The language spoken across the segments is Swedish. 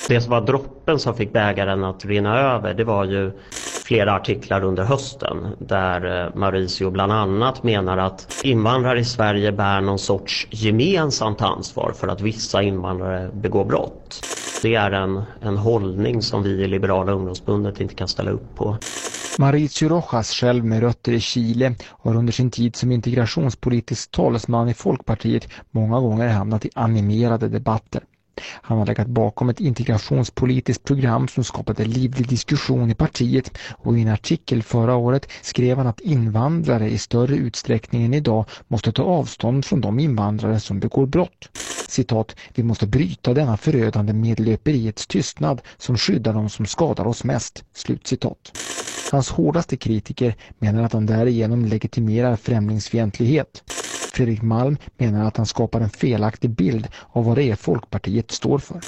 Det som var droppen som fick bägaren att rinna över, det var ju flera artiklar under hösten där Mauricio bland annat menar att invandrare i Sverige bär någon sorts gemensamt ansvar för att vissa invandrare begår brott. Det är en hållning som vi i Liberala ungdomsförbundet inte kan ställa upp på. Mauricio Rojas, själv med rötter i Chile, har under sin tid som integrationspolitisk talesman i Folkpartiet många gånger hamnat i animerade debatter. Han har legat bakom ett integrationspolitiskt program som skapade livlig diskussion i partiet, och i en artikel förra året skrev han att invandrare i större utsträckning än idag måste ta avstånd från de invandrare som begår brott. Citat, vi måste bryta denna förödande medlöperiets tystnad som skyddar de som skadar oss mest. Slutcitat. Hans hårdaste kritiker menar att han därigenom legitimerar främlingsfientlighet. Fredrik Malm menar att han skapar en felaktig bild av vad det är Folkpartiet står för.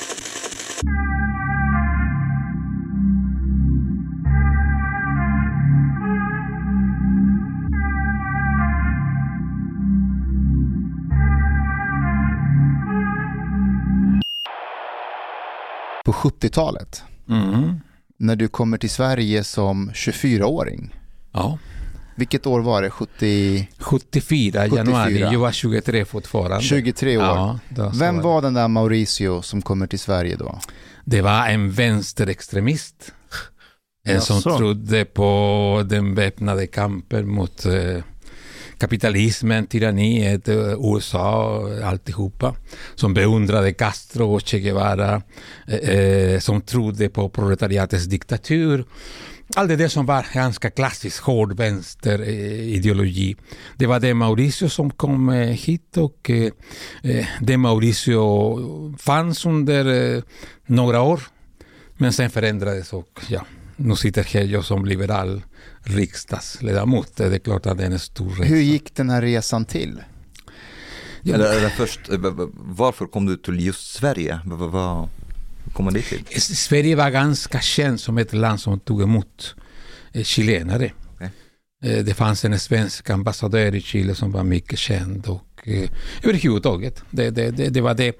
På 70-talet, när du kommer till Sverige som 24-åring. Ja. Vilket år var det? 74 januari. Jag var 23 fortfarande. 23 år. Ja, vem var den där Mauricio som kommer till Sverige då? Det var en vänsterextremist. En som trodde på den väpnade kampen mot kapitalismen, tyranniet, USA och alltihopa. Som beundrade Castro och Che Guevara. Som trodde på proletariatets diktatur. Allt det som var ganska klassisk hård vänsterideologi. Det var det Mauricio som kom hit, och det Mauricio fanns under några år. Men sen förändrades, och ja, nu sitter jag som liberal riksdagsledamot. Det är klart att det är en stor resa. Hur gick den här resan till? Eller först, varför kom du till just Sverige? Vad kom det till? Sverige var ganska känt som ett land som tog emot chilenare. Okay. Det fanns en svensk ambassadör i Chile som var mycket känd, och överhuvudtaget. Det var det.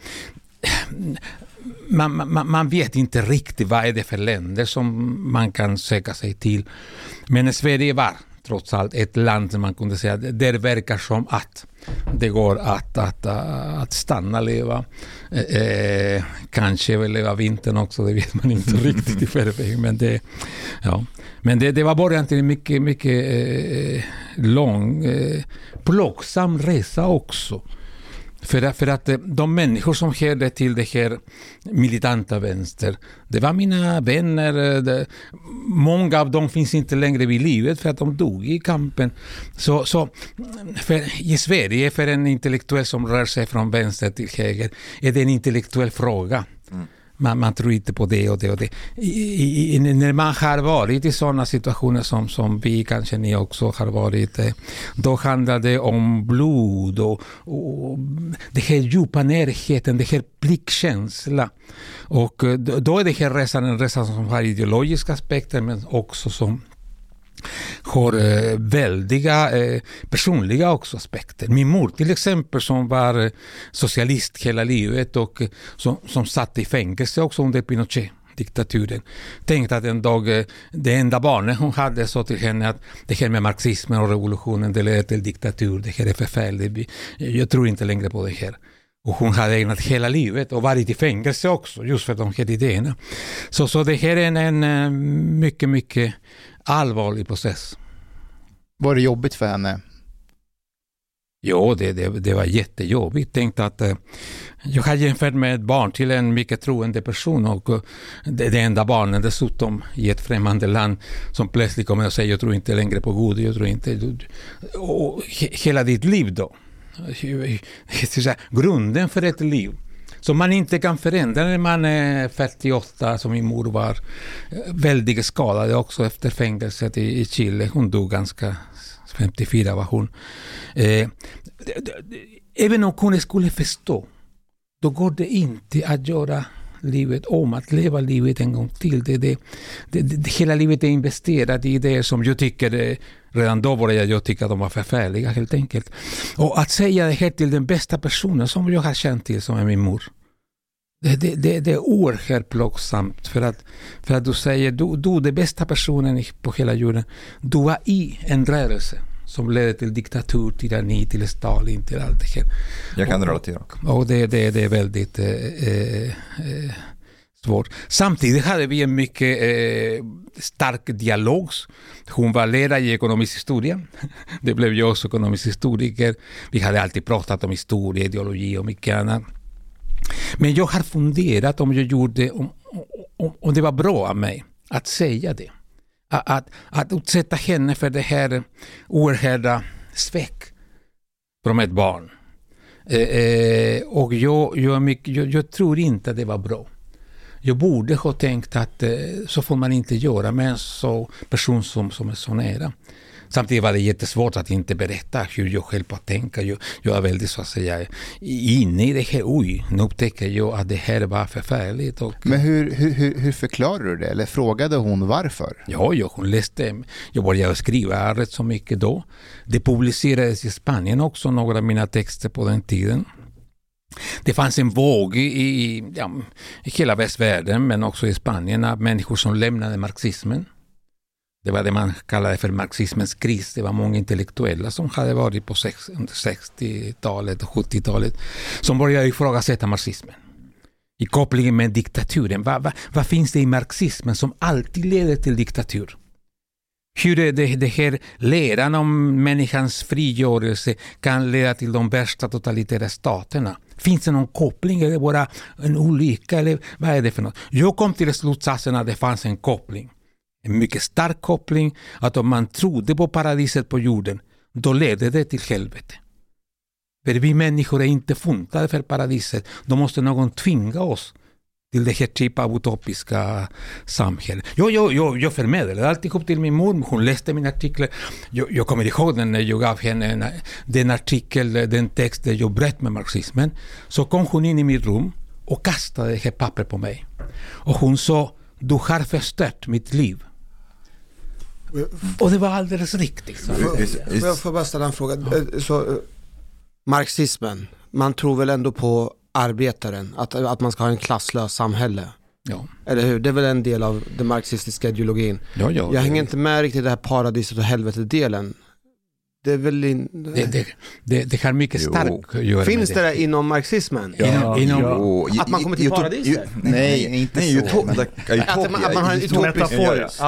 Man vet inte riktigt vad är det för länder som man kan söka sig till. Men Sverige var trots allt ett land som man kunde säga det verkar som att det går att stanna, leva. Kanske väl leva vintern också, det vet man inte riktigt i förväg. Men det var början till en mycket lång, plågsam resa också. För att de människor som hörde till det här militanta vänster, det var mina vänner. Många av dem finns inte längre vid livet för att de dog i kampen. Så i Sverige, för en intellektuell som rör sig från vänster till höger, är det en intellektuell fråga. Man tror inte på det och det och det. När man har varit i sådana situationer som vi, kanske ni också har varit, då handlar det om blod och det här djupa närheten, det här pliktkänsla. Och då är det här resan en resa som har ideologiska aspekter, men också som har väldiga personliga också aspekter. Min mor till exempel, som var socialist hela livet och som satt i fängelse också under Pinochet-diktaturen, tänkte att en dag det enda barnet hon hade sa till henne att det här med marxismen och revolutionen, det leder till diktatur, det här är förfärligt, jag tror inte längre på det här. Och hon hade ägnat hela livet och varit i fängelse också just för de här idéerna. Så det här är en mycket, mycket allvarlig process. Var det jobbigt för henne? Ja, det var jättejobbigt. Tänkte att jag hade jämfört med ett barn till en mycket troende person, och det enda barnen dessutom i ett främmande land som plötsligt kommer och säger jag tror inte längre på Gud, jag tror inte, och hela ditt liv då. Grunden för ett liv som man inte kan förändra när man är 48, som min mor var väldigt skadad också efter fängelset i Chile. Hon dog ganska 54 var hon. Även om hon skulle förstå, då går det inte att göra livet om, att leva livet en gång till. Hela livet är investerat i det som jag tycker, redan då började jag tycka att de var förfärliga helt enkelt. Och att säga det här till den bästa personen som jag har känt till, som är min mor, Det är oerhört plågsamt för att du säger du är bästa personen på hela jorden. Du var i en rörelse som ledde till diktatur, tyranni, till Stalin, till allt det här. Jag kan relatera. Och det är väldigt svårt. Samtidigt hade vi en mycket stark dialog. Hon var lärare i ekonomisk historia. Det blev jag också ekonomisk historiker. Vi hade alltid pratat om historia, ideologi och mycket annat. Men jag har funderat om jag gjorde om det var bra av mig att säga det. Att utsätta henne för det här oerhörda svek från ett barn. Och jag tror inte att det var bra. Jag borde ha tänkt att så får man inte göra med en så person som är så nära. Samtidigt var det jättesvårt att inte berätta hur jag själv på att tänka. Jag är väldigt så att säga inne i det här. Nu upptäcker jag att det här var förfärligt. Men hur förklarar du det? Eller frågade hon varför? Ja, hon läste. Jag började skriva rätt så mycket då. Det publicerades i Spanien också, några av mina texter på den tiden. Det fanns en våg i hela västvärlden, men också i Spanien, av människor som lämnade marxismen. Det var det man kallade för marxismens kris. Det var många intellektuella som hade varit på 60-talet och 70-talet som började ifrågasätta marxismen. I kopplingen med diktaturen. Vad finns det i marxismen som alltid leder till diktatur? Hur är det här läran om människans frigörelse kan leda till de värsta totalitära staterna? Finns det någon koppling eller bara en olycka? Eller vad är det för något? Jag kom till slutsatsen att det fanns en koppling. En mycket stark koppling, att om man trodde på paradiset på jorden, då ledde det till helvete. För vi människor är inte funtade för paradiset. Då måste någon tvinga oss till det här typen av utopiska samhälle. Jag förmedlade alltihop till min mor. Hon läste mina artiklar. Jag kommer ihåg när jag gav henne den artikel, den text där jag bröt med marxismen. Så kom hon in i mitt rum och kastade det här pappret på mig. Och hon sa, du har förstört mitt liv. Och det var alldeles riktigt. Får jag bara ställa en fråga? Så, marxismen, man tror väl ändå på arbetaren, att man ska ha en klasslös samhälle. Ja. Eller hur? Det är väl en del av den marxistiska ideologin. Ja, jag hänger inte med riktigt i det här paradiset och helvetedelen. Det är väl det har mycket starkt att göra. Finns det inom marxismen? Att man kommer till paradiset? Nej, inte så. Att man har en utopisk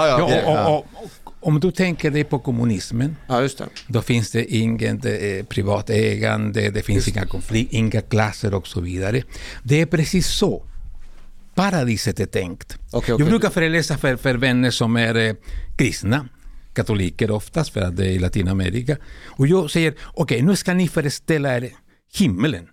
om du tänker dig på kommunismen, just det. Då finns det ingen privat ägande, det finns inga konflikter, inga klasser och så vidare. Det är precis så paradiset är tänkt. Jag brukar föreläsa för vänner som är kristna, katoliker oftast, för att det är i Latinamerika. Och jag säger, nu ska ni föreställa er himmelen.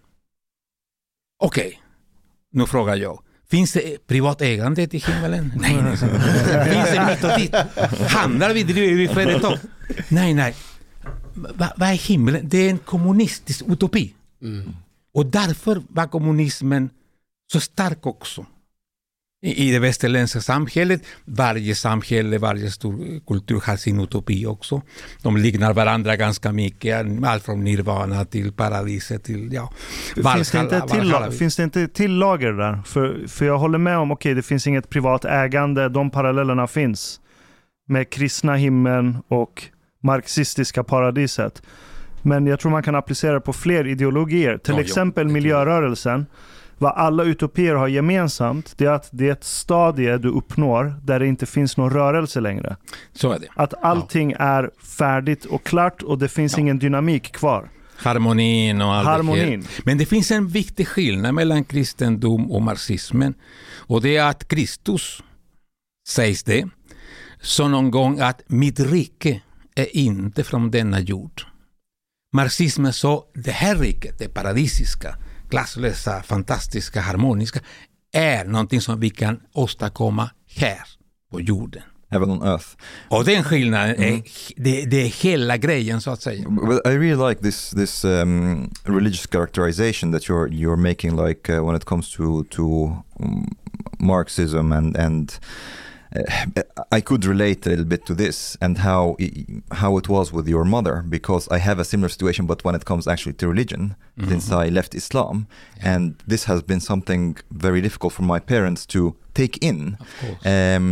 Nu frågar jag, finns det privat ägande i himmelen? Nej. Finns det mitt och dit? Handlar vi, driver vi företag? Nej. Vad är himmelen? Det är en kommunistisk utopi. Och därför var kommunismen så stark också. I det västerländska samhället, varje samhälle, varje stor kultur har sin utopi också. De liknar varandra ganska mycket, allt från nirvana till paradiset till Finns det inte till lager där? För jag håller med om, det finns inget privat ägande, de parallellerna finns med kristna himlen och marxistiska paradiset. Men jag tror man kan applicera på fler ideologier. Till exempel miljörörelsen. Vad alla utopier har gemensamt, det är att det är ett stadie du uppnår där det inte finns någon rörelse längre. Så är det. Att allting är färdigt och klart och det finns ingen dynamik kvar. Harmonin och allt det här. Men det finns en viktig skillnad mellan kristendom och marxismen. Och det är att Kristus, sägs det, så någon gång att mitt rike är inte från denna jord. Marxismen sa, det här riket, det paradisiska, klasslösa, fantastiska, harmoniska, är någonting som vi kan åstadkomma här på jorden. Heaven on earth. Och den skillnaden är, det är hela grejen så att säga. But I really like this religious characterization that you're making, like when it comes to Marxism and I could relate a little bit to this and how it was with your mother, because I have a similar situation, but when it comes actually to religion, since I left Islam, and this has been something very difficult for my parents to take in. Of course.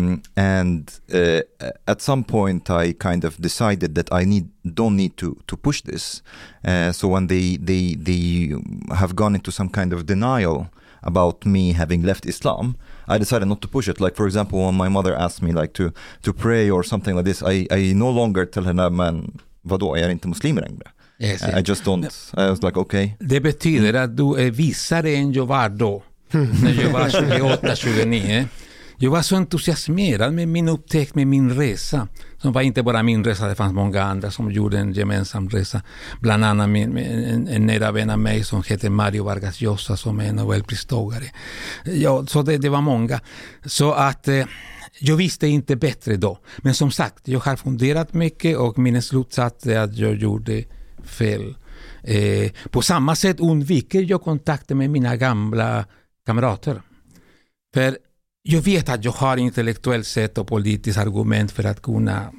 At some point I kind of decided that I don't need to push this. So when they have gone into some kind of denial about me having left Islam, I decided not to push it. Like, for example, when my mother asked me like to pray or something like this, I no longer tell her, men vadå, jag är inte muslim längre. Yes, I just don't. I was like, okay. Det betyder att du är visare än jag var då, när jag var 28-29. Jag var så entusiasmerad med min upptäckt, med min resa. Som var inte bara min resa, det fanns många andra som gjorde en gemensam resa. Bland annat en nära vän av mig som heter Mario Vargas Llosa, som är Nobelpristagare. Ja, så det var många. Så att jag visste inte bättre då. Men som sagt, jag har funderat mycket och min slutsats är att jag gjorde fel. På samma sätt undviker jag kontakter med mina gamla kamrater. För jag vet att jag har intellektuellt sätt och politiskt argument för att kunna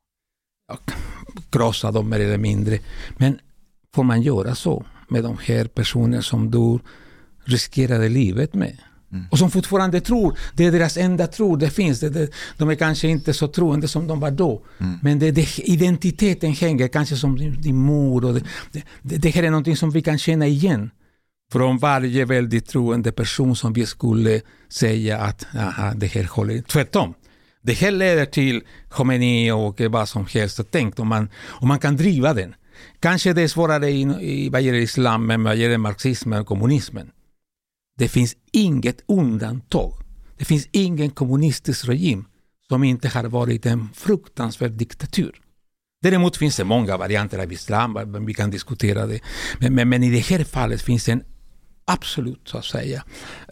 krossa dem mer eller mindre. Men får man göra så med de här personer som du riskerade livet med? Och som fortfarande tror, det är deras enda tro, det finns. De är kanske inte så troende som de var då. Men identiteten hänger kanske som din mor. Och det här är någonting som vi kan känna igen från varje väldigt troende person som vi skulle säga att det här håller. Tvärtom. Det här leder till Khomeini och vad som helst. Tänk om man kan driva den. Kanske det är svårare i vad gäller islam, men vad gäller marxismen och kommunismen. Det finns inget undantag. Det finns ingen kommunistisk regim som inte har varit en fruktansvärd diktatur. Däremot finns det många varianter av islam, vi kan diskutera det. Men i det här fallet finns en absolut, så att säga,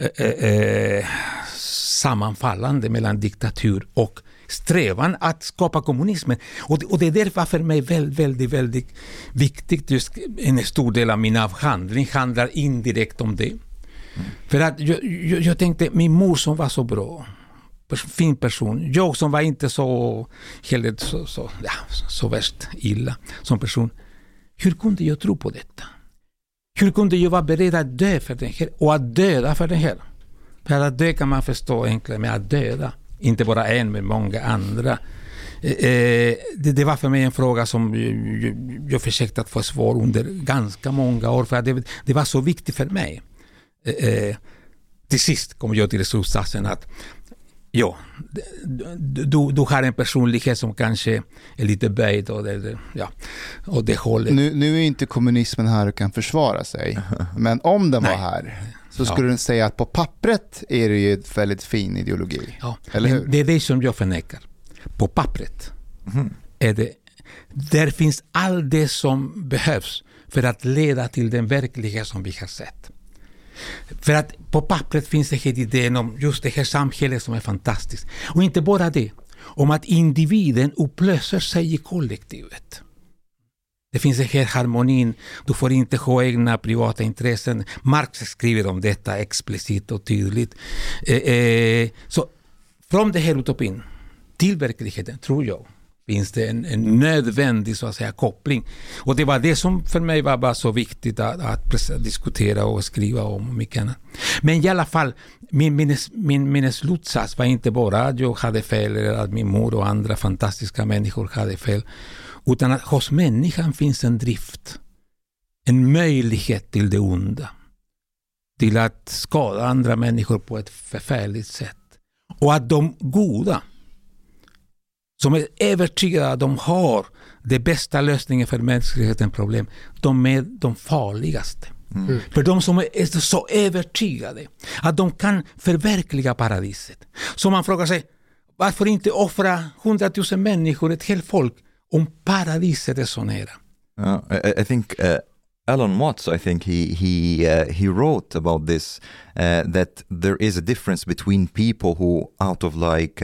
sammanfallande mellan diktatur och strävan att skapa kommunismen. Och det är därför för mig väldigt, väldigt viktigt. Just en stor del av min avhandling handlar indirekt om det. För att jag tänkte, min mor som var så bra, fin person, jag som var inte så heller så värst illa som person, hur kunde jag tro på detta? Hur kunde jag vara beredd att dö för den här och att döda för den här? För att dö kan man förstå enklare med att döda, inte bara en men många andra. Det var för mig en fråga som jag försökte att få svar under ganska många år, för att det var så viktigt för mig. Till sist kom jag till slutsatsen att du har en personlighet som kanske är lite böjd och det håller. Nu är inte kommunismen här och kan försvara sig, men om den var här så skulle den säga att på pappret är det ju ett väldigt fin ideologi. Ja, eller hur? Det är det som jag förnekar. På pappret är det, där finns allt det som behövs för att leda till den verklighet som vi har sett. För att på pappret finns det här idén om just det här samhället som är fantastiskt. Och inte bara det, om att individen upplöser sig i kollektivet. Det finns det här harmonin, du får inte ha egna privata intressen. Marx skriver om detta explicit och tydligt. Så från det här utopin till verkligheten, tror jag, finns det en nödvändig, så att säga, koppling. Och det var det som för mig var bara så viktigt att diskutera och skriva om mycket annat. Men i alla fall, min slutsats var inte bara att jag hade fel eller att min mor och andra fantastiska människor hade fel, utan att hos människan finns en drift, en möjlighet till det onda, till att skada andra människor på ett förfärligt sätt. Och att de goda, som är övertygade att de har det bästa lösningen för mänsklighetens problem, de är de farligaste. För de som är så övertygade att de kan förverkliga paradiset. Så man frågar sig, varför inte offra 100 000 människor, ett helt folk, om paradiset är så nära? I think Alan Watts, I think he wrote about this, that there is a difference between people who, out of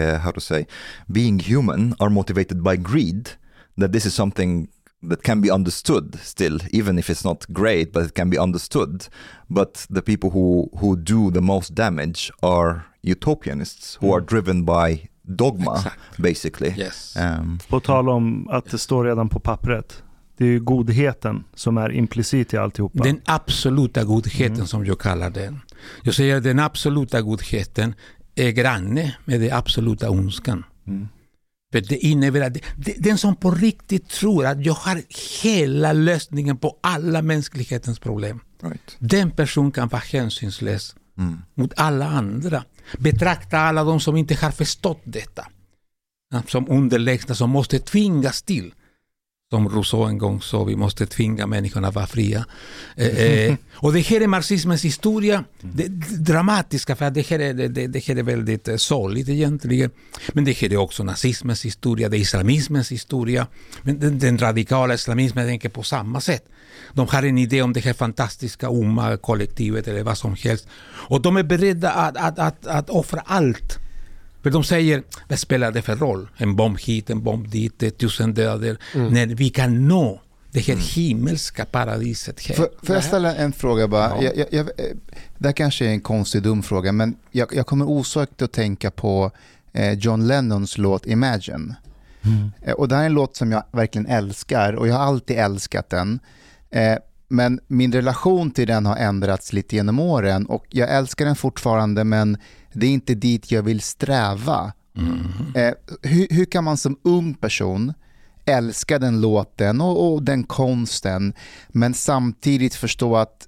being human, are motivated by greed, that this is something that can be understood still, even if it's not great, but it can be understood. But the people who do the most damage are utopianists, who are driven by dogma, basically. Yes. På tal om att det står redan på pappret. Det är ju godheten som är implicit i alltihopa. Den absoluta godheten som jag kallar den. Jag säger att den absoluta godheten är granne med den absoluta ondskan. För det innebär att den som på riktigt tror att jag har hela lösningen på alla mänsklighetens problem. Right. Den person kan vara hänsynslös mot alla andra. Betrakta alla de som inte har förstått detta som underlägsna, som måste tvingas till. Som Rousseau en gång sa, vi måste tvinga människorna att vara fria. Och det här är marxismens historia, det dramatiska, för det här är väldigt sorgligt egentligen. Men det här är också nazismens historia, det är islamismens historia. Men den radikala islamismen tänker på samma sätt. De har en idé om det här fantastiska kollektivet eller vad som helst. Och de är beredda att offra allt. För de säger, vad spelar det för roll? En bomb hit, en bomb dit, 1000 döder. När vi kan nå det här himmelska paradiset här. Får jag ställa en fråga bara? Ja. Det här kanske är en konstig dum fråga, men jag kommer osökt att tänka på John Lennons låt Imagine. Och det här är en låt som jag verkligen älskar, och jag har alltid älskat den. Men min relation till den har ändrats lite genom åren, och jag älskar den fortfarande, men det är inte dit jag vill sträva. Hur kan man som ung person älska den låten och den konsten, men samtidigt förstå att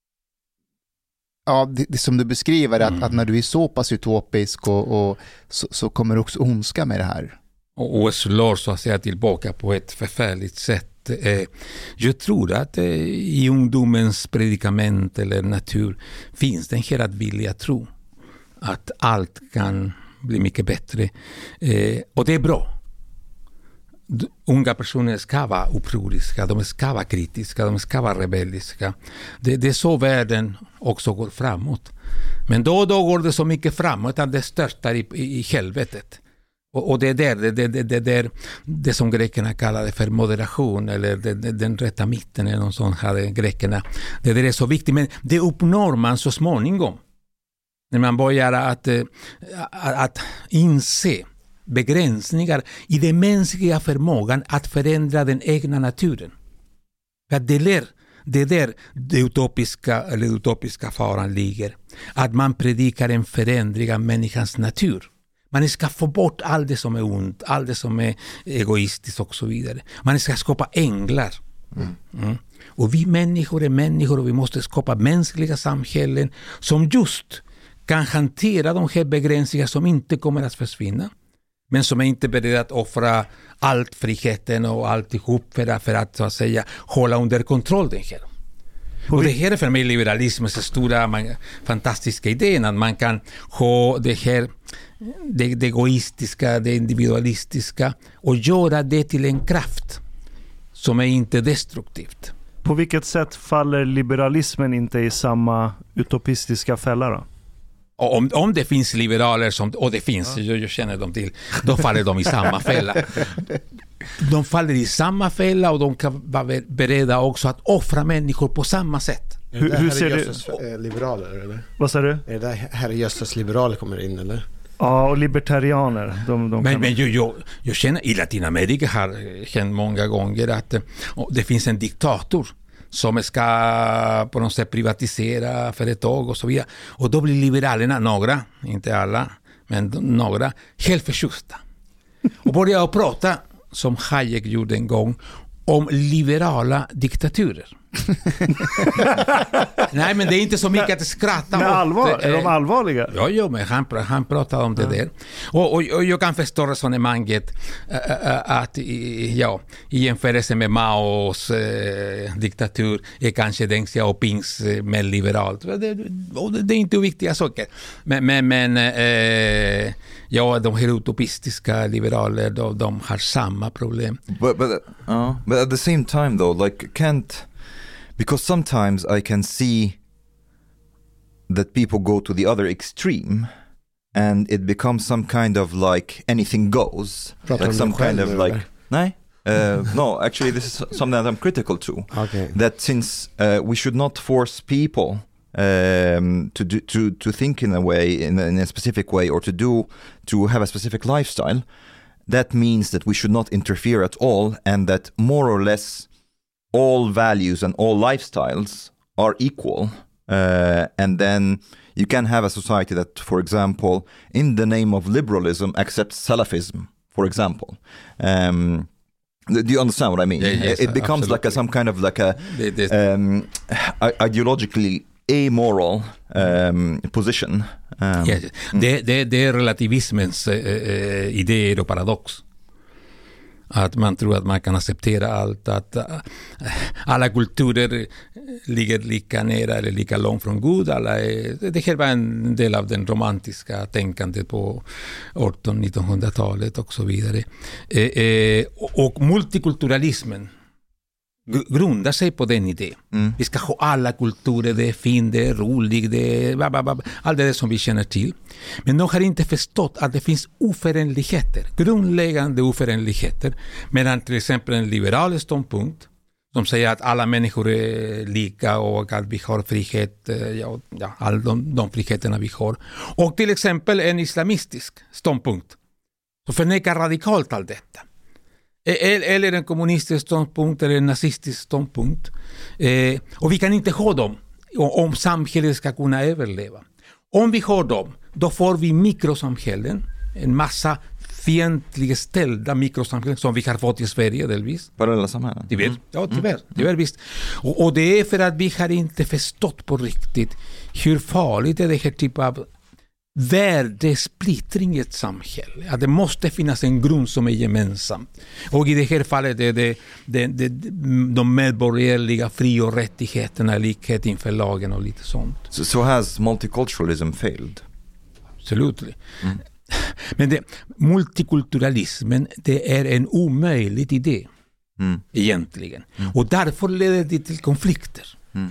det som du beskriver, att när du är så pass utopisk och så kommer också ondska med det här. Och slår så att säga tillbaka på ett förfärligt sätt. Jag tror att i ungdomens predikament eller natur finns den här att vilja tro att allt kan bli mycket bättre. Och det är bra. Unga personer ska vara upproriska, de ska vara kritiska, de ska vara rebelliska. Det är så världen också går framåt. Men då går det så mycket framåt att det störtar i helvetet. Och det är det som grekerna kallade för moderation, eller den rätta mitten, eller någon sån hade grekerna. Det är så viktigt, men det uppnår man så småningom. När man börjar att inse begränsningar i den mänskliga förmågan att förändra den egna naturen. För att det är där det utopiska faran ligger. Att man predikar en förändring av människans natur. Man ska få bort allt det som är ont, allt det som är egoistiskt och så vidare. Man ska skapa änglar. Och vi människor är människor, och vi måste skapa mänskliga samhällen som just kan hantera de här begränsningar som inte kommer att försvinna, men som är inte beredda att offra allt friheten och alltihop för att så att säga hålla under kontroll den här. Och det här är för mig liberalismens stora fantastiska idén, att man kan ha det här det egoistiska, det individualistiska, och göra det till en kraft som är inte destruktivt. På vilket sätt faller liberalismen inte i samma utopistiska fälla då? Om det finns liberaler som, och det finns, jag känner dem till, då faller de i samma fälla. De faller i samma fälla, och de kan vara beredda också att offra människor på samma sätt. Hur ser det liberaler, eller? Vad sa du? Är det där Herre Jösses liberaler kommer in, eller? Ja, och libertarianer. Men jag känner, i Latinamerika har hänt många gånger att det finns en diktator som ska på något sätt privatisera företag och så vidare. Och då blir liberalerna, några, inte alla, men några, helt förtjusta. Och börjar prata, som Hayek gjorde en gång, om liberala diktaturer. Nej, men det är inte så mycket att skratta åt. Allvar? Är de allvarliga? Ja, men han pratar om det där. Och jag kan förstå resonemanget att i jämförelse med Maos diktatur är kanske Deng Xiaopings mer liberalt. Det är inte viktiga saker. Men de här utopistiska liberaler, de har samma problem. But at the same time though, like because sometimes I can see that people go to the other extreme and it becomes some kind of like anything goes. Like some kind of like... No, actually this is something that I'm critical to. Okay. That since we should not force people to think in a way, in a specific way, or to have a specific lifestyle, that means that we should not interfere at all, and that more or less all values and all lifestyles are equal. And then you can have a society that, for example, in the name of liberalism, accepts Salafism, for example. Do you understand what I mean? Yes, it becomes absolutely. some kind of ideologically amoral position. Yes. Det är relativismens idé och paradox. Att man tror att man kan acceptera allt, att alla kulturer ligger lika nära eller lika långt från Gud. Det här var en del av den romantiska tänkandet på 1800-1900-talet och så vidare. Och multikulturalismen grundar sig på den idén. Vi ska ha alla kulturer, det är fint, det är roligt, det är allt det som vi känner till. Men de har inte förstått att det finns oförenligheter, grundläggande oförenligheter, medan till exempel en liberal ståndpunkt som säger att alla människor är lika och att vi har frihet, alla de friheterna vi har. Och till exempel en islamistisk ståndpunkt som förnekar radikalt allt detta. Eller en kommunistisk ståndpunkt eller en nazistisk ståndpunkt. Och vi kan inte ha dem om samhället ska kunna överleva. Om vi har dem, då får vi mikrosamhällen, en massa fientliga ställda mikrosamhällen som vi har fått i Sverige delvis. Parallella samhällen. Tyvärr visst. Och det är för att vi har inte förstått på riktigt hur farligt är det här typen av värdesplittring i ett samhälle. Att det måste finnas en grund som är gemensam. Och i det här fallet är det de medborgerliga fri- och rättigheterna, likhet inför lagen och lite sånt. So has multiculturalism failed? Absolut. Men multikulturalismen, det är en omöjlig idé egentligen. Och därför leder det till konflikter.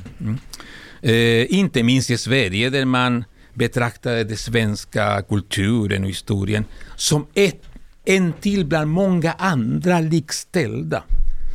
Inte minst i Sverige där man betraktade den svenska kulturen och historien som en till bland många andra likställda.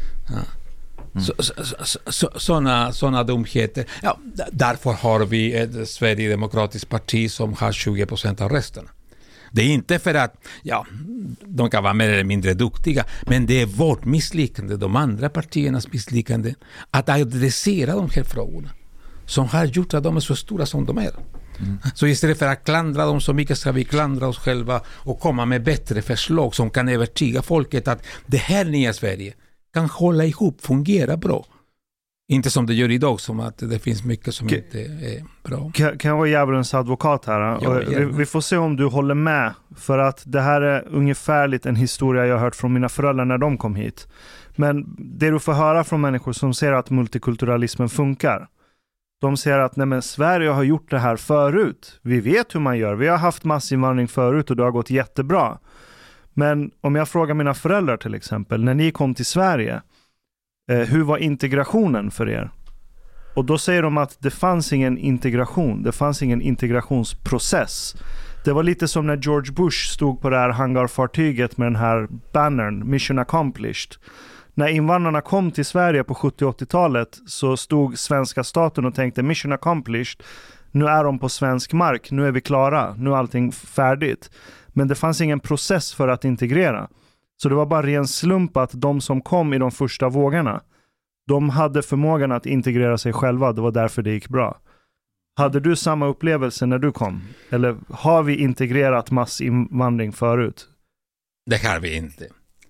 Såna dumheter. Ja, därför har vi ett Sverigedemokratiskt parti som har 20% av rösterna. Det är inte för att de kan vara mer eller mindre duktiga, men det är vårt misslyckande, de andra partiernas misslyckande att adressera de här frågorna som har gjort att de är så stora som de är. Så istället för att klandra dem så mycket ska vi klandra oss själva och komma med bättre förslag som kan övertyga folket att det här nya Sverige kan hålla ihop, fungera bra. Inte som det gör idag, som att det finns mycket som inte är bra. Kan jag vara djävulens advokat här? Vi får se om du håller med. För att det här är ungefärligt en historia jag har hört från mina föräldrar när de kom hit. Men det du får höra från människor som ser att multikulturalismen funkar. De säger att Sverige har gjort det här förut. Vi vet hur man gör. Vi har haft massinvandring förut och det har gått jättebra. Men om jag frågar mina föräldrar till exempel, när ni kom till Sverige, hur var integrationen för er? Och då säger de att det fanns ingen integration. Det fanns ingen integrationsprocess. Det var lite som när George Bush stod på det här hangarfartyget med den här bannern, Mission Accomplished. När invandrarna kom till Sverige på 70- och 80-talet så stod svenska staten och tänkte Mission Accomplished. Nu är de på svensk mark, nu är vi klara, nu är allting färdigt. Men det fanns ingen process för att integrera. Så det var bara ren slump att de som kom i de första vågorna, de hade förmågan att integrera sig själva. Det var därför det gick bra. Hade du samma upplevelse när du kom? Eller har vi integrerat massinvandring förut? Det har vi inte.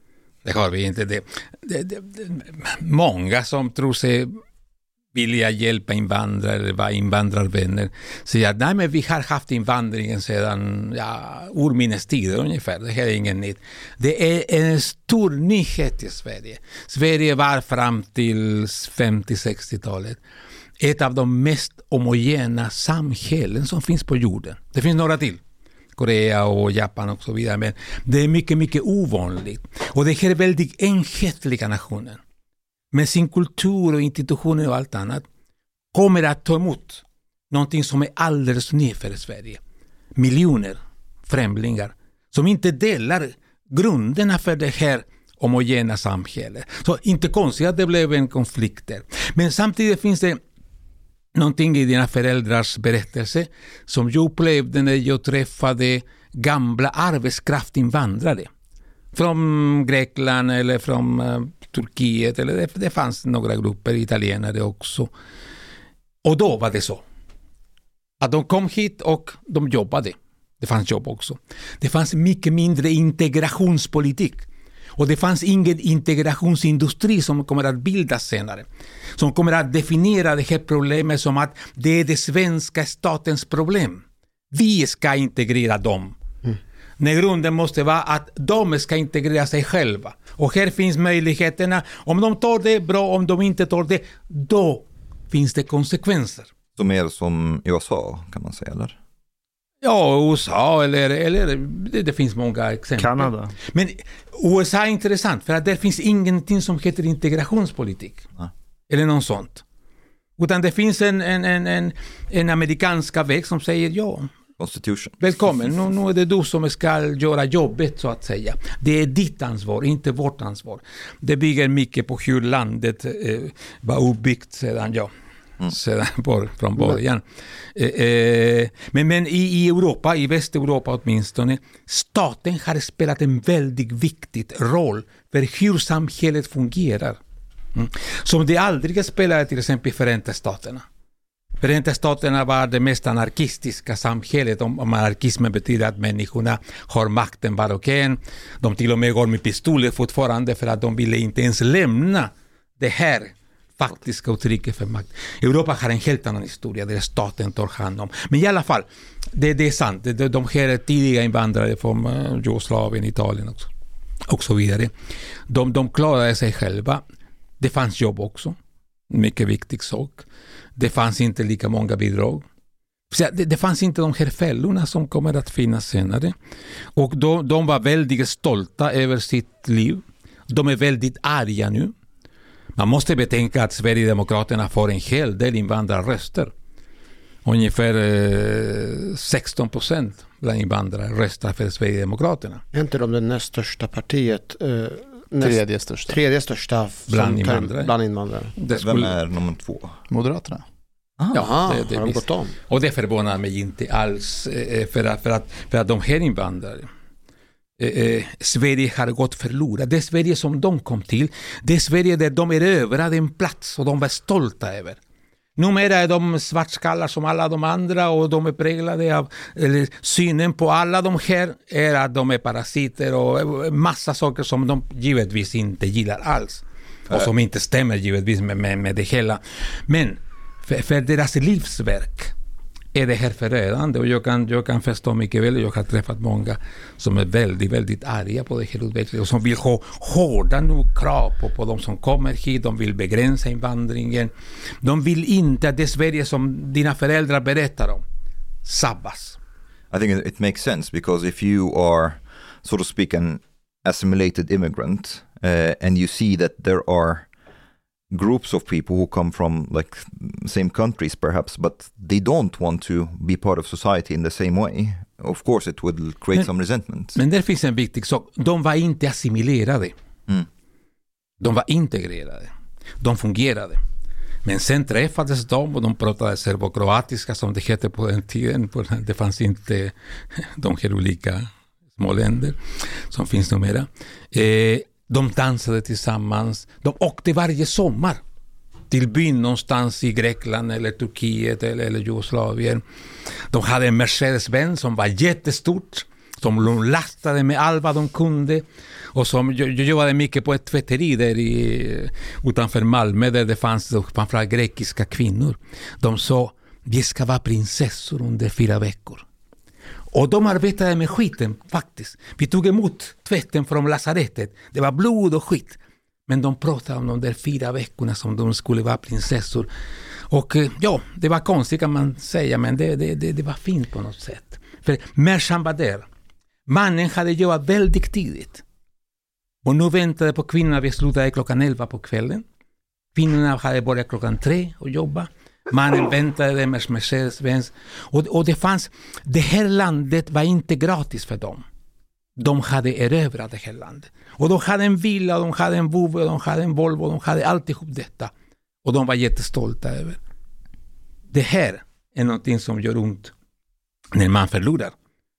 Många som tror sig vilja hjälpa invandrare eller vara invandrarvänner säger att nej, men vi har haft invandringen sedan urminnes tider ungefär. Det här är ingen nytt. Det är en stor nyhet i Sverige. Sverige var fram till 50-60-talet ett av de mest homogena samhällen som finns på jorden. Det finns några till. Korea och Japan och så vidare, men det är mycket, mycket ovanligt. Och det här är väldigt enhetliga nationen. Med sin kultur och institutioner och allt annat kommer att ta emot någonting som är alldeles nytt för Sverige. Miljoner främlingar som inte delar grunderna för det här homogena samhället. Så inte konstigt att det blev en konflikt där. Men samtidigt finns det någonting i dina föräldrars berättelse som jag upplevde när jag träffade gamla arbetskraftinvandrare från Grekland eller från Turkiet, eller det fanns några grupper italienare också. Och då var det så att de kom hit och de jobbade. Det fanns jobb också. Det fanns mycket mindre integrationspolitik. Och det fanns ingen integrationsindustri som kommer att bildas senare. Som kommer att definiera det här problemet som att det är det svenska statens problem. Vi ska integrera dem. När grunden måste vara att de ska integrera sig själva. Och här finns möjligheterna. Om de tar det bra, om de inte tar det, då finns det konsekvenser. Som är som USA kan man säga, eller? Ja, USA eller det finns många exempel. Kanada. Men USA är intressant för att där finns ingenting som heter integrationspolitik. Eller något sånt. Utan det finns en amerikanska väg som säger ja. Constitution. Välkommen, nu är det du som ska göra jobbet så att säga. Det är ditt ansvar, inte vårt ansvar. Det bygger mycket på hur landet var uppbyggt sedan från början. Men i Europa, i Västeuropa åtminstone, staten har spelat en väldigt viktig roll för hur samhället fungerar. Som det aldrig spelade till exempel i Förenta Staterna. Förenta Staterna var det mest anarkistiska samhället. Om anarkismen betyder att människorna har makten var och en. De till och med går med pistoler fortfarande för att de ville inte ens lämna det här faktiska uttrycket för makt. Europa har en helt annan historia där staten tar hand om. Men i alla fall, det är sant. De här tidiga invandrare från Jugoslavien, Italien och så vidare. De klarade sig själva. Det fanns jobb också. Mycket viktig sak. Det fanns inte lika många bidrag. Det fanns inte de här fällorna som kommer att finnas senare. Och de var väldigt stolta över sitt liv. De är väldigt arga nu. Man måste betänka att Sverigedemokraterna får en hel del invandrarröster. Ungefär 16% bland invandrare röstar för Sverigedemokraterna. Är inte de det näst största partiet? Tredje största bland invandrare. Vem är nummer 2? Moderaterna. Ja, det har de gått om. Och det förvånar mig inte alls för att de här invandrare Sverige har gått förlorat. Det Sverige som de kom till, det Sverige där de är överade en plats och de var stolta över. Numera är de svartskallar som alla de andra och de är präglade av synen på alla de här är att de är parasiter och massa saker som de givetvis inte gillar alls. Och som inte stämmer givetvis med det hela. Men för deras livsverk är det här förödande och jag kan förstå mycket väl. Jag har träffat många som är väldigt, väldigt arga på det här utvecklingen och som vill ha hårda krav på de som kommer hit. De vill begränsa invandringen. De vill inte att det Sverige som dina föräldrar berättar om sabbas. I think it makes sense because if you are, so to speak, an assimilated immigrant and you see that there are groups of people who come from like same countries perhaps, but they don't want to be part of society in the same way. Of course it would create some resentment. Men där finns en viktig sak. De var inte assimilerade. De var integrerade. De fungerade. Men sen träffades de och de pratade serbokroatiska som det hette på den tiden. Det fanns inte de här olika små länder som finns numera. De dansade tillsammans. De åkte varje sommar till byn någonstans i Grekland eller Turkiet eller Jugoslavien. De hade en Mercedes-Benz som var jättestort. Som de lastade med allt vad de kunde. Och som jag jobbade mycket på ett tvätteri där utanför Malmö där det fanns framförallt grekiska kvinnor. De sa, vi ska vara prinsessor under 4 veckor. Och de arbetade med skiten faktiskt. Vi tog emot tvätten från lasarettet. Det var blod och skit. Men de pratade om de där 4 veckorna som de skulle vara prinsessor. Och ja, det var konstigt kan man säga. Men det var fint på något sätt. För Merchan var där. Mannen hade jobbat väldigt tidigt. Och nu väntade på kvinnorna. Vi slutade klockan 11 på kvällen. Kvinnorna hade börjat klockan 3 och jobba. Mannen väntade med Mercedes-Benz. Och det här landet var inte gratis för dem. De hade erövrat det här landet. Och de hade en villa, de hade en Volvo, de hade en Volvo, de hade alltihop detta. Och de var jättestolta över. det här är någonting som gör ont när man förlorar.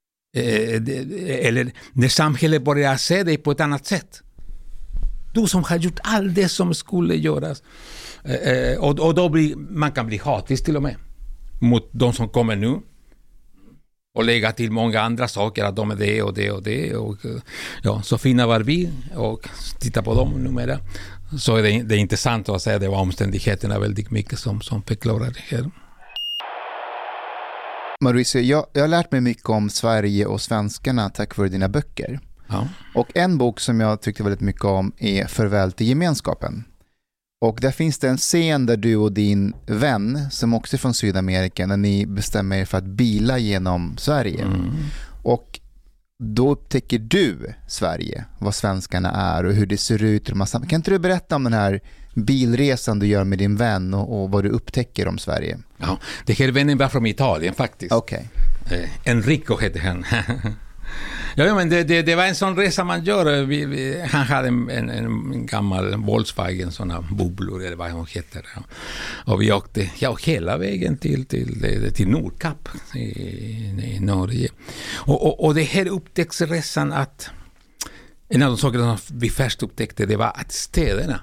Eller när samhället börjar se dig på ett annat sätt. Du som har gjort allt det som skulle göras. Och då man kan bli hatisk till och med mot de som kommer nu. Och lägga till många andra saker, att de är det och det och det. Och, ja, så fina var vi och titta på dem numera. Så är det är intressant att säga att det var omständigheterna väldigt mycket som förklarar det här. Mauricio, jag har lärt mig mycket om Sverige och svenskarna tack vare dina böcker. Ja. Och en bok som jag tyckte väldigt mycket om är Farväl till gemenskapen. Och där finns det en scen där du och din vän, som också är från Sydamerika, när ni bestämmer er för att bila genom Sverige. Och då upptäcker du Sverige, vad svenskarna är och hur det ser ut. Kan inte du berätta om den här bilresan du gör med din vän och vad du upptäcker om Sverige? Ja, det här vännen var från Italien faktiskt. Okej. Enrico hette han. Ja, men det var en sån resa man gör. Han hade en gammal Volkswagen, såna bubblor eller vad hon heter. Och vi åkte hela vägen till Nordkap i Norge. Och det här upptäcktsresan att en av de saker som vi först upptäckte, det var att städerna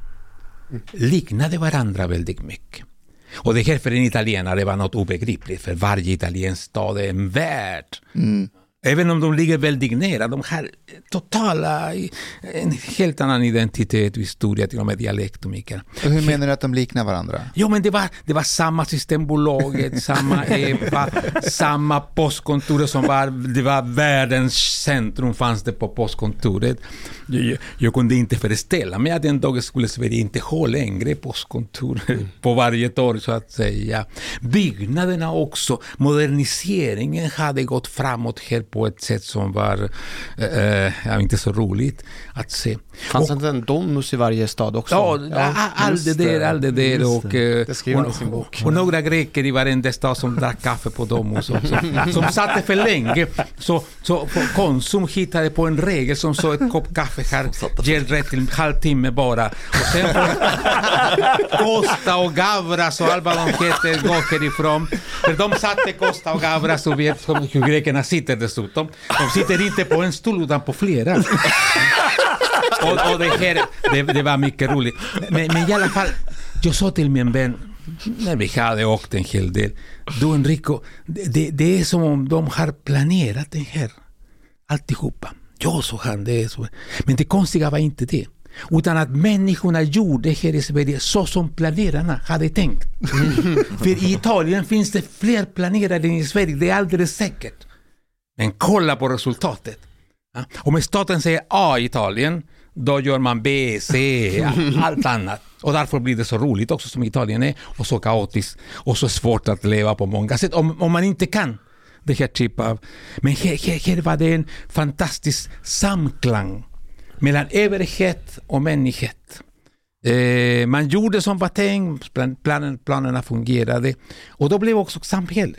liknade varandra väldigt mycket. Och det här för en italienare var något obegripligt, för varje italiensk stad är en värld. Även om de ligger väldigt nära, de har totala, en helt annan identitet och historia, till och med dialekt och mycket. Och hur menar du att de liknar varandra? Jo, men det var samma Systembolaget, samma EPA, samma postkontoret som det var världens centrum, fanns det på postkontoret. Jag kunde inte föreställa mig att en dag skulle Sverige inte ha längre postkontor på varje torg, så att säga. Byggnaderna också, moderniseringen hade gått framåt här på ett sätt som var inte så roligt att se. Fanns inte en domus i varje stad också? Ja, allt det där och det skriver i sin bok. Och några greker i varenda stad som drack kaffe på domus som satte för länge. Så Konsum hittade på en regel som så ett kopp kaffe här ger rätt till en halvtimme bara. Och sen Costa och Gavras och allt vad de heter går härifrån. För de satte Costa och Gavras och vet hur grekerna sitter dessutom. De sitter inte på en stol utan på flera. Och det var mycket roligt. Men i alla fall, jag sa till min vän när vi hade åkt en hel del, du Enrico, det är som om de har planerat det här alltihopa. Ja, så han, det är så. Men det konstiga var inte det, utan att människorna gjorde här i Sverige så som planerarna hade tänkt. För i Italien finns det fler planerare än i Sverige, det är alldeles säkert. Men kolla på resultatet. Om staten säger A i Italien, då gör man B, C, allt annat. Och därför blir det så roligt också som Italien är, och så kaotiskt och så svårt att leva på många sätt om man inte kan det här typ av. Men här var det en fantastisk samklang mellan överhet och mänsklighet. Man gjorde som var tänkt, planerna fungerade, och då blev också samhälle.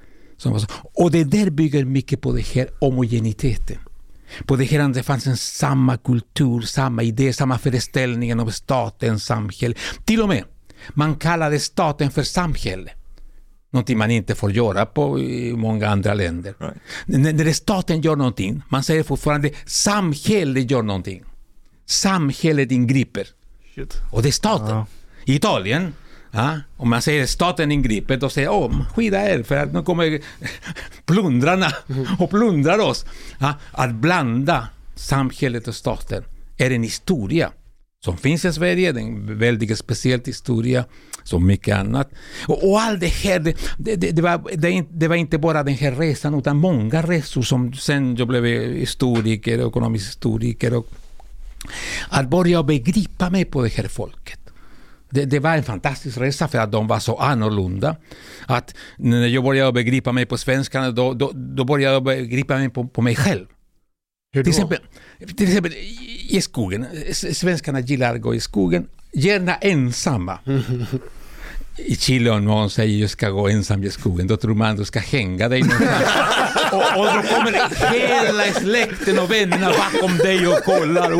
Och det där bygger mycket på det här homogeniteten. På det här det fanns en samma kultur, samma idé, samma föreställningen om staten, samhälle. Till och med, man kallade staten för samhälle. Någonting man inte får göra på i många andra länder. Right. När staten gör någonting, man säger fortfarande samhället gör någonting. Samhället ingriper. Shit. Och det är staten. I Italien, om man säger staten ingriper, då säger skydda er för att nu kommer plundrarna och plundrar oss. Att blanda samhället och staten är en historia som finns i Sverige, det är en väldigt speciell historia som mycket annat. Och allt det här, det var inte bara den här resan, utan många resor som sen jag blev historiker, ekonomisk historiker, och att börja begripa mig på det här folket. Det var en fantastisk resa för att de var så annorlunda. Att när jag började begripa mig på svenskarna, då började jag begripa mig på mig själv. Hur då? Till exempel i skogen. Svenskarna gillar att gå i skogen, gärna ensamma. I Chile om någon säger jag ska gå ensam i skogen, då tror man att du ska hänga dig någonstans. och då kommer hela släkten och vännerna bakom dig och kollar.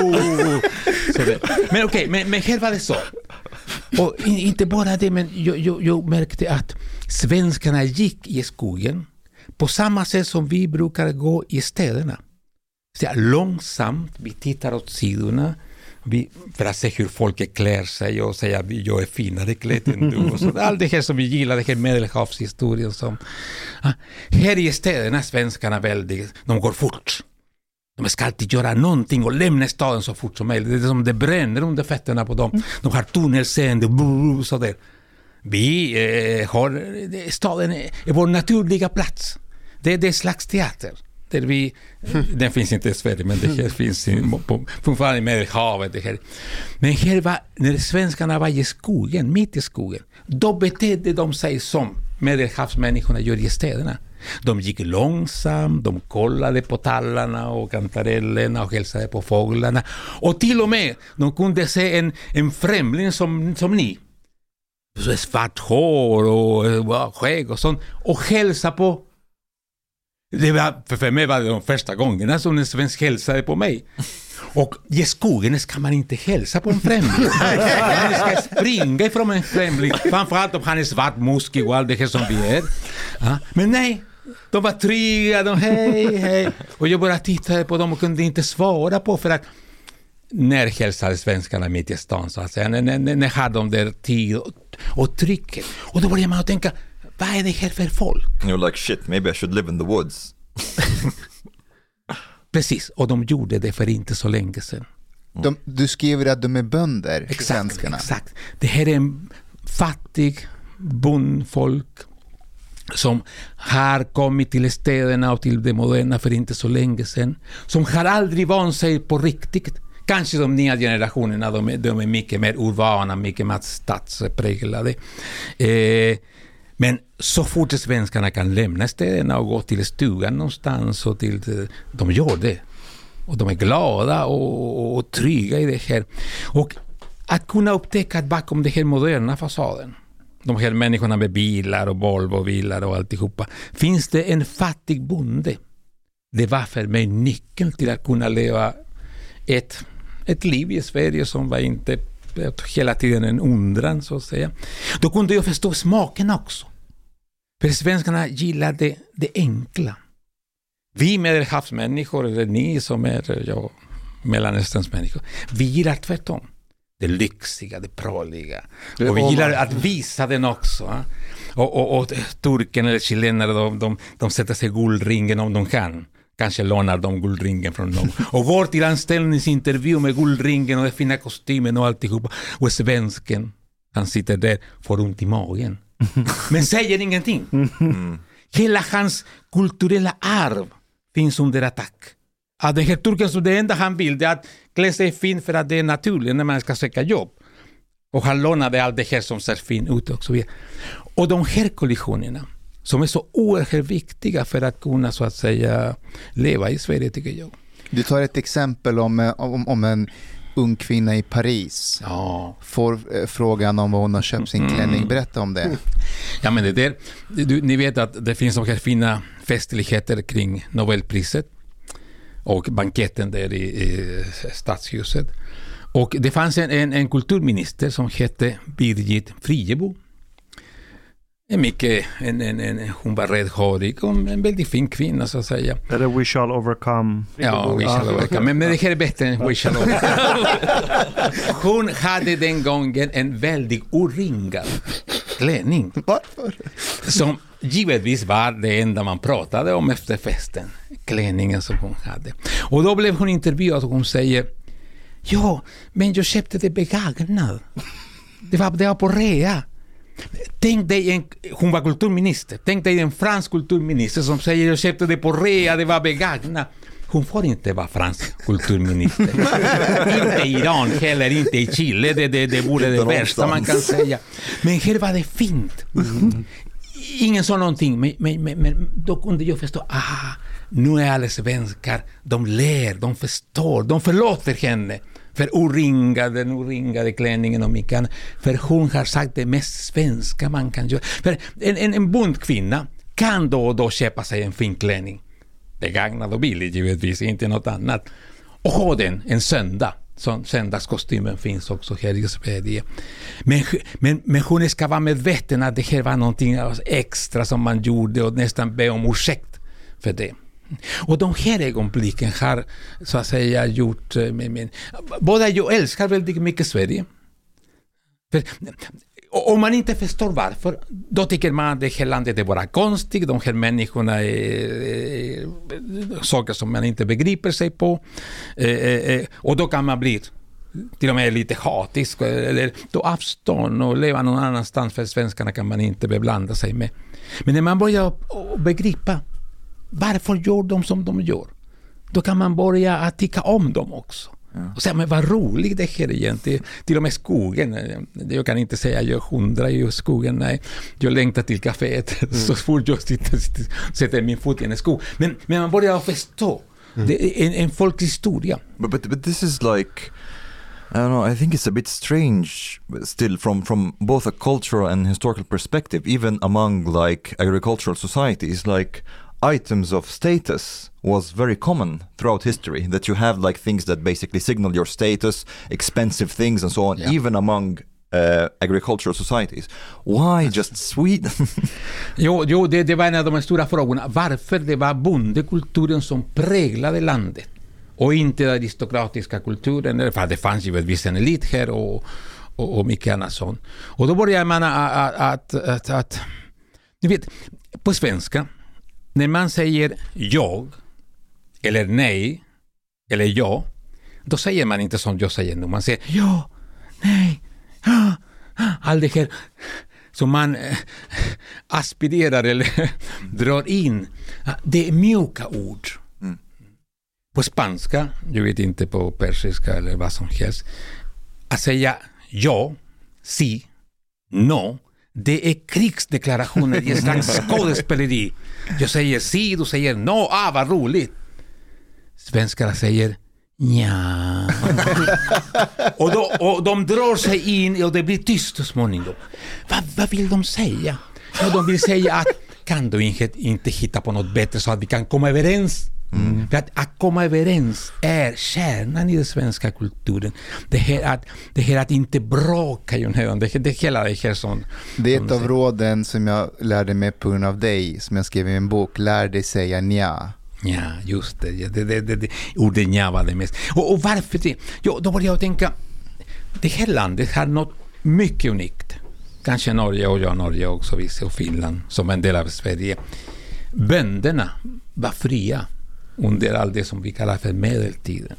Men okej, men här var det så. Och inte bara det, men jag märkte att Svenskarna gick i skogen på samma sätt som vi brukar gå i städerna. Så långsamt, vi tittar åt sidorna för att se hur folk klär sig och säga att jag är finare klädd än du. Och så. Allt det här som vi gillar, det här medelhavshistorien. Här i städerna svenskarna väldigt, de går fort. De ska alltid göra någonting och lämna staden så fort som möjligt. Det är som det bränner under fötterna på dem. De har tunnelseende och så där. Vi har, staden är vår naturliga plats. Det är slags teater. Där vi, den finns inte i Sverige, men det här finns fortfarande i Medelhavet. Det här. Men här var, när svenskarna var i skogen, mitt i skogen, då betedde de sig som medelhavsmänniskorna gör i städerna. De gick långsamt, de kollade på tallarna och kantarellerna och hälsade på fåglarna. Och till och med, de kunde se en främling som ni. Så svart hår och skägg och sånt. Och hälsa på. Det var, för mig var det de första gångerna som en svensk hälsade på mig. Och i skogen ska man inte hälsa på en främling. Man ska springa ifrån en främling. Framförallt om han är svart, muskig och allt det här som vi är. Ja. Men nej, de var trygga, de hej. Och jag bara tittade på dem och kunde inte svara på för att när hälsade svenskarna mitt i stan så att säga. När hade de där tid och trycket. Och då började man att tänka, vad är det här för folk? You're like shit, maybe I should live in the woods. Precis, och de gjorde det för inte så länge sedan. Du skriver att de är bönder, exakt, svenskarna. Exakt. Det här är en fattig bondfolk som har kommit till städerna och till det moderna för inte så länge sedan. Som har aldrig vant sig på riktigt. Kanske de nya generationerna, de är mycket mer urbana, mycket mer stadspräglade. Men så fort svenskarna kan lämna städerna och gå till stugan någonstans och de gör det. Och de är glada och trygga i det här. Och att kunna upptäcka att bakom det här moderna fasaden, de här människorna med bilar och Volvo-bilar och alltihopa, finns det en fattig bonde. Det var för mig nyckeln till att kunna leva ett liv i Sverige som var inte hela tiden en undran så att säga. Då kunde jag förstå smaken också. För svenskarna gillade det enkla. Vi medelhavsmänniskor, eller ni som är Mellanösterns människor, vi gillar tvärtom. Det lyxiga, det praliga. Och vi gillar att visa den också. Och turken eller chilenare, de sätter sig guldringen om de kan. Kanske lånar de guldringen från dem. Och går till anställningsintervju med guldringen och den fina kostymen och alltihopa. Och svensken, han sitter där, får ont i magen. Men säger ingenting. Hela hans kulturella arv finns under attack. Att den här turken, så det enda han vill är att klä sig fin för att det är naturligt när man ska söka jobb. Och han lånade allt det här som ser fin ut och så vidare. Och de här kollisionerna som är så oerhört viktiga för att kunna så att säga leva i Sverige tycker jag. Du tar ett exempel om en ung kvinna i Paris får frågan om vad hon har köpt sin klänning. Berätta om det. Ja, men det där, ni vet att det finns några fina festligheter kring Nobelpriset och banketten där i stadshuset. Och det fanns en kulturminister som hette Birgit Friggebo. Hon var rödhårig och en väldigt fin kvinna så att säga. Är det We Shall Overcome? Ja, We Shall Overcome. Men det här är bättre än We Shall Overcome. Hon hade den gången en väldigt oringad klänning. Varför? Som givetvis var det enda man pratade om efter festen. Klänningen som hon hade. Och då blev hon intervjuad och hon säger: ja, men jag köpte det begagnad. Det var på rea. Tänk dig hon var kulturminister. Tänk dig en fransk kulturminister som säger: jag köpte det på rea, det var begagnat. Hon får inte vara fransk kulturminister. Inte i Iran heller, inte i Chile. Det vore det värsta man kan säga. Men här var det fint. Ingen sa någonting. Men då kunde jag förstå. Nu är alla svenskar. De ler, de förstår. De förlåter henne för den oringade klänningen och mycket annat. För hon har sagt det mest svenska man kan göra. För en bondkvinna kan då och då köpa sig en fin klänning. Begagnad och billig givetvis, inte något annat. Och ha den en söndag. Så söndagskostymen finns också här i Sverige. Men hon ska vara medveten att det här var någonting extra som man gjorde och nästan be om ursäkt för det. Och de här ögonblicken har så att säga gjort båda jag älskar väldigt mycket Sverige. För om man inte förstår varför, då tycker man att det här landet är bara konstigt, de här människorna är saker som man inte begriper sig på, och då kan man bli till och med lite hatisk eller då avstånd och leva någon annanstans, för svenskarna kan man inte beblanda sig med. Men när man börjar begripa varför gör de som de gör, då kan man börja att tycka om dem också. Ja. Och säga, men vad roligt det här egentligen. Till och med skogen. Jag kan inte säga jag hundrar i skogen. Nej, jag längtar till kaféet så fort jag sätter min fot i en skog. Men man börjar förstå. Det är en folkhistoria. But this is like, I don't know, I think it's a bit strange still from both a cultural and historical perspective, even among like agricultural societies, like items of status was very common throughout history, that you have like things that basically signal your status, expensive things and so on, even among agricultural societies. Why just Sweden? Jo, det var en av de stora frågorna. Varför det var bondekulturen som präglade landet och inte den aristokratiska kulturen, för det fanns ju viss en elit här och mycket annat sånt. Och då börjar man att ni vet, på svenska när man säger jag eller nej eller ja, då säger man inte som jag säger nu. Man säger ja, nej, ja, allt det här som man aspirerar eller drar in. Det är mjuka ord. På spanska, jag vet inte på persiska eller vad som helst, att säga ja, si, no, det är krigsdeklarationer i en slags skådespeleri. Jag säger si, du säger no, vad roligt. Svenskar säger nja. och de drar sig in och det blir tyst så småningom. Vad vill de säga? Ja, de vill säga att kan du inte hitta på något bättre så att vi kan komma överens. För att komma överens är kärnan i den svenska kulturen. Det här att inte bråka, det hela det här som... Det är ett av råden som jag lärde mig på grund av dig, som jag skrev i en bok. Lär dig säga nja. Ja, just det. Ordet nja var det mest. Och varför det? Jo, då började jag tänka, det här landet har något mycket unikt. Kanske Norge också, och Finland som en del av Sverige. Bönderna var fria under allt det som vi kallar för medeltiden.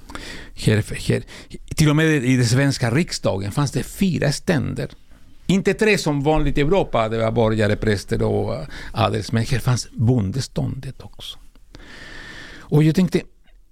Här, till och med i den svenska riksdagen fanns det 4 ständer. Inte 3 som vanligt i Europa, det var borgare, präster och adelsmän. Här fanns bondeståndet också. Och jag tänkte,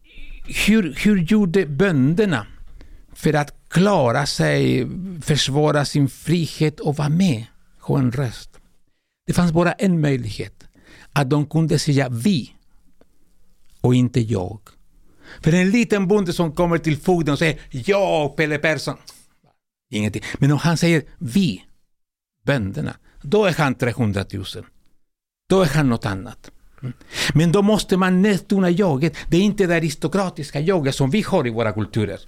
hur gjorde bönderna för att klara sig, försvara sin frihet och vara med, ha en röst? Det fanns bara en möjlighet, att de kunde säga vi och inte jag. För en liten bonde som kommer till fogden och säger ja, Pelle Persson, ingenting. Men om han säger vi, bönderna, då är han 300 000. Då är han något annat. Men då måste man nedtona jaget. Det är inte det aristokratiska jaget som vi har i våra kulturer.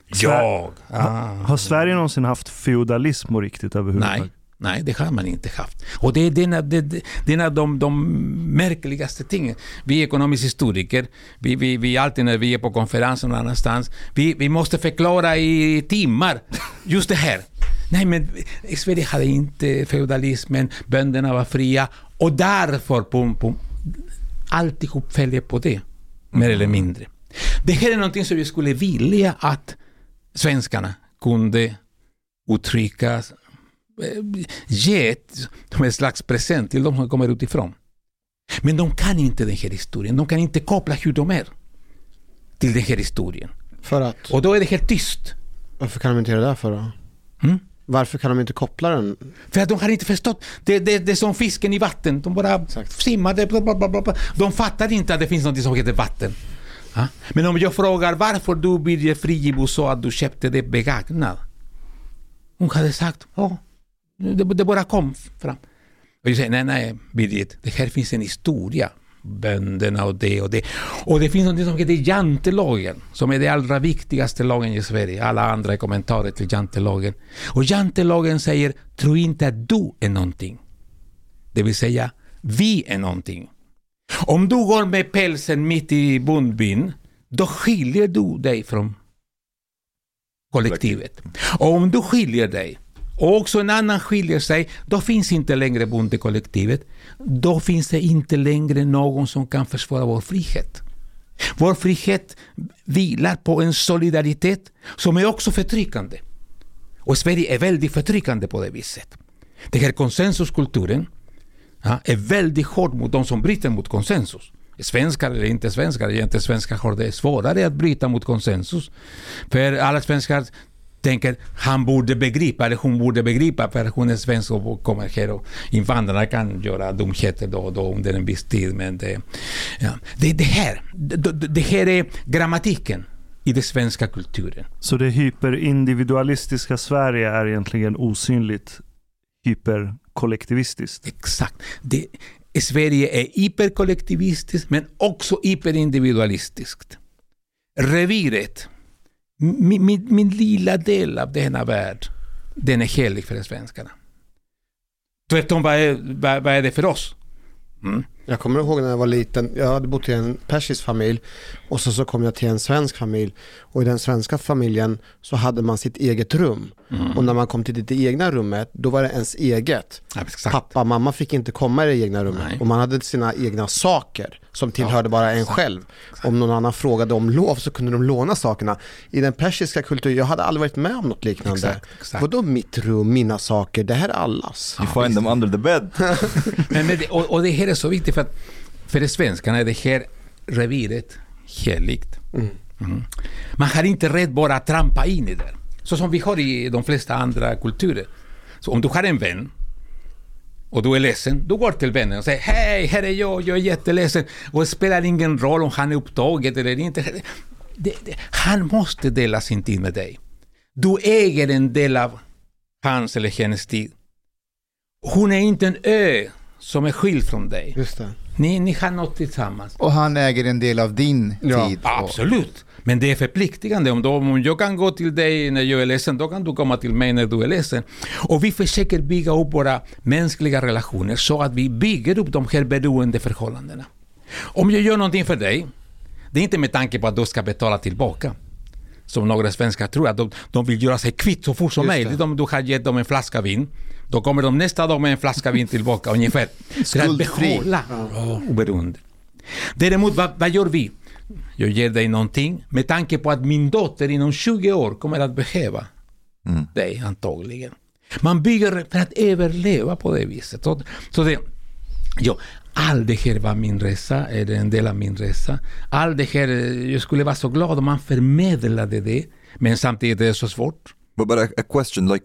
Har Sverige någonsin haft feudalism och riktigt överhuvudtaget? Nej, det har man inte haft. Och det är en av de märkligaste tingen. Vi är ekonomiska historiker. Vi alltid när vi är på konferenser någon annanstans, vi måste förklara i timmar just det här. Nej, men i Sverige hade inte feudalismen, bönderna var fria och därför alltihop följer på det, mer eller mindre. Det här är någonting som vi skulle vilja att svenskarna kunde uttrycka, ge en slags present till de som kommer utifrån. Men de kan inte den här historien. De kan inte koppla hur de är till den här historien. För att? Och då är det helt tyst. Varför kan de inte göra det för då? Varför kan de inte koppla den? För att de har inte förstått. Det är som fisken i vatten. De bara simmade. De fattar inte att det finns något som heter vatten. Ja? Men om jag frågar varför du Birger Friggebo sa att du köpte det begagnat. Hon hade sagt, det bara kom fram. Och jag säger, nej Birgit, det här finns en historia bönderna och det och det. Och det finns något som heter jantelagen, som är det allra viktigaste lagen i Sverige. Alla andra är kommentarer till jantelagen. Och jantelagen säger, tro inte att du är någonting. Det vill säga, vi är någonting. Om du går med pälsen mitt i bondbyn, då skiljer du dig från kollektivet. Och om du skiljer dig och också en annan skiljer sig, då finns inte längre bondekollektivet. Då finns det inte längre någon som kan försvara vår frihet. Vår frihet vilar på en solidaritet som är också förtryckande. Och Sverige är väldigt förtryckande på det viset. Den här konsensuskulturen är väldigt hård mot de som bryter mot konsensus. Svenskar eller inte svenskar, egentligen svenskar har det svårare att bryta mot konsensus. För alla svenskar tänker han borde begripa eller hon borde begripa, för hon är svensk och kommer här, och invandrarna kan göra dumheter då och då under en viss tid. Men det här är grammatiken i den svenska kulturen. Så det hyperindividualistiska Sverige är egentligen osynligt hyperkollektivistiskt? Exakt. Sverige är hyperkollektivistiskt men också hyperindividualistiskt. Reviret, min lilla del av denna värld, den är helig för svenskarna. Tvärtom, vad är det för oss? Jag kommer ihåg när jag var liten, jag hade bott i en persisk familj och så kom jag till en svensk familj, och i den svenska familjen så hade man sitt eget rum. Och när man kom till det egna rummet, då var det ens eget. Pappa, mamma fick inte komma i det egna rummet. Nej. Och man hade sina egna saker som tillhörde bara en själv. Om någon annan frågade om lov så kunde de låna sakerna. I den persiska kulturen, jag hade aldrig varit med om något liknande. Exakt. Vadå mitt rum, mina saker, det här är allas. You find them under the bed. och det här är så viktigt, för det svenskarna är det här reviret heligt. Man har inte rätt bara att trampa in i det. Så som vi har i de flesta andra kulturer. Så om du har en vän och du är ledsen, du går till vännen och säger hej, här är jag är jätteledsen. Och det spelar ingen roll om han är upptaget eller inte. Han måste dela sin tid med dig. Du äger en del av hans eller hennes tid. Hon är inte en ö som är skild från dig. Just det. Ni har något tillsammans. Och han äger en del av din tid. Absolut. Men det är förpliktigande. Om jag kan gå till dig när jag är ledsen, då kan du komma till mig när du är ledsen. Och vi försöker bygga upp våra mänskliga relationer så att vi bygger upp de här beroende förhållandena. Om jag gör någonting för dig, det är inte med tanke på att du ska betala tillbaka. Som några svenskar tror att de vill göra sig kvitt så fort som möjligt. Om du har gett dem en flaska vin, då kommer de nästa dag med en flaska vin tillbaka ungefär. För att behålla oberoende. Däremot, vad gör vi? Jag ger dig någonting med tanke på att min dotter inom 20 år kommer att behöva dig antagligen. Man bygger för att överleva på det viset. Så det, all det här var min resa, är en del av min resa. All det här, jag skulle vara så glad om man förmedlade det, men samtidigt är det så svårt. But a question, like,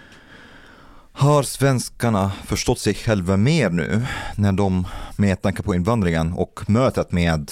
har svenskarna förstått sig själva mer nu när de med tanke på invandringen och mötet med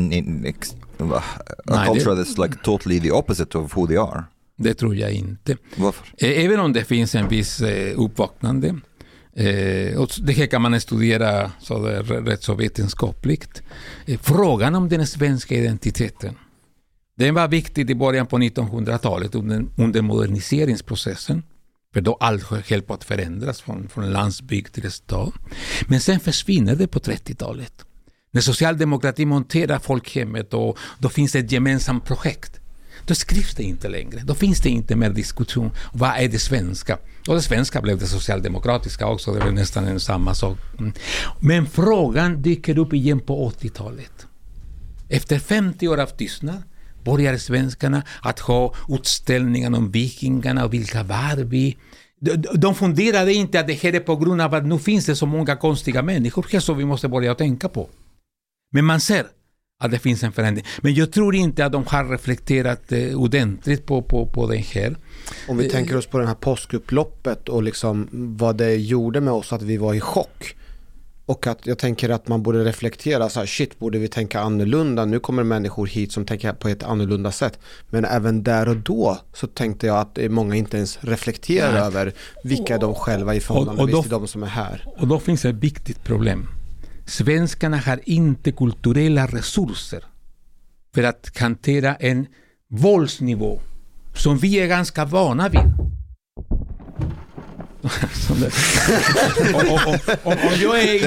a culture that's like totally the opposite of who they are? Det tror jag inte. Varför? Även om det finns en viss uppvaknande. Och det här kan man studera så det är rätt så vetenskapligt. Frågan om den svenska identiteten, den var viktig i början på 1900-talet under moderniseringsprocessen. För då allt höll på att förändras från landsbygd till stad. Men sen försvinner det på 30-talet. När socialdemokratin monterar folkhemmet och då finns det ett gemensamt projekt. Då skrivs det inte längre. Då finns det inte mer diskussion. Vad är det svenska? Och det svenska blev det socialdemokratiska också. Det var nästan en samma sak. Men frågan dyker upp igen på 80-talet. Efter 50 år av tystnad börjar svenskarna att ha utställningar om vikingarna och vilka var vi. De funderade inte att det här är på grund av att nu finns det så många konstiga människor här som vi måste börja tänka på. Men man ser att det finns en förändring. Men jag tror inte att de har reflekterat ordentligt på det här. Om vi tänker oss på det här påskupploppet och liksom vad det gjorde med oss, att vi var i chock. Och att jag tänker att man borde reflektera så här, shit, borde vi tänka annorlunda? Nu kommer människor hit som tänker på ett annorlunda sätt. Men även där och då så tänkte jag att många inte ens reflekterar över vilka är de själva i förhållande till de som är här. Och då finns ett viktigt problem. svenskarna har inte kulturella resurser för att hantera en våldsnivå som vi är ganska vana vid. Om jag är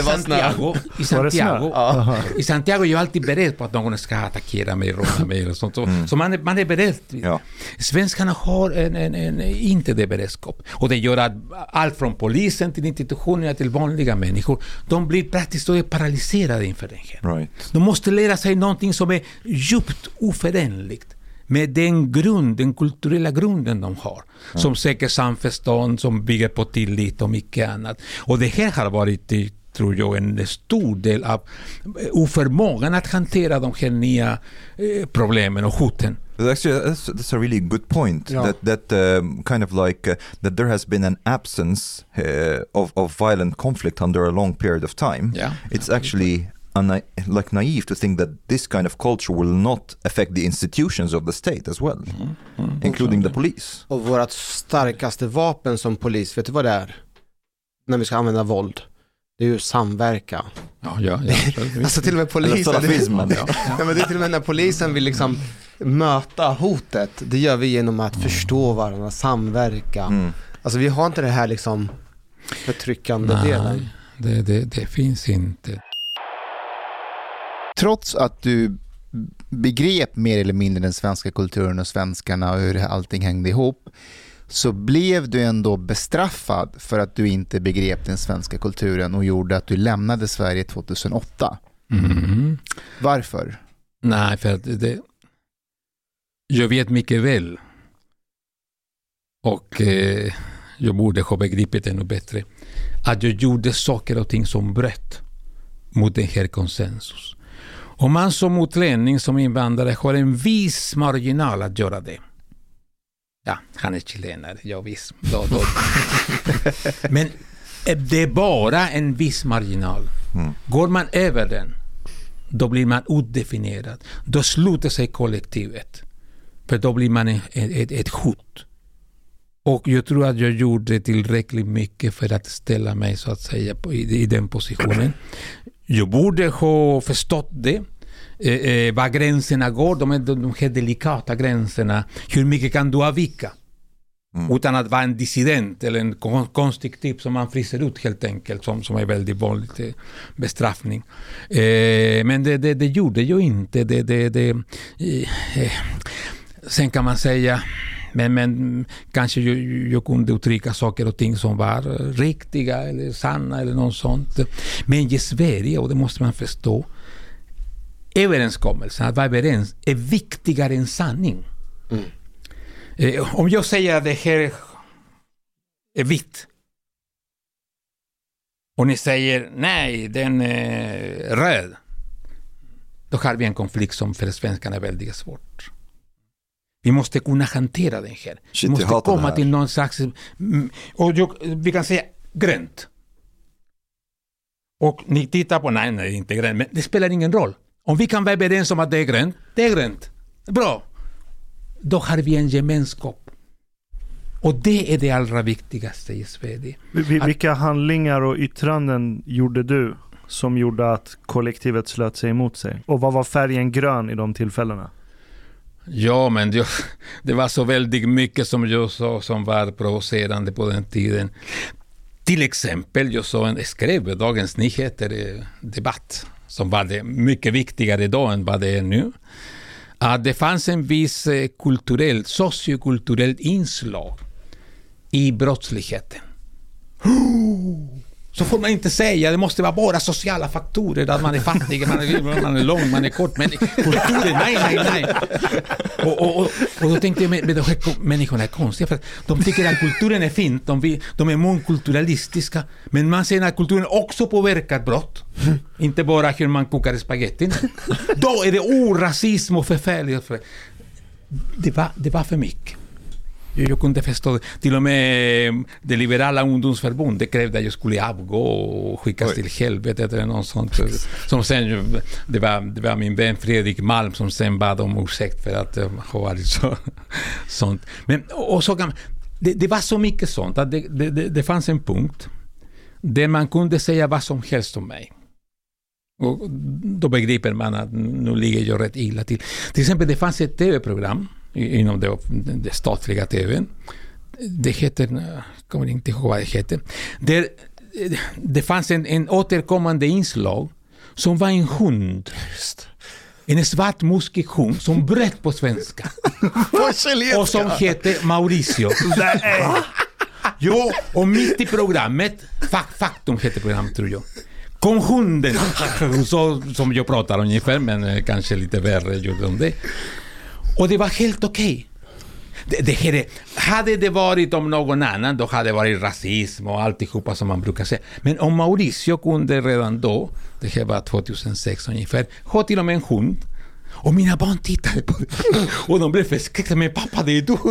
i Santiago är jag alltid beredd på att någon ska attackera mig, råna mig och sånt. Så man är beredd. Ja. Svenskarna har inte det beredskap. Och det gör att allt från polisen till institutionerna till vanliga människor, de blir praktiskt taget paralyserade inför det här. Right. De måste lära sig någonting som är djupt oförenligt med den kulturella grunden de har. Som säker samförstånd, som bygger på tillit och mycket annat. Och det här har varit, tror jag, en stor del av oförmågan att hantera de här nya problemen och hoten. Actually, that's a really good point. That kind of like that there has been an absence of violent conflict under a long period of time. Yeah, it's actually like naive to think that this kind of culture will not affect the institutions of the state as well, including the police. Och vårt starkaste vapen som polis, vet du vad det är? När vi ska använda våld. Det är ju samverka. Ja. Alltså till och med polisen. Men det är till och med när polisen vill liksom möta hotet. Det gör vi genom att förstå varandra, samverka. Alltså vi har inte det här liksom förtryckande delen. Det finns inte. Trots att du begrep mer eller mindre den svenska kulturen och svenskarna och hur allting hängde ihop, så blev du ändå bestraffad för att du inte begrep den svenska kulturen och gjorde att du lämnade Sverige 2008. Varför? Nej, för att jag vet mycket väl, och jag borde ha begripit ännu bättre, att jag gjorde saker och ting som bröt mot den här konsensus. Om man som utlänning, som invandrare, har en viss marginal att göra det. Ja, han är chilenare, ja visst. Men det är bara en viss marginal. Går man över den, då blir man odefinierad. Då slutar sig kollektivet. För då blir man ett hot. Och jag tror att jag gjorde tillräckligt mycket för att ställa mig, så att säga, i den positionen. Jag borde ha förstått det. Vad gränserna går, de här delikata gränserna. Hur mycket kan du avvika? Utan att vara en dissident eller en konstig typ som man fryser ut helt enkelt, som är väldigt vanlig bestraffning. Men det gjorde jag inte. Sen kan man säga, men kanske jag kunde uttrycka saker och ting som var riktiga eller sanna eller något sånt. Men i Sverige, och det måste man förstå, överenskommelsen, att vara överens, är viktigare än sanning. Om jag säger att det här är vitt och ni säger nej, den är röd, då har vi en konflikt som för svenskarna är väldigt svårt. Vi måste kunna hantera den här. Vi måste komma till någon slags, och vi kan säga grönt. Och ni tittar på, nej, inte grönt, men det spelar ingen roll. Om vi kan vara överens om att det är grönt. Bra. Då har vi en gemenskap. Och det är det allra viktigaste i Sverige. Vilka handlingar och yttranden gjorde du som gjorde att kollektivet slöt sig emot sig? Och vad var färgen grön i de tillfällena? Ja, men det var så väldigt mycket som jag sa som var provocerande på den tiden. Till exempel, jag skrev Dagens Nyheter debatt, som var det mycket viktigare då än vad det är nu. Att det fanns en viss sociokulturellt inslag i brottsligheten. Så får man inte säga, det måste vara bara sociala faktorer, att man är fattig, man är lång, man är kort, men kulturen, nej. Och då tänkte jag, men de här människorna är konstiga, för att de tycker att kulturen är fint, de är mångkulturalistiska, men man ser att kulturen också påverkar brott, inte bara hur man kokar spaghetti. Då är det rasism och förfärlighet. Det var för mycket. Jag kunde förstå det. Till och med det liberala ungdomsförbundet krävde att jag skulle avgå och skickas till helvetet eller något sånt. Som sen, det var min vän Fredrik Malm som sen bad om ursäkt för att ha varit sånt. Men, och så det var så mycket sånt att det fanns en punkt där man kunde säga vad som helst om mig. Och då begriper man att nu ligger jag rätt illa till. Till exempel det fanns ett tv-program inom det statliga tvn. Det heter, jag kommer inte ihåg vad det heter. Det fanns en återkommande inslag som var en hund. En svart muskig hund som bröt på svenska. Och som heter Mauricio. Jo, och mitt i programmet, Faktum heter programmet tror jag, kom hunden, så som jag pratar ungefär, men kanske lite värre gjorde de det. Och det var helt okej. Hade det varit om någon annan, då hade det varit rasism och alltihopa som man brukar säga. Men om Mauricio kunde redan då, det här var 2006 ungefär, ha till och med en hund. Och mina barn tittade på det. Och de blev förskräckta. Men pappa, det är du.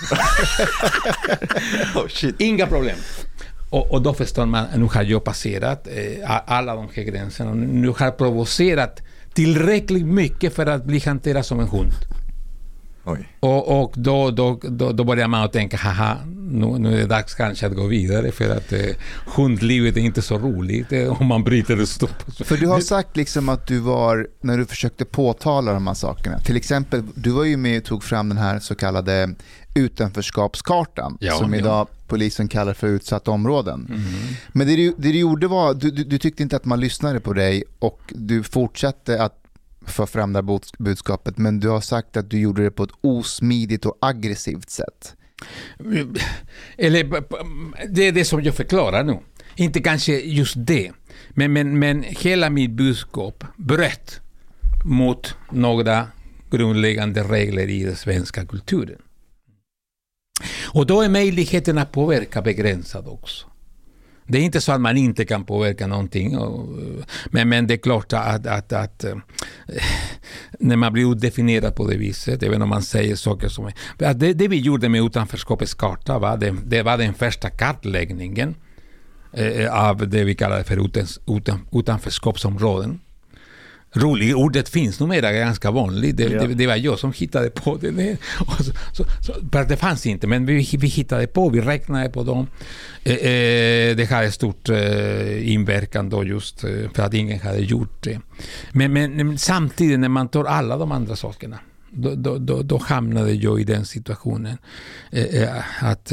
Oh, shit. Inga problem. Och då förstår man, nu har jag passerat alla de här gränserna. Och nu har jag provocerat tillräckligt mycket för att bli hanterad som en hund. Oj. Och då börjar man att tänka, haha, nu är det dags kanske att gå vidare, för att hundlivet är inte så roligt om man bryter och stoppar. För du har sagt liksom att du var, när du försökte påtala de här sakerna, till exempel, du var ju med och tog fram den här så kallade utanförskapskartan, som idag polisen kallar för utsatta områden. Men det du gjorde var, du tyckte inte att man lyssnade på dig, och du fortsatte att för fram det här budskapet, men du har sagt att du gjorde det på ett osmidigt och aggressivt sätt. Eller det är det som jag förklarar nu. Inte kanske just det, men hela mitt budskap bröt mot några grundläggande regler i den svenska kulturen. Och då är möjligheten att påverka begränsad också. Det är inte så att man inte kan påverka någonting, men det är klart att när man blir utdefinierad på det viset, även om man säger saker som det vi gjorde med utanförskapets karta, det var den första kartläggningen av det vi kallar för utanförskapsområden. Ordet finns numera ganska vanligt. Det var jag som hittade på det. Det fanns inte, men vi hittade på, vi räknade på dem. Det hade stort inverkan då, just för att ingen hade gjort det. Men samtidigt, när man tar alla de andra sakerna, då hamnade jag i den situationen att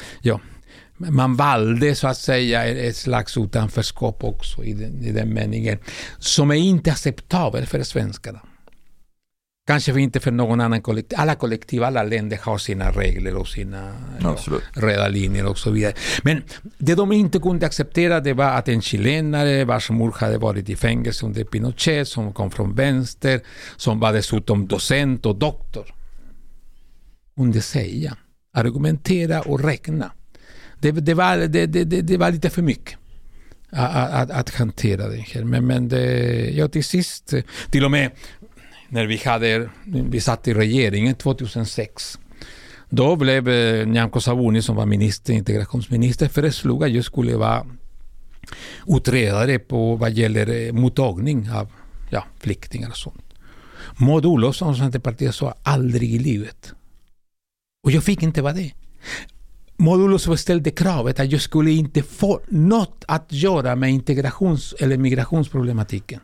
man valde så att säga ett slags utanförskap också i den meningen, som är inte acceptabel för svenskarna. Kanske inte för någon annan kollektiv. Alla kollektiv, alla länder har sina regler och sina röda linjer och så vidare. Men det de inte kunde acceptera, det var att en chilenare vars mor hade varit i fängelse under Pinochet, som kom från vänster, som var dessutom docent och doktor, kunde säga, argumentera och räkna. Det var lite för mycket att hantera det här. Men till sist, till och med när vi satt i regeringen 2006, då blev Nyamko Sabuni, som var integrationsminister, föreslog att jag skulle vara utredare på vad gäller mottagning av flyktingar och sånt. Maud Olofsson, Centerpartiet, sa aldrig i livet. Och jag fick inte vara det. Maud Olofsson ställde kravet att jag skulle inte få något att göra med integrations- eller migrationsproblematiken.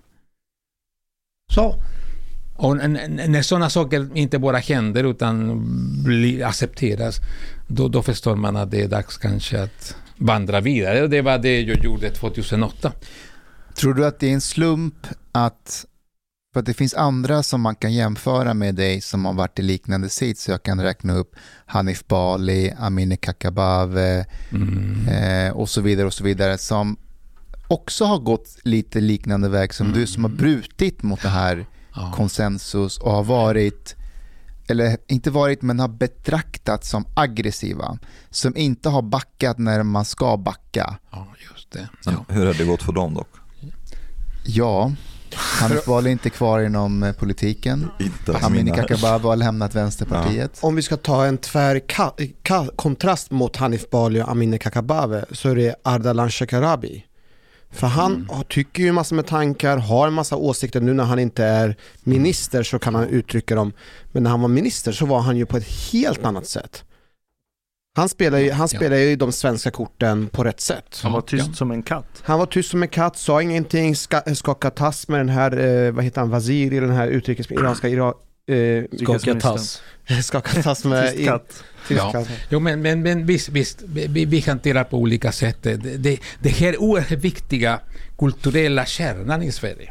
Så, och när sådana saker inte bara händer utan accepteras, då förstår man att det är dags kanske att vandra vidare. Och det var det jag gjorde 2008. Tror du att det är en slump att, för att det finns andra som man kan jämföra med dig som har varit i liknande sits, så jag kan räkna upp Hanif Bali, Amineh Kakabaveh och så vidare, som också har gått lite liknande väg som du, som har brutit mot det här konsensus och har varit, eller inte varit, men har betraktats som aggressiva, som inte har backat när man ska backa. Ja, just det. Ja. Hur har det gått för dem dock? Ja, Hanif Bali är inte kvar inom politiken. Amineh Kakabaveh har lämnat Vänsterpartiet. Om vi ska ta en tvär kontrast mot Hanif Bali och Amineh Kakabaveh, så är det Ardalan Shekarabi. För han tycker ju massor med tankar, har en massa åsikter. Nu när han inte är minister så kan han uttrycka dem. Men när han var minister så var han ju på ett helt annat sätt. Han spelar ju de svenska korten på rätt sätt. Han var tyst som en katt. Han var tyst som en katt, sa ingenting, skakade tass med den här, vad heter han, Waziri, den här iranska skakade tass. Skakade tass med Ja. Jo, men visst, vi hanterar på olika sätt. Det här är oerhört viktiga kulturella kärnan i Sverige.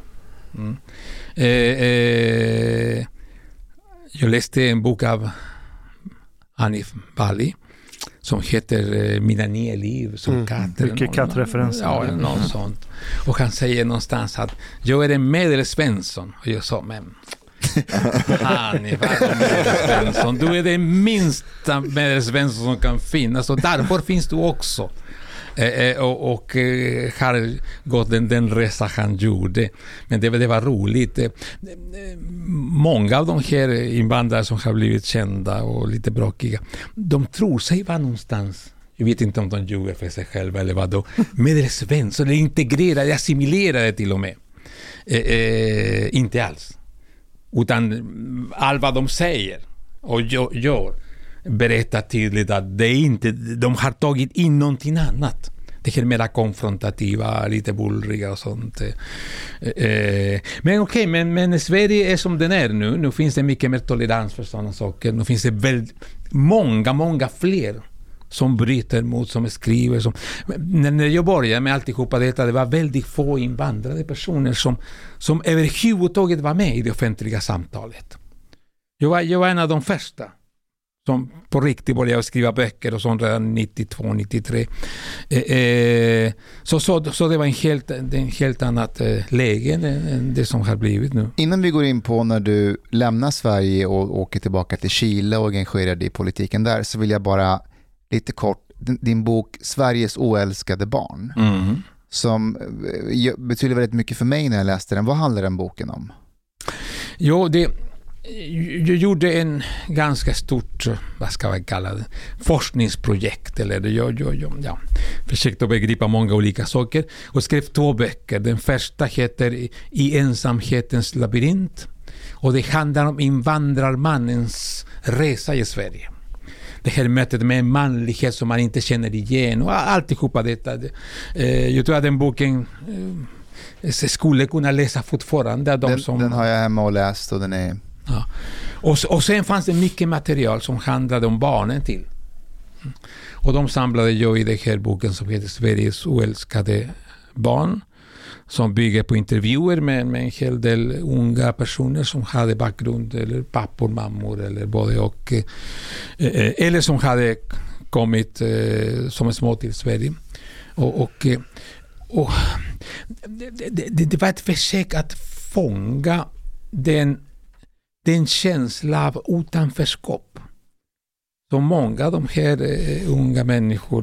Jag läste en bok av Hanif Bali som heter Mina 9 liv som katter. Mycket kattreferenser. Ja, något sånt. Och han säger någonstans att jag är en medelsvensson. Och jag sa, men Hanif, medelsvensson, du är den minsta medelsvensson som kan finnas. Och därför finns du också. Och har gått den resa han gjorde. Men det var roligt. Många av de här invandrare som har blivit kända och lite bråkiga, de tror sig vara någonstans, jag vet inte om de ljuger för sig själva eller vad då, medelsvensson, eller integrerade, assimilerade till och med. Inte alls. Utan allt vad de säger och gör berättar tydligt att det är inte, de har tagit in någonting annat. Det är mera konfrontativa, lite bullriga och sånt. Men okej, men Sverige är som den är nu. Nu finns det mycket mer tolerans för sådana saker. Nu finns det väldigt många fler som bryter mot, som skriver. När jag började med alltihopa detta, det var väldigt få invandrade personer som överhuvudtaget var med i det offentliga samtalet. Jag var en av de första som på riktigt började skriva böcker och sånt redan 92-93. Så det var en helt annat läge än det som har blivit nu. Innan vi går in på när du lämnar Sverige och åker tillbaka till Chile och engagerar dig i politiken där, så vill jag bara lite kort, din bok Sveriges oälskade barn, som betyder väldigt mycket för mig när jag läste den. Vad handlar den boken om? Jo, jag gjorde en ganska stort, vad ska jag kalla det, forskningsprojekt, eller jag försökte begripa många olika saker och skrev 2 böcker. Den första heter I ensamhetens labyrint och det handlar om invandrarmannens resa i Sverige. Det här mötet med en manlighet som man inte känner igen och alltihopa detta. Jag tror att den boken skulle kunna läsa fortfarande. Den har jag hemma och läst och den är... Ja. Och sen fanns det mycket material som handlade om barnen till. Och de samlade jag i den här boken som heter Sveriges oälskade barn, som bygger på intervjuer med en hel del unga personer som hade bakgrund, eller pappor, mammor eller både och, eller som hade kommit som små till Sverige. Och det var ett försök att fånga den känsla av utanförskap som många av de här unga människor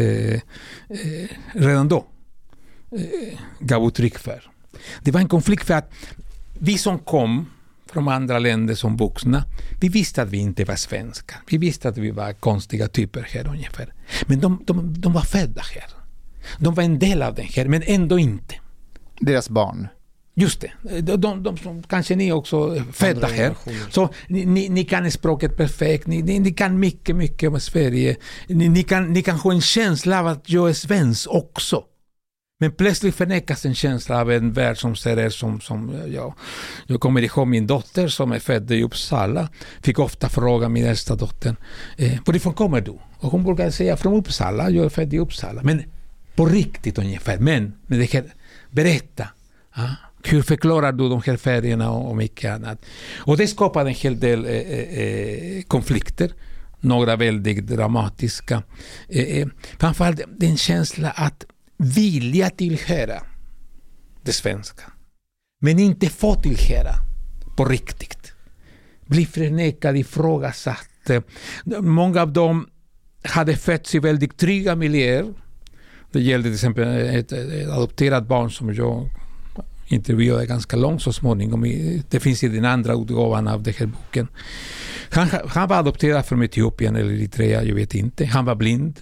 redan då gav uttryck för. Det var en konflikt för att vi som kom från andra länder som vuxna, vi visste att vi inte var svenskar. Vi visste att vi var konstiga typer här ungefär. Men de var födda här. De var en del av den här, men ändå inte. Deras barn. Just det. De som kanske ni också födda här. Så ni kan språket perfekt. Ni kan mycket om Sverige. Ni kan ha en känsla av att jag är svensk också. Men plötsligt förnekas en känsla av en värld som ser er som jag kommer ihåg min dotter som är född i Uppsala. Fick ofta fråga min äldsta dotter, varifrån kommer du? Och hon brukade säga från Uppsala, jag är född i Uppsala. Men på riktigt ungefär. Men det här, berätta. Hur förklarar du de här färgerna och mycket annat? Och det skapade en hel del konflikter. Några väldigt dramatiska. Framförallt den känsla att vilja tillhöra det svenska. Men inte få tillhöra på riktigt. Bli förnekad, ifrågasatt. Många av dem hade fötts i väldigt trygga miljöer. Det gällde till exempel ett adopterat barn som jag intervjuade ganska långt så småningom. Det finns i den andra utgåvan av den här boken. Han var adopterad från Etiopien eller Eritrea, jag vet inte. Han var blind.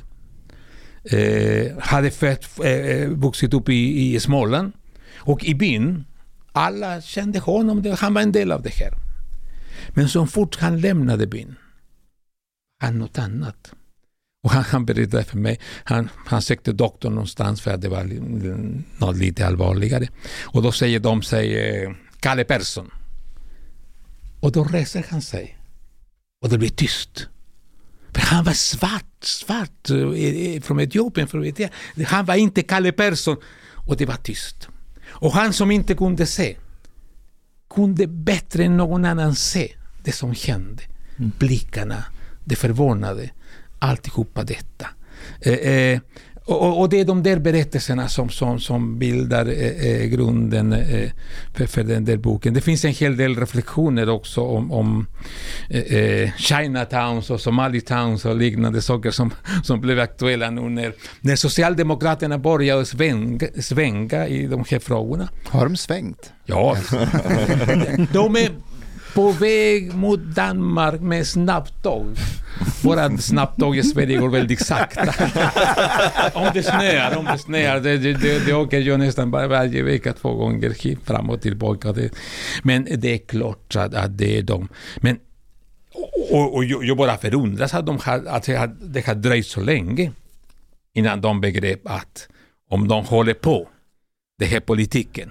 Hade vuxit upp i Småland. Och i byn, alla kände honom. Han var en del av det här. Men så fort han lämnade byn, han något annat. Och han berättade för mig, han sökte doktorn någonstans för att det var något lite allvarligare. Och då säger de Kalle Persson. Och då reser han sig. Och det blir tyst. För han var svart från Etiopien. Han var inte Kalle Persson. Och det var tyst. Och han som inte kunde se kunde bättre än någon annan se det som hände. Blickarna, det förvånade, alltihopa detta. Och det är de där berättelserna som bildar grunden för den där boken. Det finns en hel del reflektioner också om Chinatowns och Somalitowns och liknande saker som blev aktuella nu när Socialdemokraterna började svänga i de här frågorna. Har de svängt? Ja, de är på väg mot Danmark med snabbtåg. Våra snabbtåg i Sverige går väldigt sakta. Om det snöar. Det åker jag nästan varje vecka 2 gånger fram och tillbaka. Men det är klart att det är de. Men, och jag bara förundras att det har dröjt så länge innan de begrep att om de håller på det här politiken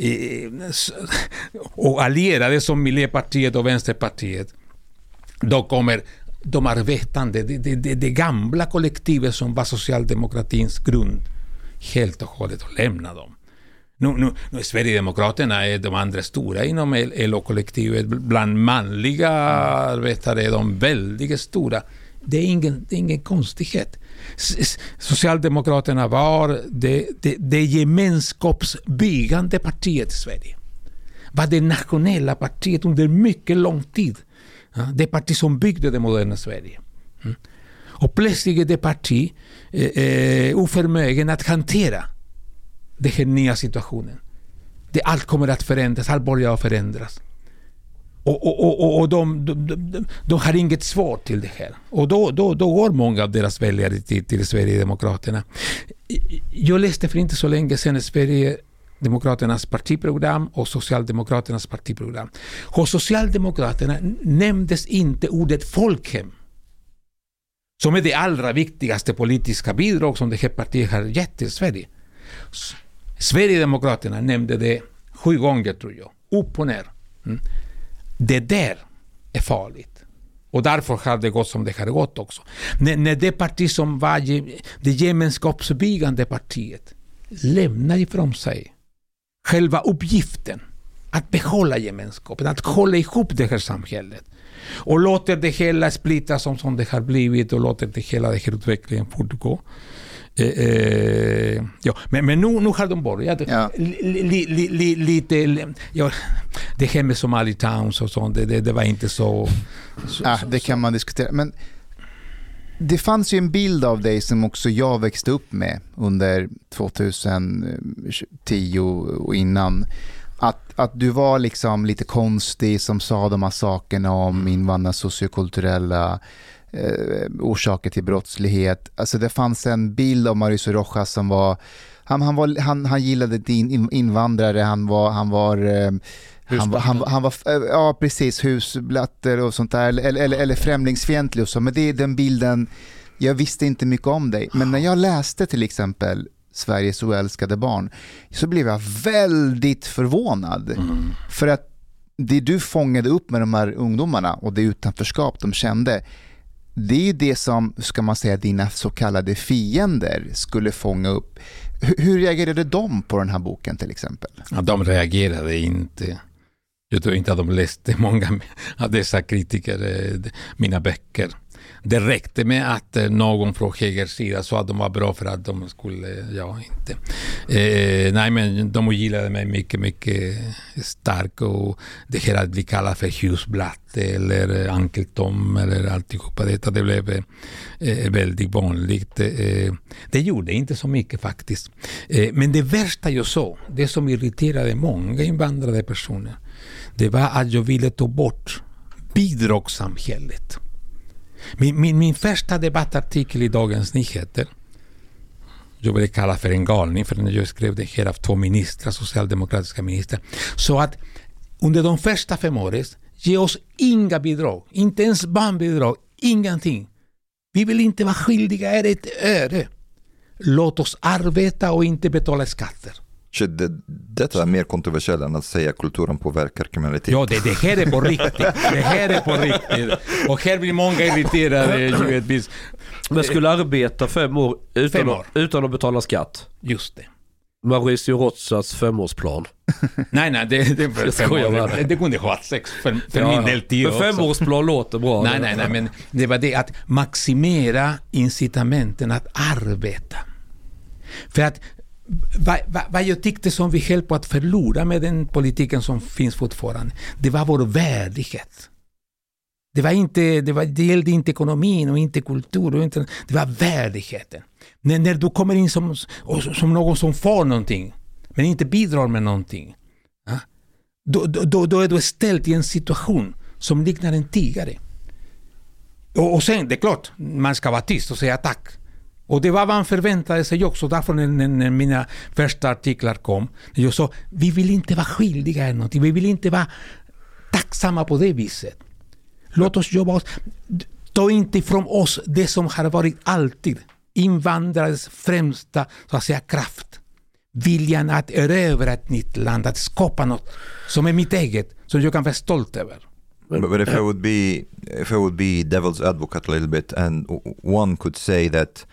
och allierade som Miljöpartiet och Vänsterpartiet, då kommer de arbetande, det gamla kollektivet som var socialdemokratins grund, helt och hållet att lämna dem. Nu Sverigedemokraterna är de andra stora inom LO-kollektivet. Bland manliga arbetare är de väldigt stora. Det är ingen konstighet. Socialdemokraterna var det gemenskapsbyggande partiet i Sverige. Var det nationella partiet under mycket lång tid. Det parti som byggde det moderna Sverige. Och plötsligt är det parti oförmögen att hantera den här nya situationen. Allt kommer att förändras, allt börjar att förändras. Och de har inget svar till det här. Och då går många av deras väljare till Sverigedemokraterna. Jag läste för inte så länge sedan Sverigedemokraternas partiprogram och Socialdemokraternas partiprogram. Hos Socialdemokraterna nämndes inte ordet folkhem, som är det allra viktigaste politiska bidrag som det här partiet har gett till Sverige. Sverigedemokraterna nämnde det 7 gånger, tror jag. Upp och ner. Det där är farligt. Och därför har det gått som det har gått också. När det parti som var det gemenskapsbyggande partiet lämnar ifrån sig själva uppgiften att behålla gemenskapen, att hålla ihop det här samhället och låter det hela splittas som det har blivit och låter det hela den här utvecklingen fortgå. Men nu har de börjat lite det här med Somalitowns och sånt, det var inte så det kan man diskutera, men det fanns ju en bild av dig som också jag växte upp med under 2010 och innan, att du var liksom lite konstig som sa de här sakerna om invandrarnas sociokulturella orsaker till brottslighet. Alltså det fanns en bild av Mauricio Rojas som var han gillade din invandrare, han var ja precis, husblatter och sånt där eller främlingsfientlig och så, men det är den bilden. Jag visste inte mycket om dig, men när jag läste till exempel Sveriges oälskade barn så blev jag väldigt förvånad för att det du fångade upp med de här ungdomarna och det utanförskap de kände, det är ju det som, ska man säga, dina så kallade fiender skulle fånga upp. Hur reagerade de på den här boken till exempel? Ja, de reagerade inte. Jag tror inte att de läste många av dessa kritiker mina böcker. Det räckte med att någon från högersida sa att de var bra för att de skulle, inte. Nej, men de gillade mig mycket, mycket starkt, och det här att bli kallad för husblatt eller Uncle Tom eller alltihopa detta, det blev väldigt vanligt. Det gjorde inte så mycket faktiskt. Men det värsta jag såg, det som irriterade många invandrade personer, det var att jag ville ta bort bidragssamhället. Min första debattartikel i Dagens Nyheter, jag ville kalla för en galning, för när jag skrev det här av 2 ministrar, socialdemokratiska ministrar, så att under de första 5 åren ge oss inga bidrag, inte ens barnbidrag, ingenting. Vi vill inte vara skyldiga er ett öre. Låt oss arbeta och inte betala skatter. Detta är mer kontroversiellt än att säga att kulturen påverkar kriminalitet. Ja, det här är på riktigt. Det här är på riktigt. Och här blir många irriterade givetvis. Men skulle arbeta 5 år utan att betala skatt. Just det. Mauricio Rojas 5-årsplan. Nej, det kunde ha varit 6 för min del 10 också. 5-årsplan låter bra. Nej, men det var det att maximera incitamenten att arbeta. För att vad jag tyckte som vi höll på att förlora med den politiken som finns fortfarande, det var vår värdighet. Det gällde inte ekonomin och inte kultur och inte, det var värdigheten. När du kommer in som någon som får någonting men inte bidrar med någonting, ja, då är du ställd i en situation som liknar en tigare. Och sen, det är klart, man ska vara tyst och säga tack. Och det var vad man förväntade sig också. Därför när mina första artiklar kom, jag sa, vi vill inte vara skyldiga eller någonting. Vi vill inte vara tacksamma på det viset. Låt oss jobba oss. Ta inte ifrån oss det som har varit alltid invandrares främsta, så att säga, kraft. Viljan att erövra ett nytt land, att skapa något som är mitt eget, som jag kan vara stolt över. But if I would be devil's advocate a little bit, and one could say that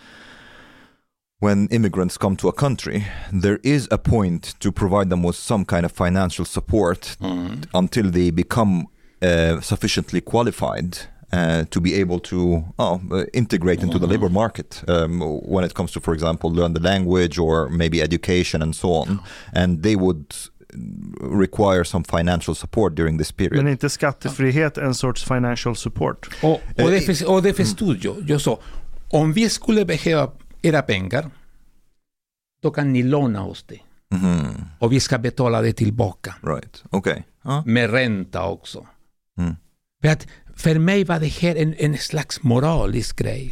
when immigrants come to a country, there is a point to provide them with some kind of financial support until they become sufficiently qualified to be able to integrate into the labor market when it comes to, for example, learn the language or maybe education and so on. And they would require some financial support during this period. Men inte skattefrihet en sorts financial support? Och det förstod jag sa, om vi skulle behöva era pengar, då kan ni låna oss det. Och vi ska betala det tillbaka. Right. Okay. Med ränta också. För mig var det här en slags moralisk grej.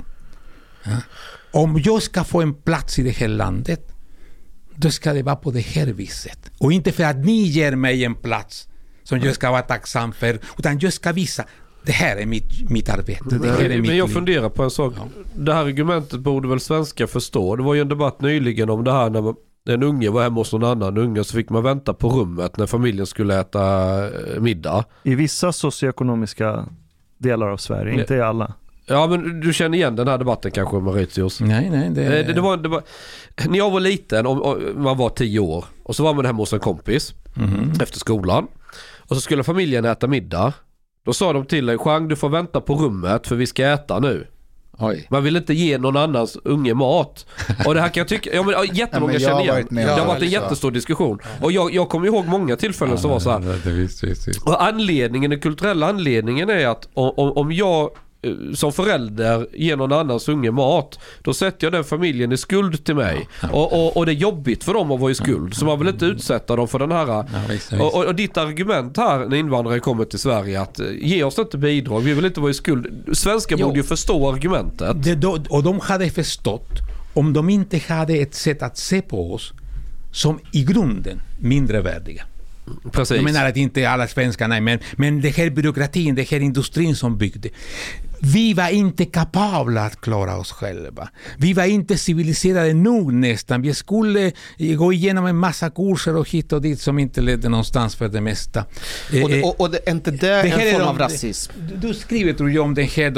Om jag ska få en plats i det här landet, då ska det vara på det här viset. Och inte för att ni ger mig en plats som jag ska vara tacksam för, utan jag ska visa, det här är mitt arbete. Det här är men jag funderar på en sak. Ja. Det här argumentet borde väl svenskar förstå. Det var ju en debatt nyligen om det här när en unge var hemma hos någon annan unge, så fick man vänta på rummet när familjen skulle äta middag. I vissa socioekonomiska delar av Sverige, inte i alla. Ja, men du känner igen den här debatten kanske, Mauritius? Nej. Det var, när jag var liten, man var 10 år, och så var man hemma hos en kompis efter skolan. Och så skulle familjen äta middag. Då sa de till en, Jean, du får vänta på rummet för vi ska äta nu. Oj. Man vill inte ge någon annans unge mat. Och det här kan jag tycka, jättemånga känner igen. Det har varit en jättestor diskussion. Och jag kommer ihåg många tillfällen som var så här. Visst. Och den kulturella anledningen är att om jag som förälder ger någon annans unge mat, då sätter jag den familjen i skuld till mig. Och det är jobbigt för dem att vara i skuld. Så man vill inte utsätta dem för den här. Och ditt argument här när invandrare kommer till Sverige, att ge oss inte bidrag, vi vill inte vara i skuld. Svenskar borde ju förstå argumentet. Och de hade förstått om de inte hade ett sätt att se på oss som i grunden mindre värdiga. Precis. Jag menar att inte alla svenskar, nej, men det här byråkratin, det här industrin som byggde. Vi var inte kapabla att klara oss själva. Vi var inte civiliserade nog nästan. Vi skulle gå igenom en massa kurser och hit och dit som inte ledde någonstans för det mesta. Och det är inte det en form av rasism? Du skriver, tror jag, om det här,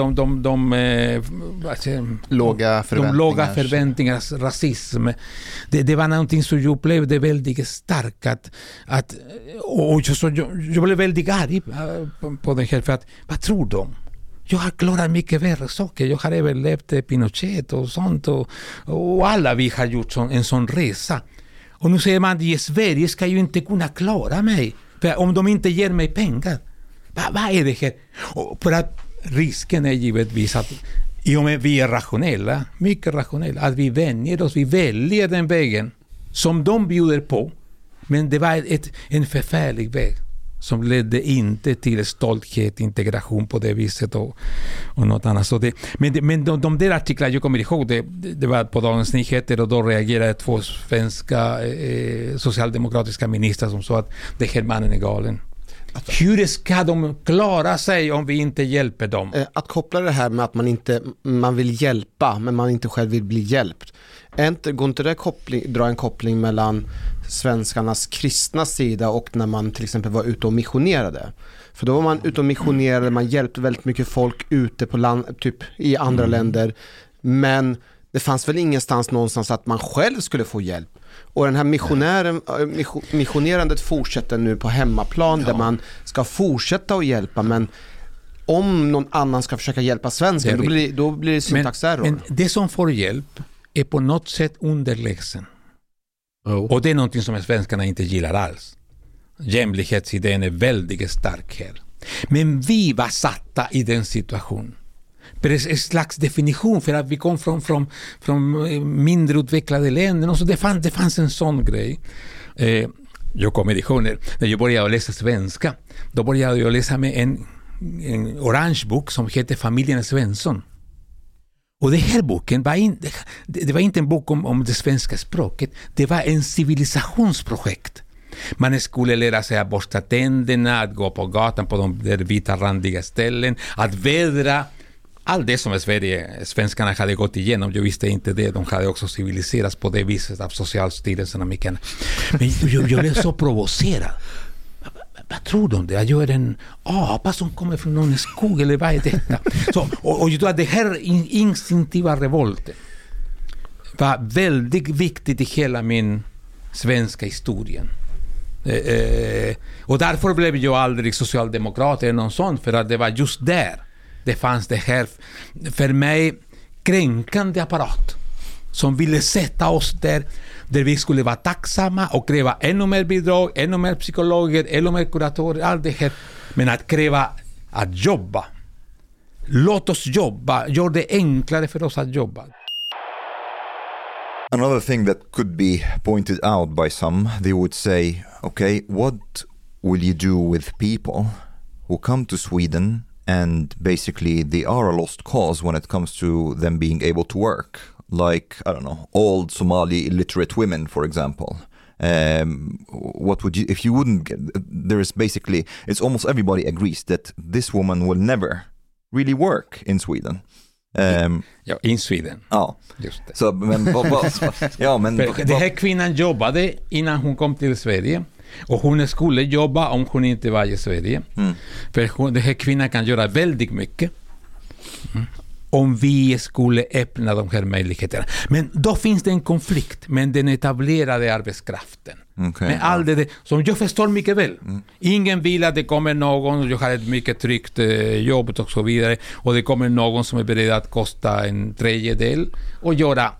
de låga förväntningar, rasism. Det var någonting som jag upplevde väldigt starkt. Och jag blev väldigt arg på det här, för att, vad tror de? Jag har klarat mycket värre saker. Jag har överlevt Pinochet och sånt. Och alla vi har gjort en sån resa. Och nu säger man att i Sverige ska ju inte kunna klara mig. För om de inte ger mig pengar. Vad är det här? Och för att risken är givetvis att i och med vi är rationella, mycket rationella, att vi vänjer oss, vi väljer den vägen som de bjuder på. Men det var en förfärlig väg som ledde inte till stolthet, integration på det viset och något annat. Så men de där artiklarna, jag kommer ihåg, det var på Dagens Nyheter, och då reagerade 2 svenska socialdemokratiska ministrar som sa att det här mannen är galen. Hur ska de klara sig om vi inte hjälper dem? Att koppla det här med att man vill hjälpa men man inte själv vill bli hjälpt. Går inte det dra en koppling mellan svenskarnas kristna sida och när man till exempel var ute och missionerade? För då var man ute och missionerade, man hjälpte väldigt mycket folk ute på land, typ i andra länder. Men det fanns väl ingenstans någonstans att man själv skulle få hjälp. Och den här missionerandet fortsätter nu på hemmaplan där man ska fortsätta att hjälpa, men om någon annan ska försöka hjälpa svensken då blir det syntaxerror. Men det som får hjälp är på något sätt underlägsen. Och det är någonting som svenskarna inte gillar alls. Jämlikhetsidén är väldigt stark här. Men vi var satta i den situationen. Det är en slags definition för att vi kom från mindre utvecklade länder. Och så det fanns en sån grej. Jag kommer ihåg när jag började läsa svenska. Då började jag läsa med en orange bok som heter Familjen Svensson. Och den här boken det var inte en bok om det svenska språket. Det var en civilisationsprojekt. Man skulle lära sig att borsta tänderna, att gå på gatan på de där vita randiga ställen, att vädra. Allt det som svenskarna hade gått igenom, jag visste inte det. De hade också civiliserats på det viset av Socialstyrelsen och mycket. Men jag blev så provocerad. Vad tror de det? Jag är en apa som kommer från någon skog, eller vad är detta? Och jag tror att det här instinktiva revolten var väldigt viktigt i hela min svenska historia. Och därför blev jag aldrig socialdemokrat eller någon sån, för att det var just där det fanns det här för mig kränkande apparat som ville sätta oss där vi skulle vara tacksamma och kräva ännu mer bidrag, ännu mer psykologer, ännu mer kuratorer, allt det här. Men att kräva att jobba. Låt oss jobba, gör det enklare för oss att jobba. Another thing that could be pointed out by some, they would say, okay, what will you do with people who come to Sweden and basically they are a lost cause when it comes to them being able to work? Like, I don't know, old Somali illiterate women, for example. What would you, if you wouldn't get, there is basically, it's almost everybody agrees that this woman will never really work in Sweden. In Sweden. Ja, just det. Så, men det här kvinnan jobbade innan hon kom till Sverige. Och hon skulle jobba om hon inte var i Sverige. För den här kvinnan kan göra väldigt mycket. Om vi skulle öppna de här möjligheterna. Men då finns det en konflikt med den etablerade arbetskraften. Med allt det som jag förstår mycket väl. Ingen vill att det kommer någon, och jag har ett mycket tryggt jobb och så vidare, och det kommer någon som är beredd att kosta en tredjedel och göra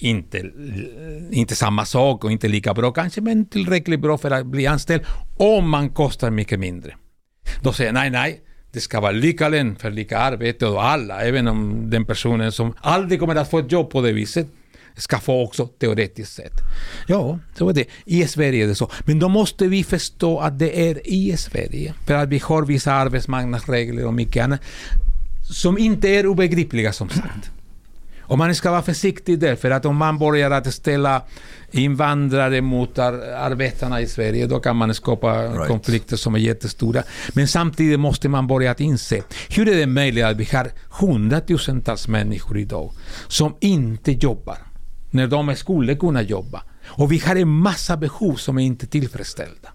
inte samma sak och inte lika bra kanske, men tillräckligt bra för att bli anställd om man kostar mycket mindre. Då säger nej, det ska vara lika lön för lika arbete, och alla, även om den personen som aldrig kommer att få ett jobb på det viset ska få också teoretiskt sett. Ja, så är det. I Sverige är det så. Men då måste vi förstå att det är i Sverige. För att vi har vissa arbetsmarknadsregler och mycket annat som inte är obegripliga, som sagt. Och man ska vara försiktig där, för att om man börjar att ställa invandrare mot arbetarna i Sverige, då kan man skapa konflikter som är jättestora. Men samtidigt måste man börja att inse, hur är det möjligt att vi har hundratusentals människor idag som inte jobbar när de skulle kunna jobba, och vi har en massa behov som är inte tillfredsställda.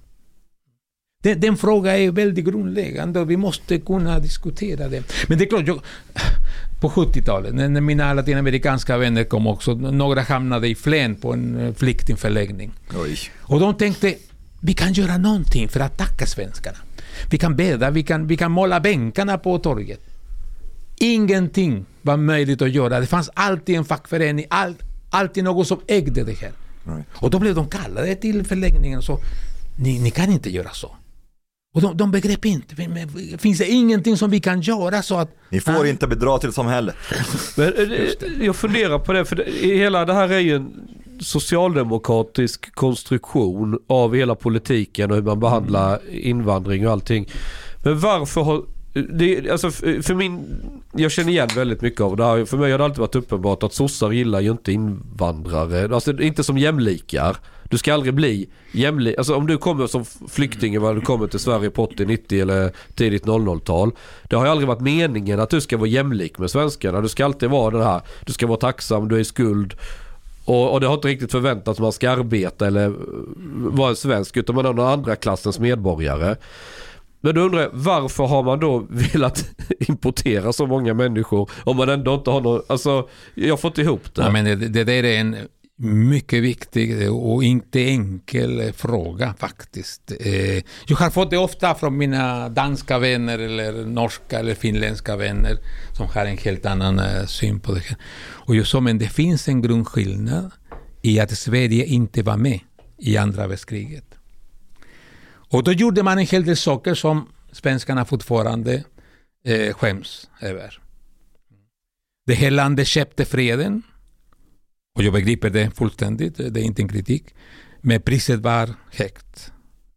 Den frågan är väldigt grundläggande och vi måste kunna diskutera det. Men det är klart, på 70-talet, när mina latinamerikanska vänner kom också, några hamnade i Flen på en flyktingförläggning. Och de tänkte, vi kan göra någonting för att tacka svenskarna. Vi kan bädda, vi kan måla bänkarna på torget. Ingenting var möjligt att göra. Det fanns alltid en fackförening, alltid någon som ägde det här. Och då blev de kallade till förläggningen och så, ni kan inte göra så. Och de begrep inte, finns det ingenting som vi kan göra så att... Ni får inte bidra till samhället. Men jag funderar på det, för hela det här är ju en socialdemokratisk konstruktion av hela politiken och hur man behandlar invandring och allting. Men varför har... alltså för min jag känner igen väldigt mycket av det här. För mig har det alltid varit uppenbart att sossar gillar ju inte invandrare. Alltså inte som jämlikar. Du ska aldrig bli jämlik. Alltså om du kommer som flykting, eller du kommer till Sverige på 80, 90 eller tidigt 00-tal. Det har ju aldrig varit meningen att du ska vara jämlik med svenskarna. Du ska alltid vara den här, du ska vara tacksam, du är i skuld. Och det har inte riktigt förväntats att man ska arbeta eller vara en svensk, utan man är någon andra klassens medborgare. Men då undrar jag, varför har man då velat importera så många människor om man ändå inte har någon, alltså jag får inte ihop det. Ja, men det där är en mycket viktig och inte enkel fråga faktiskt. Jag har fått det ofta från mina danska vänner eller norska eller finländska vänner som har en helt annan syn på det här. Och just så, men det finns en grundskillnad i att Sverige inte var med i andra världskriget. Och då gjorde man en hel del saker som svenskarna fortfarande skäms över. Det här landet köpte freden. Och jag begriper det fullständigt, det är inte en kritik. Men priset var högt.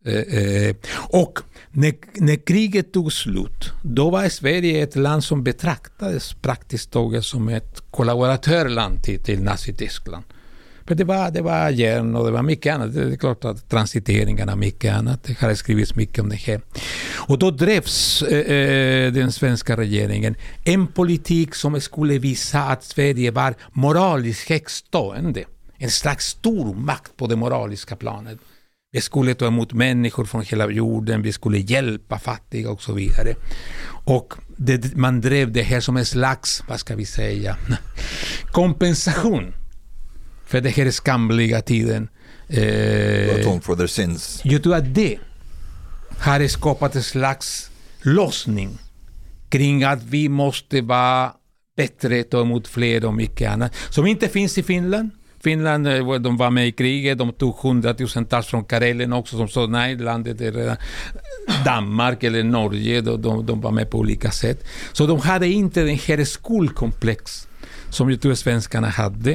Och när kriget tog slut, då var Sverige ett land som betraktades praktiskt taget som ett kollaboratörland till Nazityskland. För det var järn och det var mycket annat. Det är klart att transiteringarna och mycket annat. Det har skrivits mycket om det här. Och då drevs den svenska regeringen en politik som skulle visa att Sverige var moraliskt högstående. En slags stor makt på det moraliska planet. Vi skulle ta emot människor från hela jorden. Vi skulle hjälpa fattiga och så vidare. Och man drev det här som en slags, vad ska vi säga, kompensation för det här skamliga tiden. Atone for their sins. Jag tror att det har skapat en slags lossning kring att vi måste vara bättre, ta emot fler och mycket annat. Som inte finns i Finland. Finland, de var med i kriget, de tog 100,000-tals från Karelen också, som sa nej, landet är redan Danmark eller Norge, de var med på olika sätt. Så de hade inte den här skolkomplex som jag tror svenskarna hade,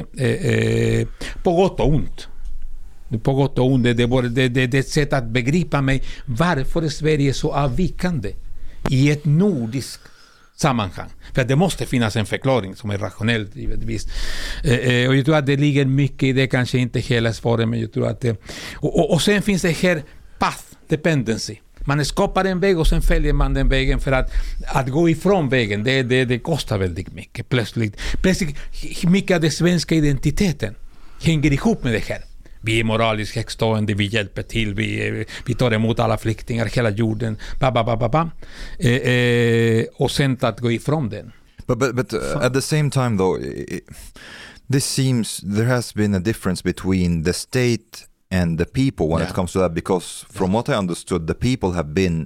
på gott och ont. På gott och ont, det är ett sätt att begripa mig varför Sverige är så avvikande i ett nordiskt sammanhang. För det måste finnas en förklaring som är rationell, givetvis. Och jag tror att det ligger mycket i det, kanske inte hela svaret, men jag tror att det... Och sen finns det här path dependency. Man skapar en väg och sen följer man den vägen, för att gå ifrån vägen, det kostar väldigt mycket. Plötsligt mycket av den svenska identiteten hänger ihop med det här. Vi är moraliskt högstående, vi hjälper till, vi tar emot alla flyktingar, hela jorden, och sen att gå ifrån den. But at the same time though, this seems there has been a difference between the state and the people when it comes to that, because from what I understood, the people have been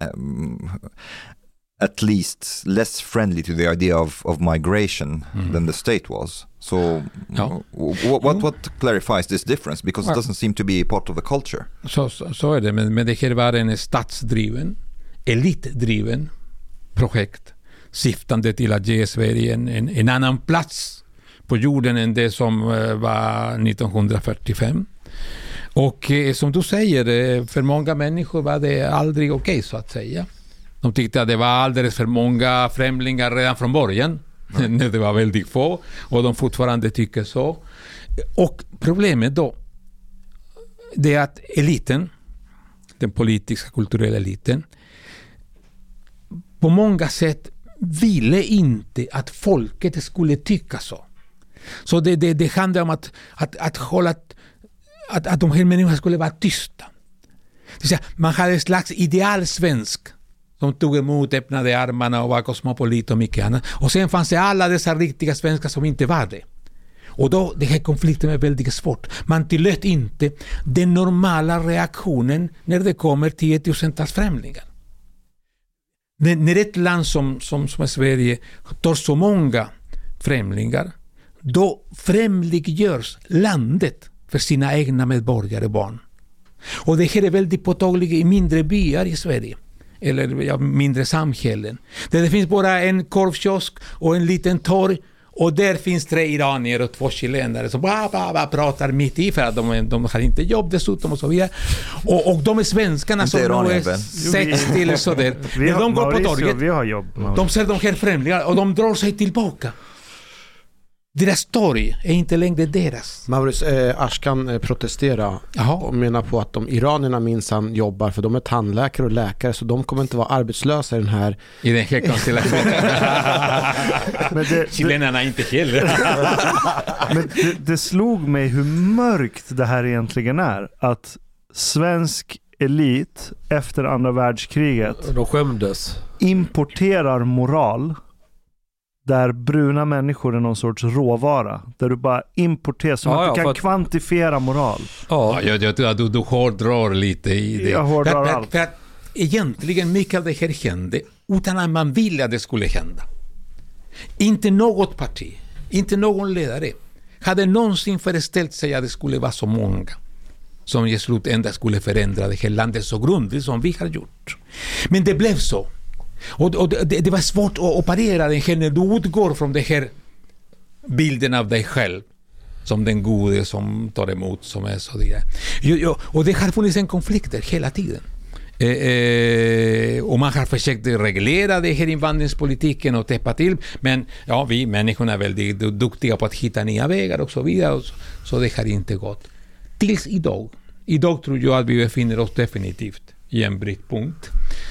at least less friendly to the idea of migration than the state was. So what clarifies this difference? Because it doesn't seem to be a part of the culture. Så är det, men det här var en statsdriven, elitdriven projekt syftande till att ge Sverige en annan plats på jorden än det som var 1945. Och som du säger, för många människor var det aldrig okej, så att säga. De tyckte att det var alldeles för många främlingar redan från början. När det var väldigt få. Och de fortfarande tycker så. Och problemet då, det är att eliten, den politiska kulturella eliten, på många sätt ville inte att folket skulle tycka så. Så det handlar om att hålla att de här människorna skulle vara tysta. Det vill säga, man hade en slags ideal svensk som tog emot, öppnade armarna och var kosmopolit och mycket annat. Och sen fanns det alla dessa riktiga svenskar som inte var det. Och då, det här konflikten är väldigt svårt. Man tillät inte den normala reaktionen när det kommer 10,000-tals främlingar. När ett land som Sverige tar så många främlingar, då främliggörs landet för sina egna medborgare och barn. Och det här är väldigt påtagligt i mindre byar i Sverige. Eller mindre samhällen. Där det finns bara en korvkiosk och en liten torg. Och där finns 3 iranier och 2 chilenare som bara pratar mitt i för att de har inte jobb dessutom och så vidare. Och de är svenskarna som nu är 60 eller så där. När de går på torget, vi har jobb. de ser de här främlingar och de drar sig tillbaka. Deras torg är inte längre deras. Maurice, Ashkan protesterar och menar på att de iranierna minsann jobbar, för de är tandläkare och läkare, så de kommer inte vara arbetslösa i den här konstellationen. Chilenarna inte heller. Men det slog mig hur mörkt det här egentligen är. Att svensk elit efter andra världskriget, de skämdes, importerar moral där bruna människor är någon sorts råvara. Där du bara importerar som att du kan kvantifiera moral. Ja, du hårdrar lite i det. Jag hårdrar allt. För att egentligen mycket av det här hände utan att man ville att det skulle hända. Inte något parti, inte någon ledare hade någonsin föreställt sig att det skulle vara så många som i slutändan skulle förändra det här landet så grundligt som vi har gjort. Men det blev så. Och det var svårt att parera den här när du utgår från den här bilden av dig själv som den gode som tar emot, som är så där. Och det har funnits en konflikter hela tiden. Och man har försökt reglera det här invandringspolitiken och täppa till, men vi människorna är väldigt duktiga på att hitta nya vägar och så vidare, så det har inte gått. Tills idag. Idag tror jag att vi befinner oss definitivt i en brytpunkt.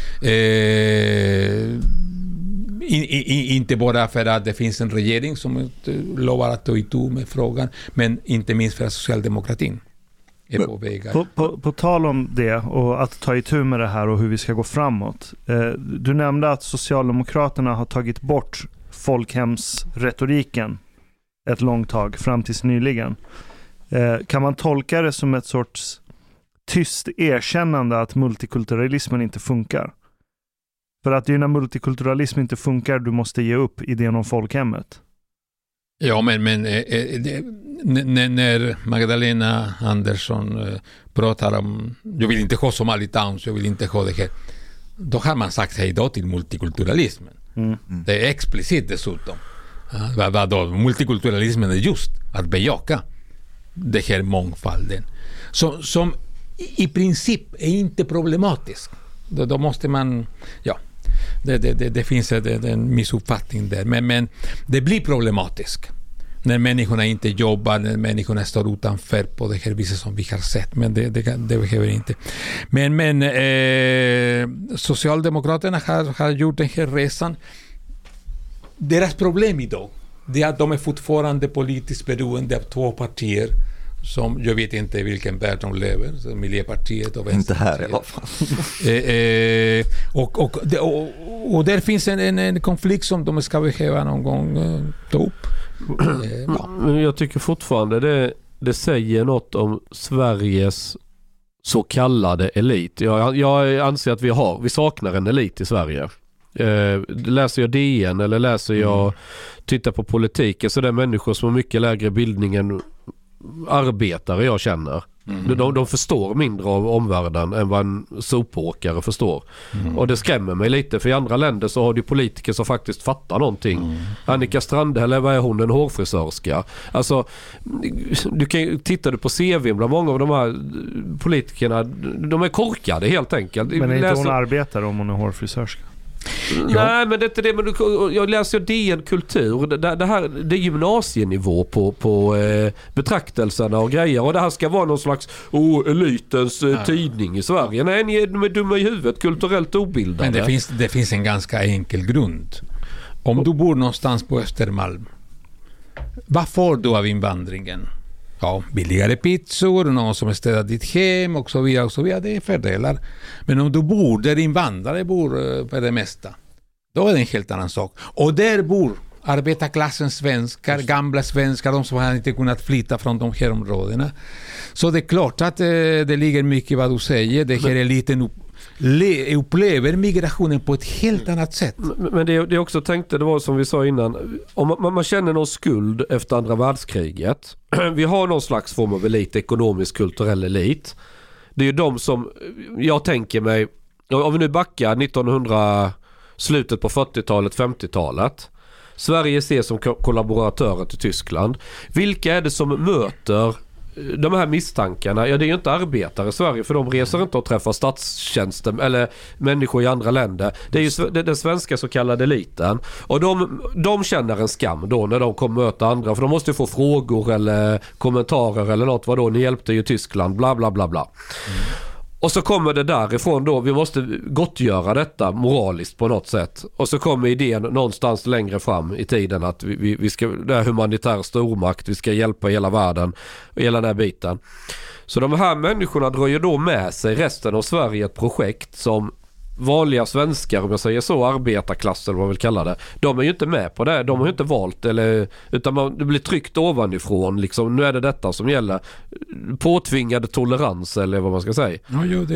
Inte bara för att det finns en regering som lovar att ta itu med frågan, men inte minst för att socialdemokratin är på väg. På tal om det och att ta itu med det här och hur vi ska gå framåt. Du nämnde att Socialdemokraterna har tagit bort folkhemsretoriken ett långt tag fram tills nyligen. Kan man tolka det som ett sorts tyst erkännande att multikulturalismen inte funkar? För att det är när multikulturalism inte funkar du måste ge upp idén om folkhemmet. Ja, men när Magdalena Andersson pratar om jag vill inte ha Somali Towns, jag vill inte ha det här, då har man sagt hej då till multikulturalismen. Det är explicit dessutom. Vadå? Multikulturalismen är just att bejaka det här mångfalden som i princip är inte problematisk. Då måste man det finns en missuppfattning där, men det blir problematiskt när människorna inte jobbar, när människorna står utanför på det här viset som vi har sett, men det behöver inte. Men Socialdemokraterna har gjort den här resan. Deras problem idag det är att de är fortfarande politiskt beroende av 2 partier som jag vet inte vilken värld de lever, så Miljöpartiet och Vänsterpartiet. Inte här i alla fall. Och där finns en konflikt som de ska behöva någon gång ta upp. Men jag tycker fortfarande det säger något om Sveriges så kallade elit. Jag anser att vi saknar en elit i Sverige. Läser jag DN eller läser jag tittar på politiken, så det är människor som har mycket lägre bildning än arbetare jag känner. De förstår mindre av omvärlden än vad en sopåkare förstår. Och det skrämmer mig lite, för i andra länder så har du politiker som faktiskt fattar någonting. Annika Strandhäll, eller vad är hon, en hårfrisörska? Alltså, tittar du på CV bland många av de här politikerna, de är korkade helt enkelt. Men är inte hon arbetare om hon är hårfrisörska? Nej, men det är inte det. Men jag läser DN Kultur. Det är gymnasienivå på betraktelserna och grejer. Och det här ska vara någon slags elitens tidning i Sverige. Nej, ni är dumma i huvudet, kulturellt obildade. Men det finns en ganska enkel grund. Om du bor någonstans på Östermalm, vad får du av invandringen? Ja, billigare pizzor, någon som är städat ditt hem och så vidare, det är fördelar. Men om du bor där invandrare bor för det mesta, då är det en helt annan sak. Och där bor arbetarklassens svenskar, gamla svenskar, de som har inte kunnat flytta från de här områdena. Så det är klart att det ligger mycket i vad du säger. Det här är lite upplever migrationen på ett helt annat sätt. Men det också tänkte, det var som vi sa innan, om man känner någon skuld efter andra världskriget. Vi har någon slags form av elit, ekonomisk, kulturell elit. Det är ju de som, jag tänker mig, om vi nu backar slutet på 40-talet, 50-talet, Sverige ses som kollaboratörer till Tyskland. Vilka är det som möter de här misstankarna? Ja, det är ju inte arbetare i Sverige, för de reser inte och träffar statstjänster eller människor i andra länder. Det är ju den svenska så kallade eliten. Och de känner en skam då när de kommer möta andra, för de måste ju få frågor eller kommentarer eller något. Vadå, ni hjälpte ju Tyskland, bla bla bla bla. Och så kommer det därifrån då, vi måste gottgöra detta moraliskt på något sätt. Och så kommer idén någonstans längre fram i tiden att vi ska, det är humanitär stormakt, vi ska hjälpa hela världen och hela den här biten. Så de här människorna drar ju då med sig resten av Sverige ett projekt som vanliga svenskar, om jag säger så, arbetarklass eller vad man vill kalla det, de är ju inte med på det, de har ju inte valt utan det blir tryckt ovanifrån liksom, nu är det detta som gäller, påtvingad tolerans eller vad man ska säga. Ja, jo,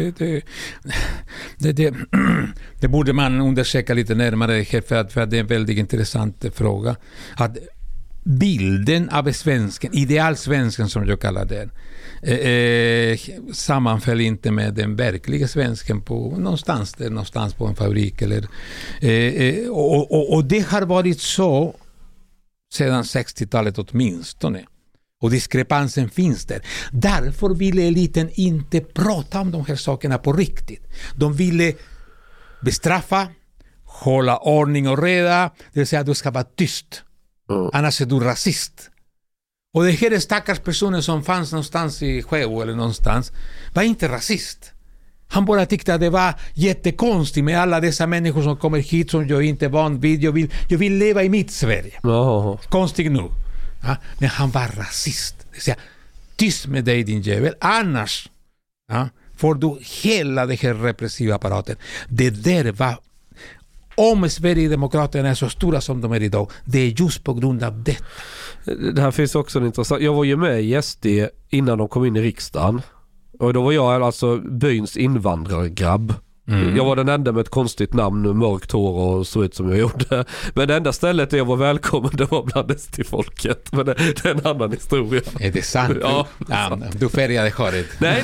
det borde man undersöka lite närmare för att det är en väldigt intressant fråga. Att bilden av svensken, idealsvensken som jag kallar den, sammanfäller inte med den verkliga svensken på någonstans på en fabrik eller och det har varit så sedan 60-talet åtminstone, och diskrepansen finns där. Därför ville eliten inte prata om de här sakerna på riktigt. De ville bestraffa, hålla ordning och reda, det vill säga att du ska vara tyst, annars är du rasist. Och det här stackars personen som fanns någonstans i Sjöbo eller någonstans var inte rasist. Han bara tyckte att det var jättekonstigt med alla dessa människor som kommer hit som jag inte är van vid. Jag vill leva i mitt Sverige. Konstigt nog. Ja, men han var rasist. Det vill säga, tyst med dig din jävel. Annars får du hela det här repressiva apparaten. Det där var, om Sverigedemokraterna är så stora som de är idag, det är just på grund av det. Det här finns också en intressant. Jag var ju med i SD innan de kom in i riksdagen. Och då var jag alltså byns invandrargrabb. Jag var den enda med ett konstigt namn, mörkt hår och så ut som jag gjorde. Men det enda stället där jag var välkommen, det var bland SD-folket. Men det är en annan historia. Är det sant? Ja. Du färgade håret. Nej.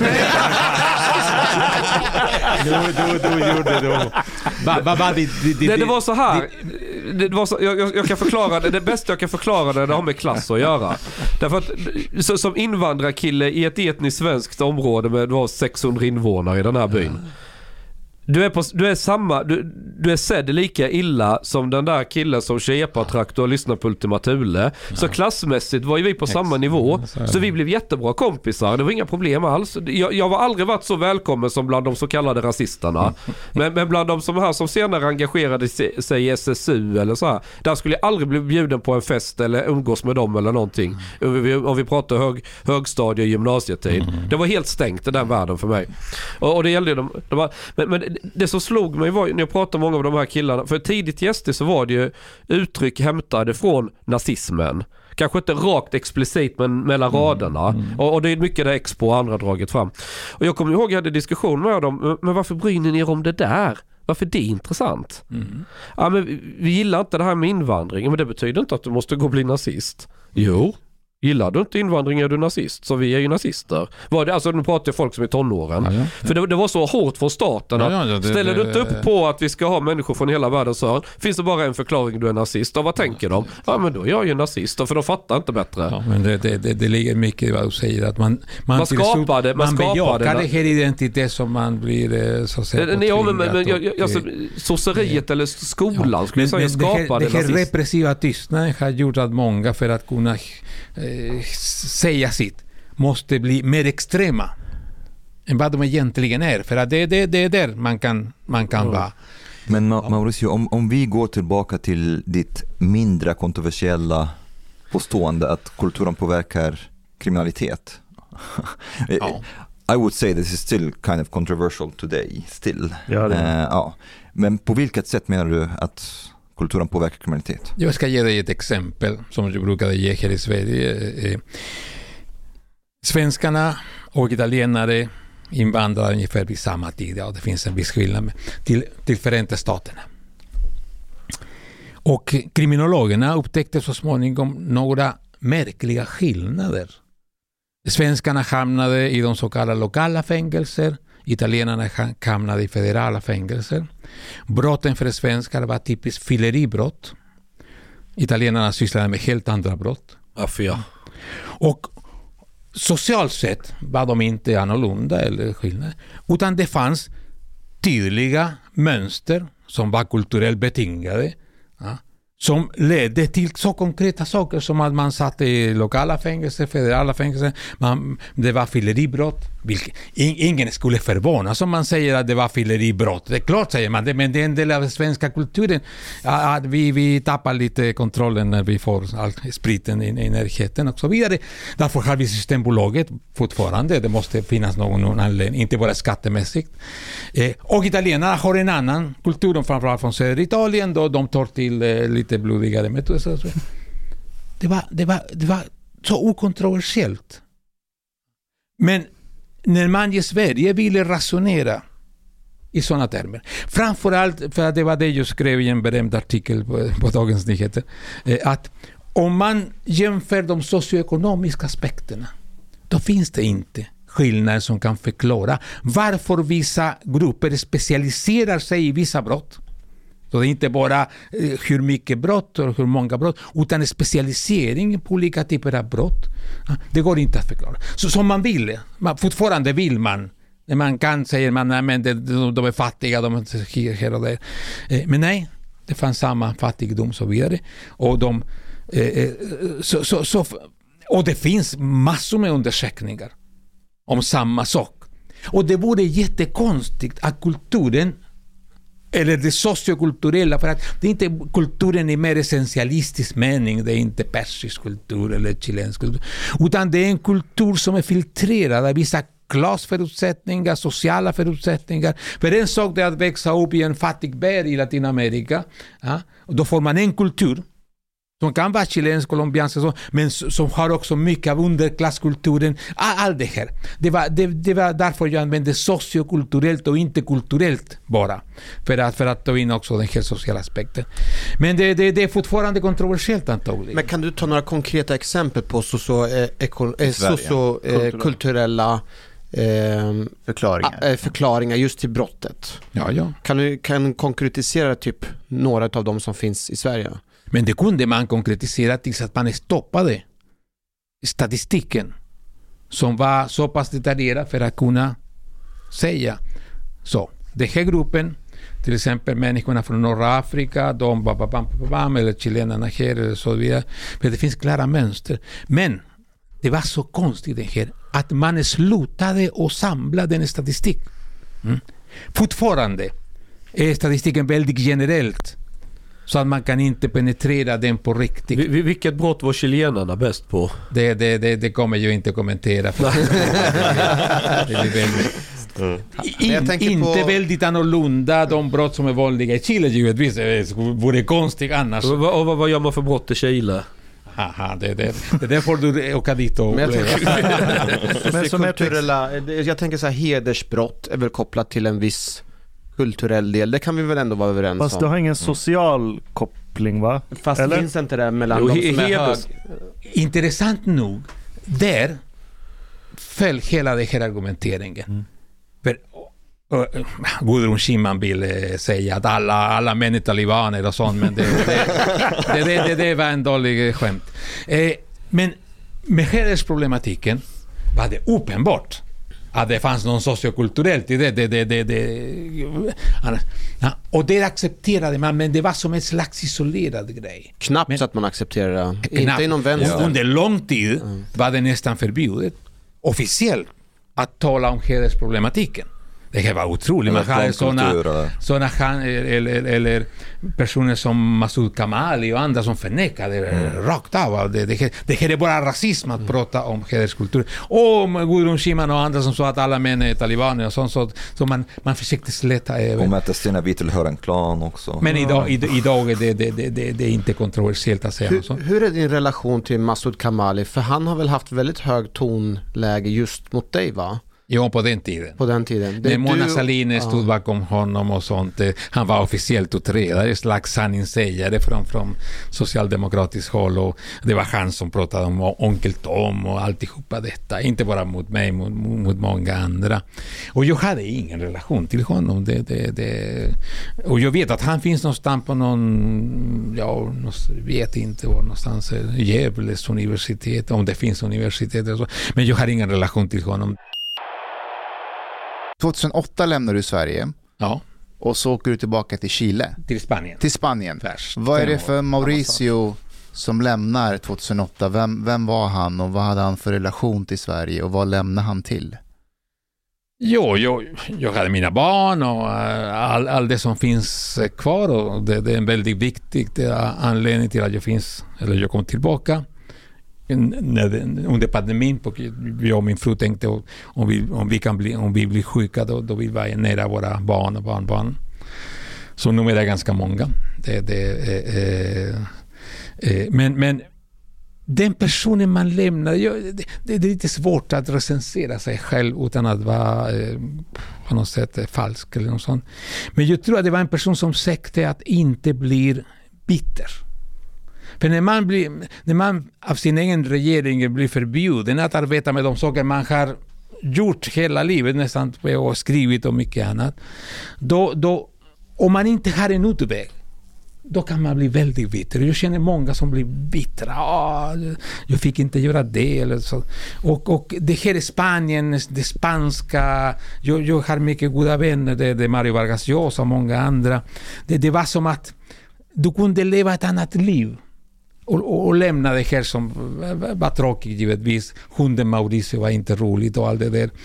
Du gjorde det. Det var så här. Jag kan förklara det. Det bästa jag kan förklara det har med klass att göra. Därför att som invandrarkille i ett etniskt svenskt område med 600 invånare i den här byn. Du är sedd lika illa som den där killen som Shepard och lyssnar på Ultima Thule. Så klassmässigt var ju vi på samma nivå. Så vi blev jättebra kompisar. Det var inga problem alls. Jag har aldrig varit så välkommen som bland de så kallade rasisterna. Men bland de som senare engagerade sig i SSU eller så här, där skulle jag aldrig bli bjuden på en fest eller umgås med dem eller någonting. Om vi pratar högstadie- och gymnasietid. Det var helt stängt i den världen för mig. Och det gällde ju men det som slog mig var när jag pratade med många av de här killarna, för tidigt gäster så var det ju uttryck hämtade från nazismen. Kanske inte rakt explicit men mellan raderna. Och det är mycket där Expo och andra dragit fram. Och jag kommer ihåg att jag hade diskussion med dem, men varför bryr ni er om det där? Varför det är intressant? Ja, men vi gillar inte det här med invandring. Men det betyder inte att du måste gå och bli nazist. Jo. Gillar du inte invandring är du nazist, så vi är ju nazister. Alltså nu pratar jag folk som är tonåren. För det var så hårt från staten att ställer du inte upp på att vi ska ha människor från hela världens hörn, finns det bara en förklaring, du är nazist. Och vad tänker de? Ja, men då är jag ju nazist, för de fattar inte bättre. Ja, men det ligger mycket i vad du säger, att man skapar det. Man bejakar det här identitet som man blir så säkert sosseriet eller skolan skulle säga skapar det. Det här repressiva tystnaden har gjort att många för att kunna säga sitt måste bli mer extrema än vad de egentligen är, för att det är där man kan vara. Men Mauricio, om vi går tillbaka till ditt mindre kontroversiella påstående att kulturen påverkar kriminalitet. I would say this is still kind of controversial today still. Men på vilket sätt menar du att kulturen påverkar kriminalitet? Jag ska ge dig ett exempel som jag brukade ge här i Sverige. Svenskarna och italienare invandrade ungefär vid samma tid. Ja, det finns en viss skillnad till Förenta Staterna. Och kriminologerna upptäckte så småningom några märkliga skillnader. Svenskarna hamnade i de så kallade lokala fängelser. Italienarna hamnade i federala fängelser. Brotten för svenskar var typiskt fylleribrott. Italienarna sysslade med helt andra brott. Ja. Och socialt sett var de inte annorlunda eller skillnad, utan det fanns tydliga mönster som var kulturellt betingade, som ledde till så konkreta saker som att man satt i lokala fängelser, federala fängelser, det var fylleribrott. Ingen skulle förvånas om man säger att det var fylleribrott. Det är klart säger man det, men det är en del av den svenska kulturen. Att vi tappar lite kontrollen när vi får all spriten i närheten och så vidare. Därför har vi Systembolaget fortfarande. Det måste finnas någon anledning, inte bara skattemässigt. Och italienarna har en annan kultur, framförallt från södra Italien, då de tar till lite blodigare metoder. Det var så okontroversiellt. Men när man i Sverige ville rationera i sådana termer, framförallt för att det var det jag skrev i en berömd artikel på Dagens Nyheter, att om man jämför de socioekonomiska aspekterna, då finns det inte skillnader som kan förklara varför vissa grupper specialiserar sig i vissa brott. Så det är inte bara hur mycket brott och hur många brott, utan specialisering på olika typer av brott. Det går inte att förklara. Så som man vill, fortfarande vill man, när man kan säger man nej, men de är fattiga, de är här och där. Men nej, det fanns samma fattigdom och så vidare. Och och det finns massor med undersökningar om samma sak. Och det vore jättekonstigt att kulturen eller det sociokulturella, för att det är inte kulturen i mer essentialistisk mening, det är inte persisk kultur eller chilensk kultur, utan det är en kultur som är filtrerad av vissa klassförutsättningar, sociala förutsättningar. För en sak är att växa upp i en fattig berg i Latinamerika, och då får man en kultur som kan vara chilensk, colombiansk, men som har också mycket av underklasskulturen. Allt det här. Det var därför jag använde sociokulturellt och inte kulturellt bara. För att ta in också den här sociala aspekten. Men det är fortfarande kontroversiellt antagligen. Men kan du ta några konkreta exempel på sociokulturella förklaringar just till brottet? Ja. Kan du konkretisera typ några av dem som finns i Sverige? Men det kunde man konkretisera tills att man stoppade statistiken som var så pass detaljerad för att kunna säga så. Den här gruppen, till exempel människorna från norra Afrika, de eller chilenarna här eller så vidare. Men det finns klara mönster. Men det var så konstigt det här att man slutade att samla den statistik. Fortfarande är statistiken väldigt generellt, så att man kan inte penetrera den på riktigt. Vilket brott var chilenarna bäst på? Det kommer jag inte kommentera. Det är väldigt, inte väldigt annorlunda de brott som är vanliga i Chile, givetvis. Det vore konstigt annars. Och vad gör man för brott i Chile? Det får du åka dit och jag tänker så här, hedersbrott är väl kopplat till en viss kulturell del. Det kan vi väl ändå vara överens om. Fast det har ingen social koppling, va? Fast eller? Finns inte det mellan de som är hög. Intressant nog, där föll hela den här argumenteringen. För Gudrun Schyman vill säga att alla män är talibaner och sånt, men det var en dålig skämt. Men med hedersproblematiken var det uppenbart att det fanns någon sociokulturellt i och det accepterade man, men det var som en slags isolerad grej. Knappt så att man accepterade det. Inte inom vänster. Under lång tid var det nästan förbjudet officiellt att tala om hedersproblematiken. Det här var otroligt. Man hade såna eller personer som Masoud Kamali och andra som förnekade rakt av. Det här är bara rasism att prata om hederskultur. Och Gudrun Schyman och andra som sa att alla män är talibaner och sånt. Så man försökte släta över. Och Mette Stina, vi tillhör en klan också. Men idag är det inte kontroversiellt att säga. Hur är din relation till Masoud Kamali? För han har väl haft väldigt hög tonläge just mot dig, va? Jo, på den tiden. På den tiden. När Mona Sahlin stod bakom honom och sånt. Han var officiellt utredare, en slags sanningssägare från socialdemokratiskt håll. Och det var han som pratade om onkel Tom och alltihopa detta. Inte bara mot mig, mot många andra. Och jag hade ingen relation till honom. Och jag vet att han finns någonstans på vet inte var någonstans. Gävles universitet, om det finns universitet och så. Men jag har ingen relation till honom. 2008 lämnar du Sverige. Ja. Och så åker du tillbaka till Chile. Till Spanien. Vad är det för Mauricio som lämnar 2008? Vem var han och vad hade han för relation till Sverige och vad lämnade han till? Jo, jag hade mina barn och all det som finns kvar, och det är en väldigt viktig anledning till att jag kom tillbaka. Under pandemin, jag och min fru tänkte om vi blir sjuka då vill vi vara nära våra barn och barnbarn. Så nu är det ganska många. Men den personen man lämnar, det är lite svårt att recensera sig själv utan att vara på något sätt falsk eller något sånt. Men jag tror att det var en person som sökte att inte bli bitter. För när man av sin egen regering blir förbjuden att arbeta med de saker man har gjort hela livet nästan och skrivit och mycket annat, då om man inte har en utväg, då kan man bli väldigt bitter. Jag känner många som blir bittra. Jag fick inte göra det eller så. Och det här är Spanien, det spanska. Jag har mycket goda vänner. Det är Mario Vargas Llosa och många andra. Det var som att du kunde leva ett annat liv. Och lämna det här som var tråkigt givetvis. Hunden Mauricio var inte roligt och allt det där.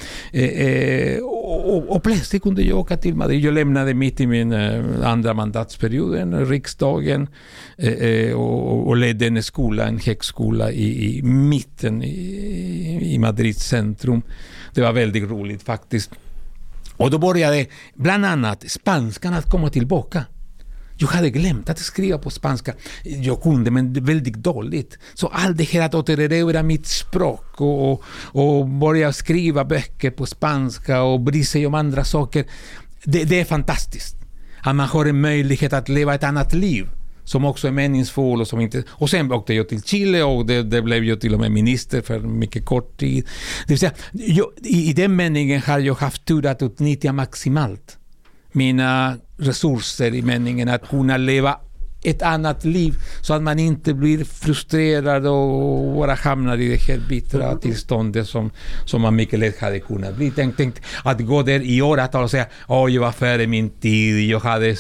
Och plötsligt kunde jag åka till Madrid. Jag lämnade mitt i min andra mandatsperioden riksdagen och ledde en högskola i mitten i Madrids centrum. Det var väldigt roligt faktiskt. Och då började bland annat spanskan att komma tillbaka. Jag hade glömt att skriva på spanska. Jag kunde, men väldigt dåligt. Så allt det här att återerövra mitt språk och börja skriva böcker på spanska och bry sig om andra saker. Det är fantastiskt. Att man har en möjlighet att leva ett annat liv som också är meningsfull och som inte... Och sen åkte jag till Chile och det blev jag till och med minister för mycket kort tid. Det vill säga, i den meningen har jag haft tur att utnyttja maximalt mina resurser i meningen att kunna leva ett annat liv så att man inte blir frustrerad och bara hamnar i det här bittra tillståndet som man mycket lätt hade kunnat bli. Tänkt att gå där i åratal och säga jag var före min tid, jag hade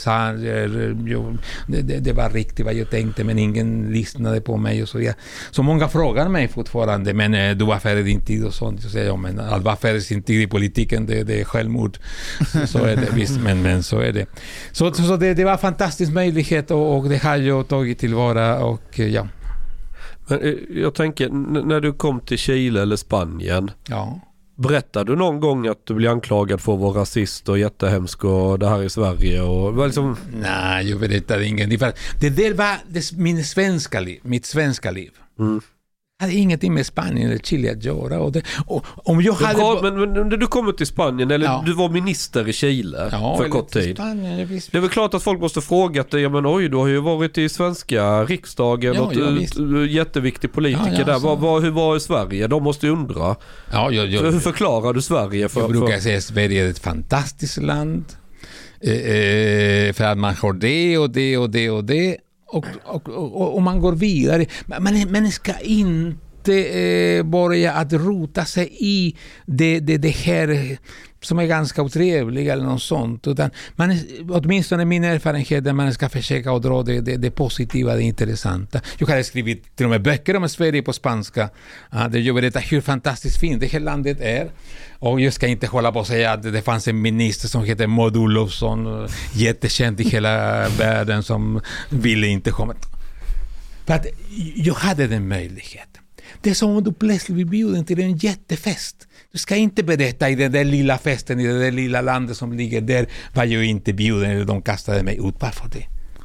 det var riktigt vad jag tänkte men ingen lyssnade på mig och så vidare. Så många frågar mig fortfarande, men du var före din tid och sånt. Jag säger, men att vara före sin tid i politiken det är självmord. Så är det visst, men så är det. Så det var en fantastisk möjlighet och det har jag tagit tillvara och ja. Men jag tänker, när du kom till Chile eller Spanien, berättade du någon gång att du blev anklagad för att vara rasist och jättehemsk och det här i Sverige? Och liksom... Nej, jag berättade ingenting. Det där var mitt svenska liv. Mm. Hade ingenting med Spanien eller Chile att göra. Om jag hade... Men du kommer till Spanien, eller du var minister i Chile för kort tid. Spanien, det är väl klart att folk måste fråga dig, men du har ju varit i svenska riksdagen och jätteviktig politiker där. Hur var i Sverige? De måste ju undra. Hur förklarar du Sverige? Jag brukar säga att Sverige är ett fantastiskt land. För att man har det och det och det och det. Och man går vidare. Man ska inte börja att rota sig i det här som är ganska otrevliga eller något sånt, utan åtminstone min erfarenhet är att man ska försöka att dra det positiva, det intressanta. Jag har skrivit till och med böcker om Sverige på spanska där jag berättar hur fantastiskt fint det här landet är. Och jag ska inte hålla på att säga att det fanns en minister som heter Maud Olofsson, jättekänd i hela världen, som ville inte komma. För att jag hade den möjligheten. Det är som om du plötsligt blir bjuden till en jättefest. Du ska inte berätta i den där lilla festen i det där lilla landet som ligger där var jag inte bjuden eller de kastade mig ut. Varför det?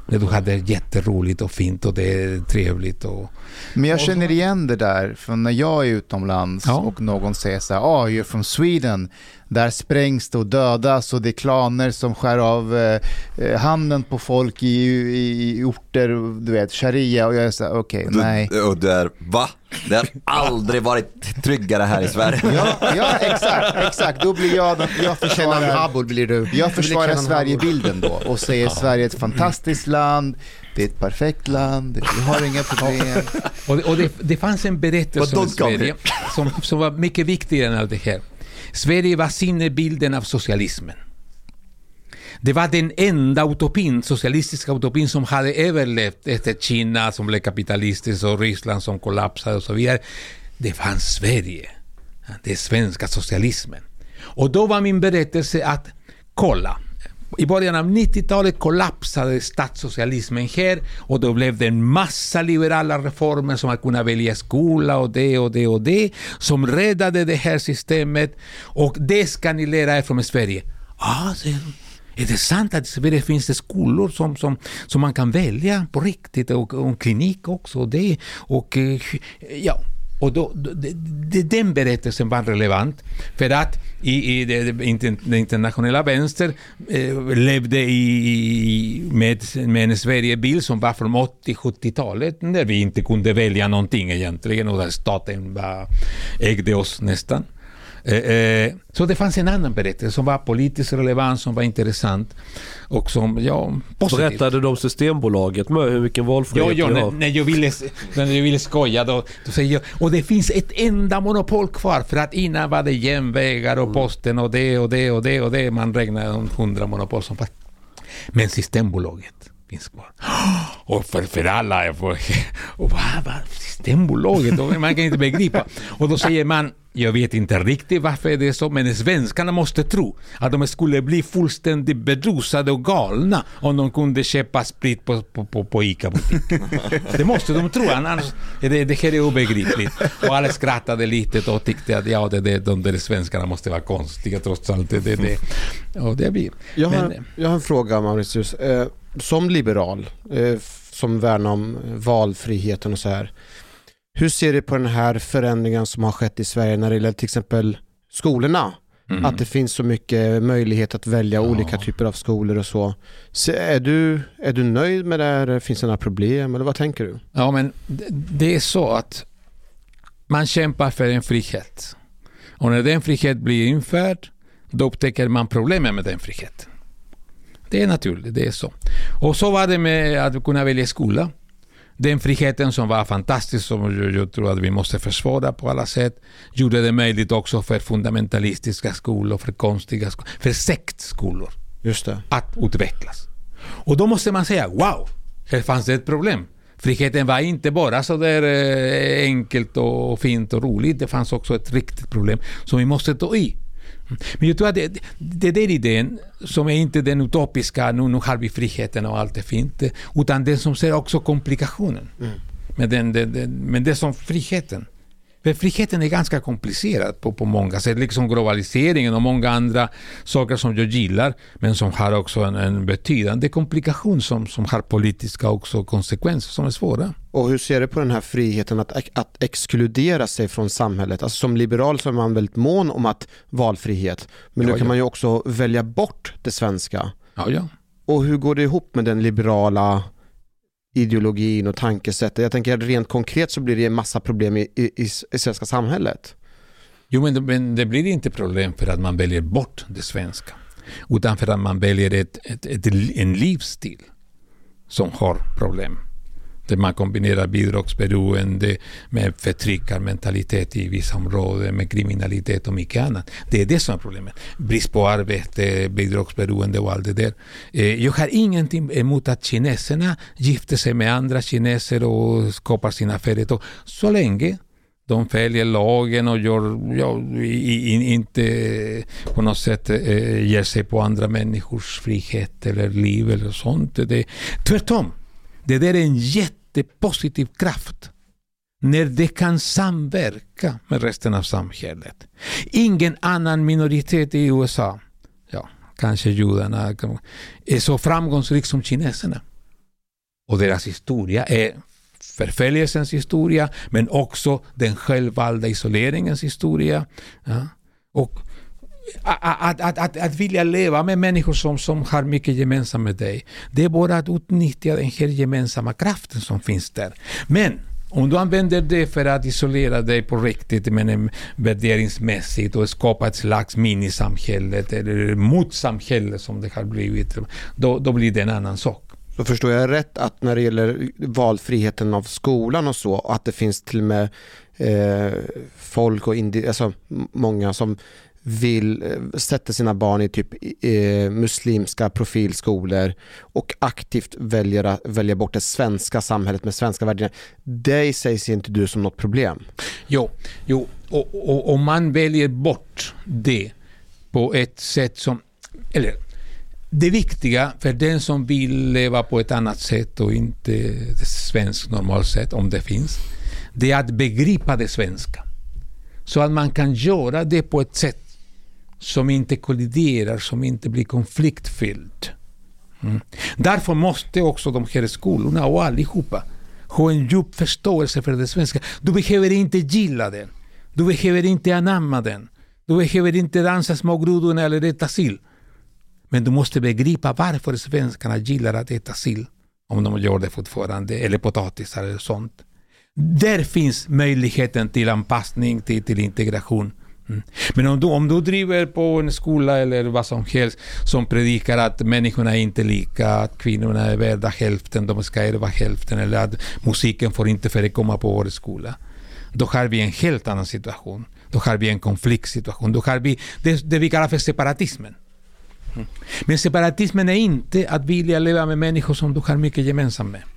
När du hade jätteroligt och fint och det är trevligt. Men jag känner igen det där från när jag är utomlands och någon säger så här, you're from Sweden. Där sprängs det och dödas och det är klaner som skär av handen på folk i orter, du vet, sharia, och jag är så här, okej, nej. Och där, va? Det har aldrig varit tryggare här i Sverige. Ja, exakt. Då blir jag försvarar Sverigebilden då och säger Sverige är ett fantastiskt land. Det är ett perfekt land, vi har inga problem. Och det fanns en berättelse om Sverige som var mycket viktigare än allt det här. Sverige var sinnebilden av socialismen. Det var den enda utopin, socialistiska utopin, som hade överlevt efter Kina som blev kapitalistiskt och Ryssland som kollapsade och så vidare. Det fanns Sverige, det svenska socialismen. Och då var min berättelse att kolla. I början av 90-talet kollapsade statssocialismen här och då blev det en massa liberala reformer som att kunna välja skola och det som räddade det här systemet, och det ska ni lära er från Sverige. Är det sant att i Sverige finns det skolor som man kan välja på riktigt och en klinik också och då den berättelsen var relevant för att i den internationella vänster levde med en Sverigebild som var från 80-70-talet när vi inte kunde välja någonting egentligen och där staten ägde oss nästan. Så det fanns en annan berättelse som var politiskt relevant, som var intressant och som positivt. Berättade de Systembolaget med hur mycket valfrihet vi har? När jag ville skoja då säger jag, och det finns ett enda monopol kvar, för att innan var det järnvägar och posten och det man räknar 100 monopol som var. Men Systembolaget finns kvar. Och för alla och vad Systembolaget, man kan inte begripa. Och då säger man, jag vet inte riktigt varför det är så, men svenskarna måste tro att de skulle bli fullständigt bedrosade och galna om de kunde köpa sprit på ICA-butiken. Det måste de tro, annars det här är obegripligt. Och alla skrattade lite och tyckte att de där svenskarna måste vara konstiga trots allt. Och det blir. Jag har en fråga, Mauritius. Som liberal, som värnar om valfriheten och så här. Hur ser du på den här förändringen som har skett i Sverige när det gäller till exempel skolorna? Att det finns så mycket möjlighet att välja olika typer av skolor och så. Är du nöjd med det här? Finns det några problem eller vad tänker du? Ja, men det är så att man kämpar för en frihet. Och när den frihet blir införd, då upptäcker man problemen med den friheten. Det är naturligt, det är så. Och så var det med att kunna välja skola. Den friheten som var fantastisk, som jag tror att vi måste försvara på alla sätt, gjorde det möjligt också för fundamentalistiska skolor, för konstiga skolor, för sektskolor. Just det. Att utvecklas. Och då måste man säga, wow, här fanns det ett problem. Friheten var inte bara så där enkelt och fint och roligt, det fanns också ett riktigt problem som vi måste ta i. Men jag tror att det är idén som är inte den utopiska, nu har vi friheten och allt är fint, utan den som ser också komplikationen. Men det som friheten. För friheten är ganska komplicerad på många sätt, liksom globaliseringen och många andra saker som jag gillar, men som har också en betydande komplikation som har politiska också konsekvenser som är svåra. Och hur ser du på den här friheten att exkludera sig från samhället? Alltså som liberal så är man väldigt mån om att valfrihet, men nu kan man ju också välja bort det svenska. Ja. Och hur går det ihop med den liberala ideologin och tankesättet? Jag tänker att rent konkret så blir det en massa problem i svenska samhället. Jo, men det blir inte problem för att man väljer bort det svenska, utan för att man väljer en livsstil som har problem. Där man kombinerar bidragsberoende med förtryckarmentalitet i vissa områden, med kriminalitet och mycket annat. Det är det som är problemet. Brist på arbete, bidragsberoende och allt det där. Jag har ingenting emot att kineserna gifter sig med andra kineser och skapar sina företag, så länge de följer lagen och inte på något sätt ger sig på andra människors frihet eller liv eller sånt. Tvärtom. Det där är en jättepositiv kraft när det kan samverka med resten av samhället. Ingen annan minoritet i USA, kanske judarna, är så framgångsrik som kineserna. Och deras historia är förföljelsens historia, men också den självvalda isoleringens historia. Ja. Och att vilja leva med människor som har mycket gemensamt med dig, det är bara att utnyttja den här gemensamma kraften som finns där. Men om du använder det för att isolera dig på riktigt, men värderingsmässigt, och skapa ett slags minisamhälle eller motsamhälle som det har blivit, då blir det en annan sak. Då förstår jag rätt att när det gäller valfriheten av skolan och så, att det finns till och med folk och alltså många som vill sätta sina barn i typ muslimska profilskolor och aktivt välja bort det svenska samhället med svenska värderingar. Det sägs inte du som något problem. Jo, och om man väljer bort det på ett sätt som, eller det viktiga för den som vill leva på ett annat sätt och inte det svenska normalt sätt, om det finns, det är att begripa det svenska. Så att man kan göra det på ett sätt som inte kolliderar, som inte blir konfliktfylld. Därför måste också de här skolorna och allihopa ha en djup förståelse för det svenska. Du behöver inte gilla den. Du behöver inte anamma den. Du behöver inte dansa små grodorna eller äta sill. Men du måste begripa varför svenskarna gillar att äta sill, om de gör det fortfarande, eller potatisar eller sånt. Där finns möjligheten till anpassning, till integration. Men om du driver på en skola eller vad som helst som predikar att människorna är inte lika, att kvinnorna är värda hälften, de ska ärva hälften, eller att musiken får inte förekomma på vår skola, då har vi en helt annan situation. Då har vi en konfliktsituation. Då har vi det vi kallar för separatismen. Men separatismen är inte att vilja leva med människor som du har mycket gemensamt med.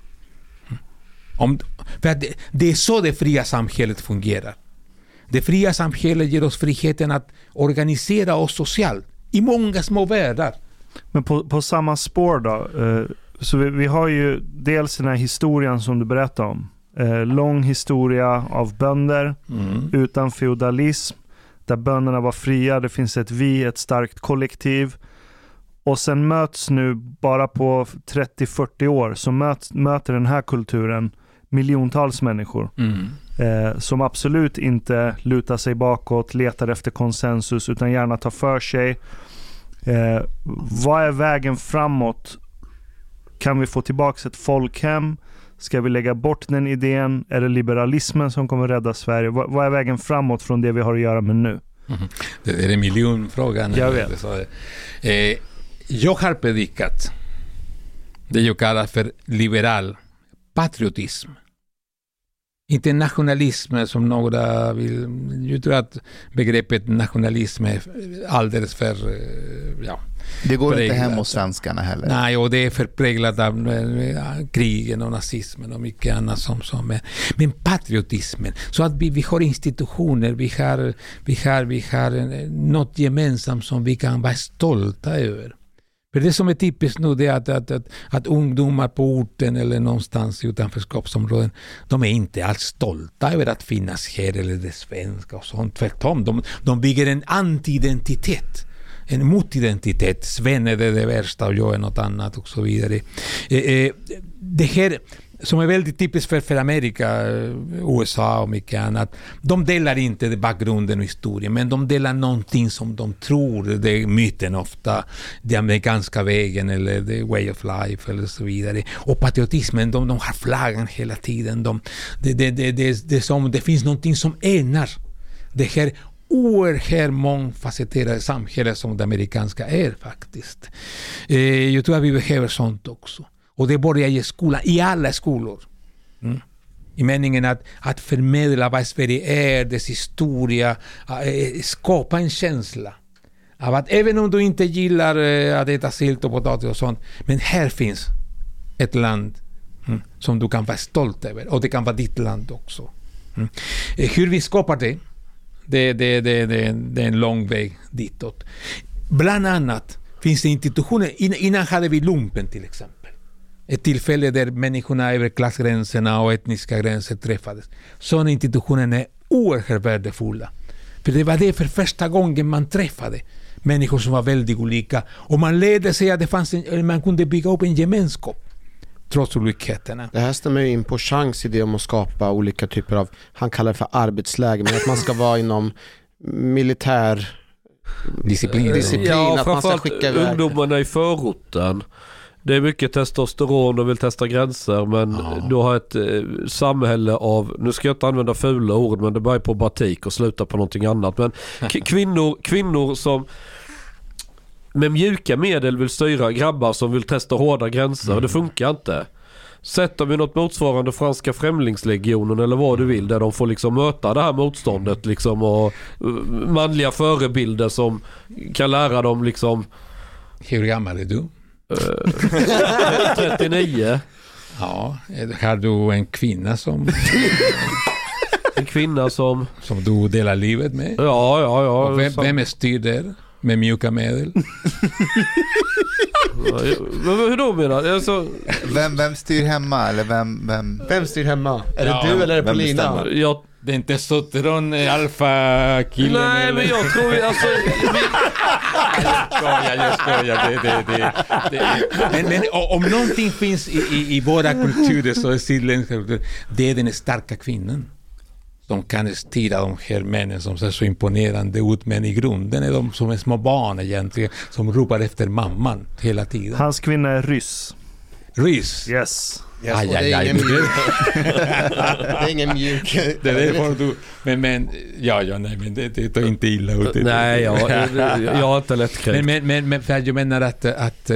För att det är så det fria samhället fungerar. Det fria samhället ger oss friheten att organisera oss socialt i många små världar. Men på samma spår då, så vi har ju dels den här historien som du berättar om. Lång historia av bönder utan feudalism, där bönderna var fria, det finns ett starkt kollektiv. Och sen möts nu bara på 30-40 år så möter den här kulturen miljontals människor som absolut inte lutar sig bakåt, letar efter konsensus, utan gärna tar för sig. Vad är vägen framåt? Kan vi få tillbaka ett folkhem? Ska vi lägga bort den idén? Är det liberalismen som kommer rädda Sverige? Vad är vägen framåt från det vi har att göra med nu? Det är en miljonfråga. Jag vet. Jag har predikat det jag kallar för liberal patriotism. Inte nationalism som några vill. Jag tror att begreppet nationalism är alldeles för det går präglat. Inte hem hos svenskarna heller. Nej, och det är förpräglat av krigen och nazismen och mycket annat som men patriotismen, så att vi har institutioner, vi har något gemensamt som vi kan vara stolta över. För det som är typiskt nu, det är att ungdomar på orten eller någonstans i utanförskapsområden, de är inte alls stolta över att finnas här eller det svenska och sånt. Tvärtom, de bygger en anti-identitet, en motidentitet. Sven är det värsta och jag är något annat och så vidare. Det här som är väldigt typiskt för Amerika, USA och mycket annat. De delar inte bakgrunden och historien, men de delar någonting som de tror, det är myten ofta, det amerikanska vägen eller the way of life eller så vidare. Och patriotismen, de har flaggan hela tiden. Det finns någonting som enar det här oerhört mångfacetterade samhället som det amerikanska är faktiskt. Jag tror att vi behöver sånt också. Och det börjar i skolan, i alla skolor. I meningen att förmedla vad Sverige är, dess historia, skapa en känsla av att även om du inte gillar att äta silt och potatis och sånt, men här finns ett land som du kan vara stolt över, och det kan vara ditt land också. Hur vi skapar det är en lång väg ditåt. Bland annat finns det institutioner, innan hade vi lumpen till exempel. Ett tillfälle där människorna över klassgränserna och etniska gränser träffades. Sådana institutioner är oerhört värdefulla. För det var det för första gången man träffade människor som var väldigt olika. Och man lärde sig att man kunde bygga upp en gemenskap trots olikheterna. Det här stämmer ju in på Changs idé om att skapa olika typer av, han kallar det för arbetsläge, men att man ska vara inom militär disciplin, ja, att man ska skicka iväg ungdomarna i förorten. Det är mycket testosteron och vill testa gränser, men du har ett samhälle av, nu ska jag inte använda fula ord, men det börjar på batik och slutar på någonting annat. Men kvinnor som med mjuka medel vill styra grabbar som vill testa hårda gränser. Det funkar inte. Sätter vi något motsvarande franska främlingslegionen eller vad du vill, där de får liksom möta det här motståndet liksom, och manliga förebilder som kan lära dem liksom. Hur gammal är du? 39. Ja, har du en kvinna som du delar livet med? Ja. Och vem är styrd där med mjuka medel? Hur då menar du? Alltså, vem styr hemma? Eller vem styr hemma? Är det du eller är det Paulina? Det är inte Sotron alfa-killen. Nej, men jag tror alltså... Jag skojar. Men om någonting finns i våra kulturer så är sydländska kulturer, det är den starka kvinnan som kan styra de här männen som ser så imponerande ut, men i grunden är de som är små barn egentligen, som ropar efter mamman hela tiden. Hans kvinna är ryss. Ryss? Yes. Det är ingen mjuk. Det är för du. Men nej, men det tar inte illa ut. Nej, jag har inte lättkränkt. Men för jag menar att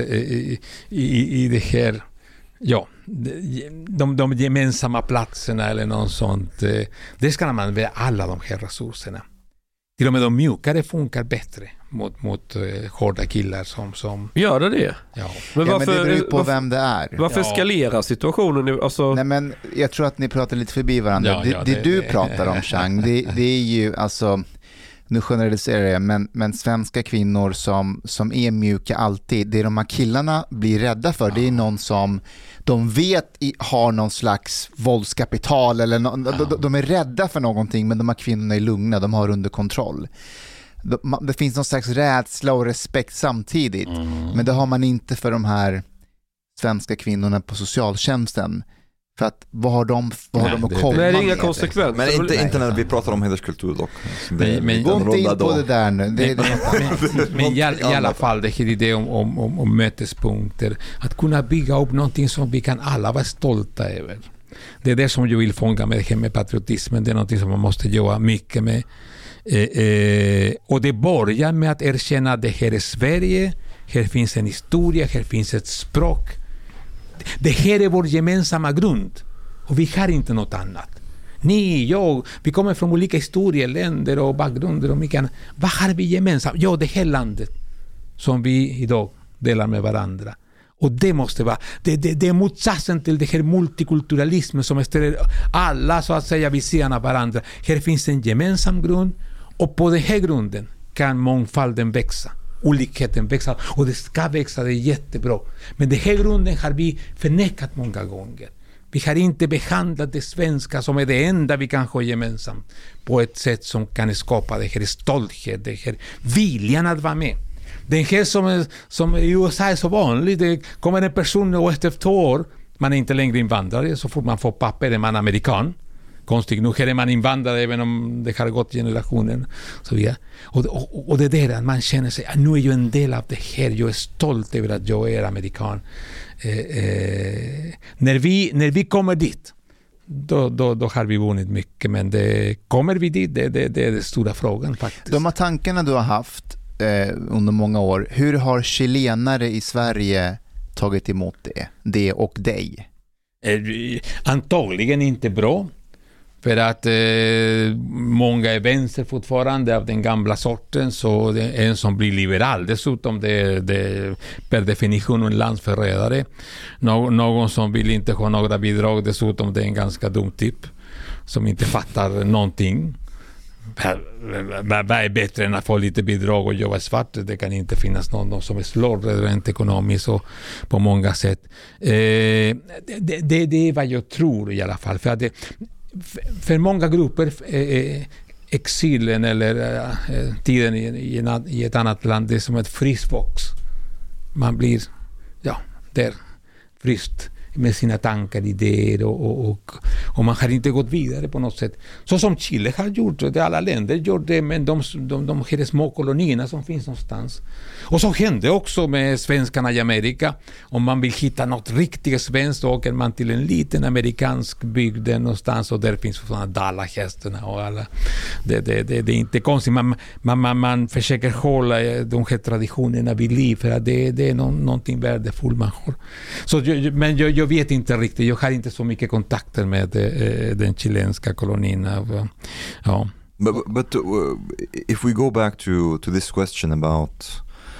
i det här, ja, de gemensamma platserna eller något sånt, det ska man använda alla de här resurserna. Till och med de mjukare funkar bättre mot hårda killar som... Gör det? Ja. Men det beror ju på vem det är. Varför eskalerar situationen nu? Alltså... Nej, men jag tror att ni pratar lite förbi varandra. Det du pratar om, Chang, det är ju alltså... Nu generaliserar jag, men svenska kvinnor som är mjuka alltid, det de här killarna blir rädda för, det är någon som de vet har någon slags våldskapital eller de är rädda för någonting, men de här kvinnorna är lugna, de har under kontroll. Det finns någon slags rädsla och respekt samtidigt, men det har man inte för de här svenska kvinnorna på socialtjänsten. För att vad har de att komma med? Det är inga konsekvenser. Men inte när vi pratar om hederskultur dock. Gå inte in på det där nu. Men i alla fall det är det om mötespunkter. Att kunna bygga upp någonting som vi kan alla vara stolta över. Det är det som jag vill fånga med det här med patriotismen. Det är någonting som man måste göra mycket med. Och det börjar med att erkänna att det här är Sverige. Här finns en historia, här finns ett språk. Det här är vår gemensamma grund och vi har inte något annat. Vi kommer från olika historier, länder och bakgrunder och mycket annat. Vad har vi gemensamt? Ja, det här landet som vi idag delar med varandra. Och det måste vara, det är motsatsen till det här multikulturalismen som ställer alla så att säga vid sidan av varandra. Här finns en gemensam grund och på den här grunden kan mångfalden växa. Olikheten växer och det ska växa, det är jättebra. Men den här grunden har vi förnekat många gånger. Vi har inte behandlat det svenska som är det enda vi kan ha gemensamt på ett sätt som kan skapa det här stolthet, det här viljan att vara med. Den här som i USA är så vanligt, det kommer en person och efter 2 år, man är inte längre invandrare, så fort man får papper är man amerikan. Konstigt, nu är man invandrare även om det har gått generationer så vidare. Och det där att man känner sig nu är jag en del av det här, jag är stolt över att jag är amerikan. När vi kommer dit då har vi vunnit mycket, men kommer vi dit, det är den stora frågan faktiskt. De här tankarna du har haft under många år, hur har chilenare i Sverige tagit emot det och dig? Antagligen inte bra. För att många är vänster fortfarande av den gamla sorten, så det är en som blir liberal. Dessutom det är per definition en landsförrädare. Någon som vill inte ha några bidrag, dessutom det är en ganska dum typ som inte fattar någonting. Vad är bättre än att få lite bidrag och jobba svart? Det kan inte finnas någon som är slår rent ekonomiskt och på många sätt. Det är vad jag tror i alla fall. För att för många grupper exilen eller tiden i ett annat land, det är som ett frysbox. Man blir där fryst med sina tankar, idéer och man har inte gått vidare på något sätt. Så som Chile har gjort det, alla länder gör det, men de här små kolonierna som finns någonstans. Och så hände också med svenskarna i Amerika. Om man vill hitta något riktigt svenskt så åker man till en liten amerikansk bygd någonstans och där finns sådana dalahästarna och alla. Det är inte konstigt. Man försöker hålla de här traditionerna vid liv för att det är någonting värdefullt man har. Men jag vet inte riktigt. Jag har inte så mycket kontakter med den chilenska kolonin. Ja. But if we go back to this question about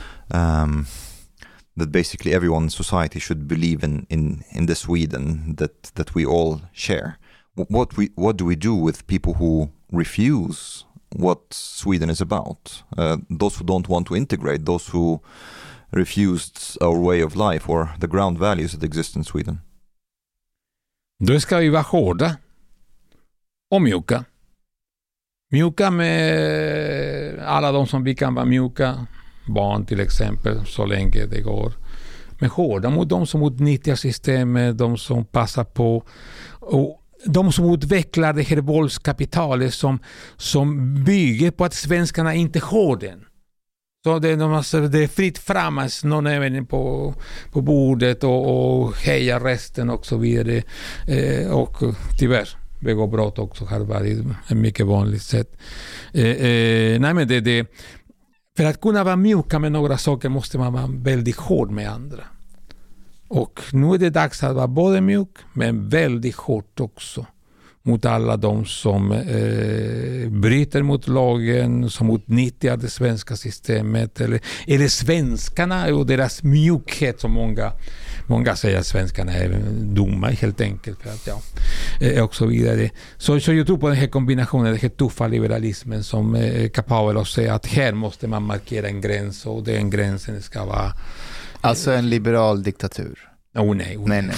that basically everyone in society should believe in the Sweden that we all share. What do we do with people who refuse what Sweden is about? Those who don't want to integrate, those who refused our way of life or the ground values that exist in Sweden? Då ska vi vara hårda och mjuka. Mjuka med alla de som vi kan vara mjuka. Barn till exempel, så länge det går. Men hårda mot de som utnyttjar systemet, de som passar på och de som utvecklar det här våldskapitalet som bygger på att svenskarna inte har den. Så det är fritt fram, någon även på bordet och heja resten och så vidare. Och tyvärr begå brott också har varit ett mycket vanligt sätt. Nej, men det för att kunna vara mjuka med några saker måste man vara väldigt hård med andra. Och nu är det dags att vara både mjuk men väldigt hårt också mot alla de som bryter mot lagen, som utnyttjar det svenska systemet eller svenskarna och deras mjukhet, som många säger att svenskarna är dumma helt enkelt för att och så vidare. Så jag tror på den här kombinationen, den här tuffa liberalismen som är kapabel att säga att här måste man markera en gräns och den gränsen ska vara... Alltså en liberal diktatur. Nej.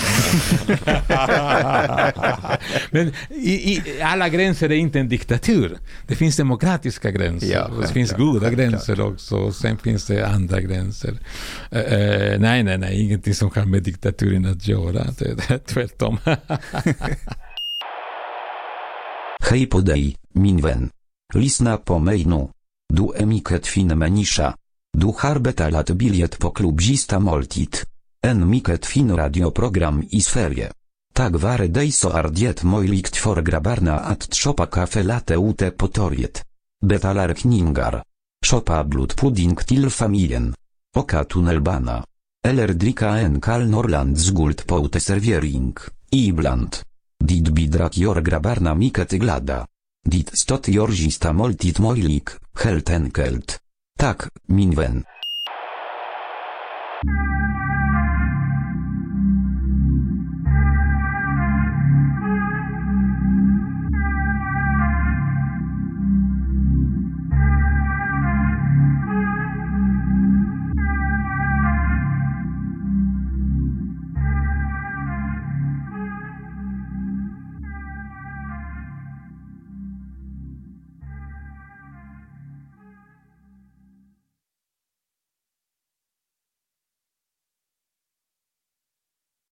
Men alla gränser är inte en diktatur. Det finns demokratiska gränser. Ja, det finns goda gränser också. Och sen finns det andra gränser. Nej. Ingenting som har med diktaturen att göra. Det är tvärtom. Hej på dig, min vän. Lyssna på mig nu. Du är mycket fin människa. Du har betalat biljett på klubbzista måltid. En mycket fin radioprogram i Sverige. Tack vare dig så är det möjligt för grabbarna att shoppa kaffe latte ute på torget. Betalar kningar. Shoppa blodpudding till familjen. Åka tunnelbana. Eller dricka en kall Norrlands guld på uteservering. Ibland. Dit bidrag gör grabbarna mycket glada. Dit stot gör gista måltid möjlig, helt enkelt. Tack, min vän.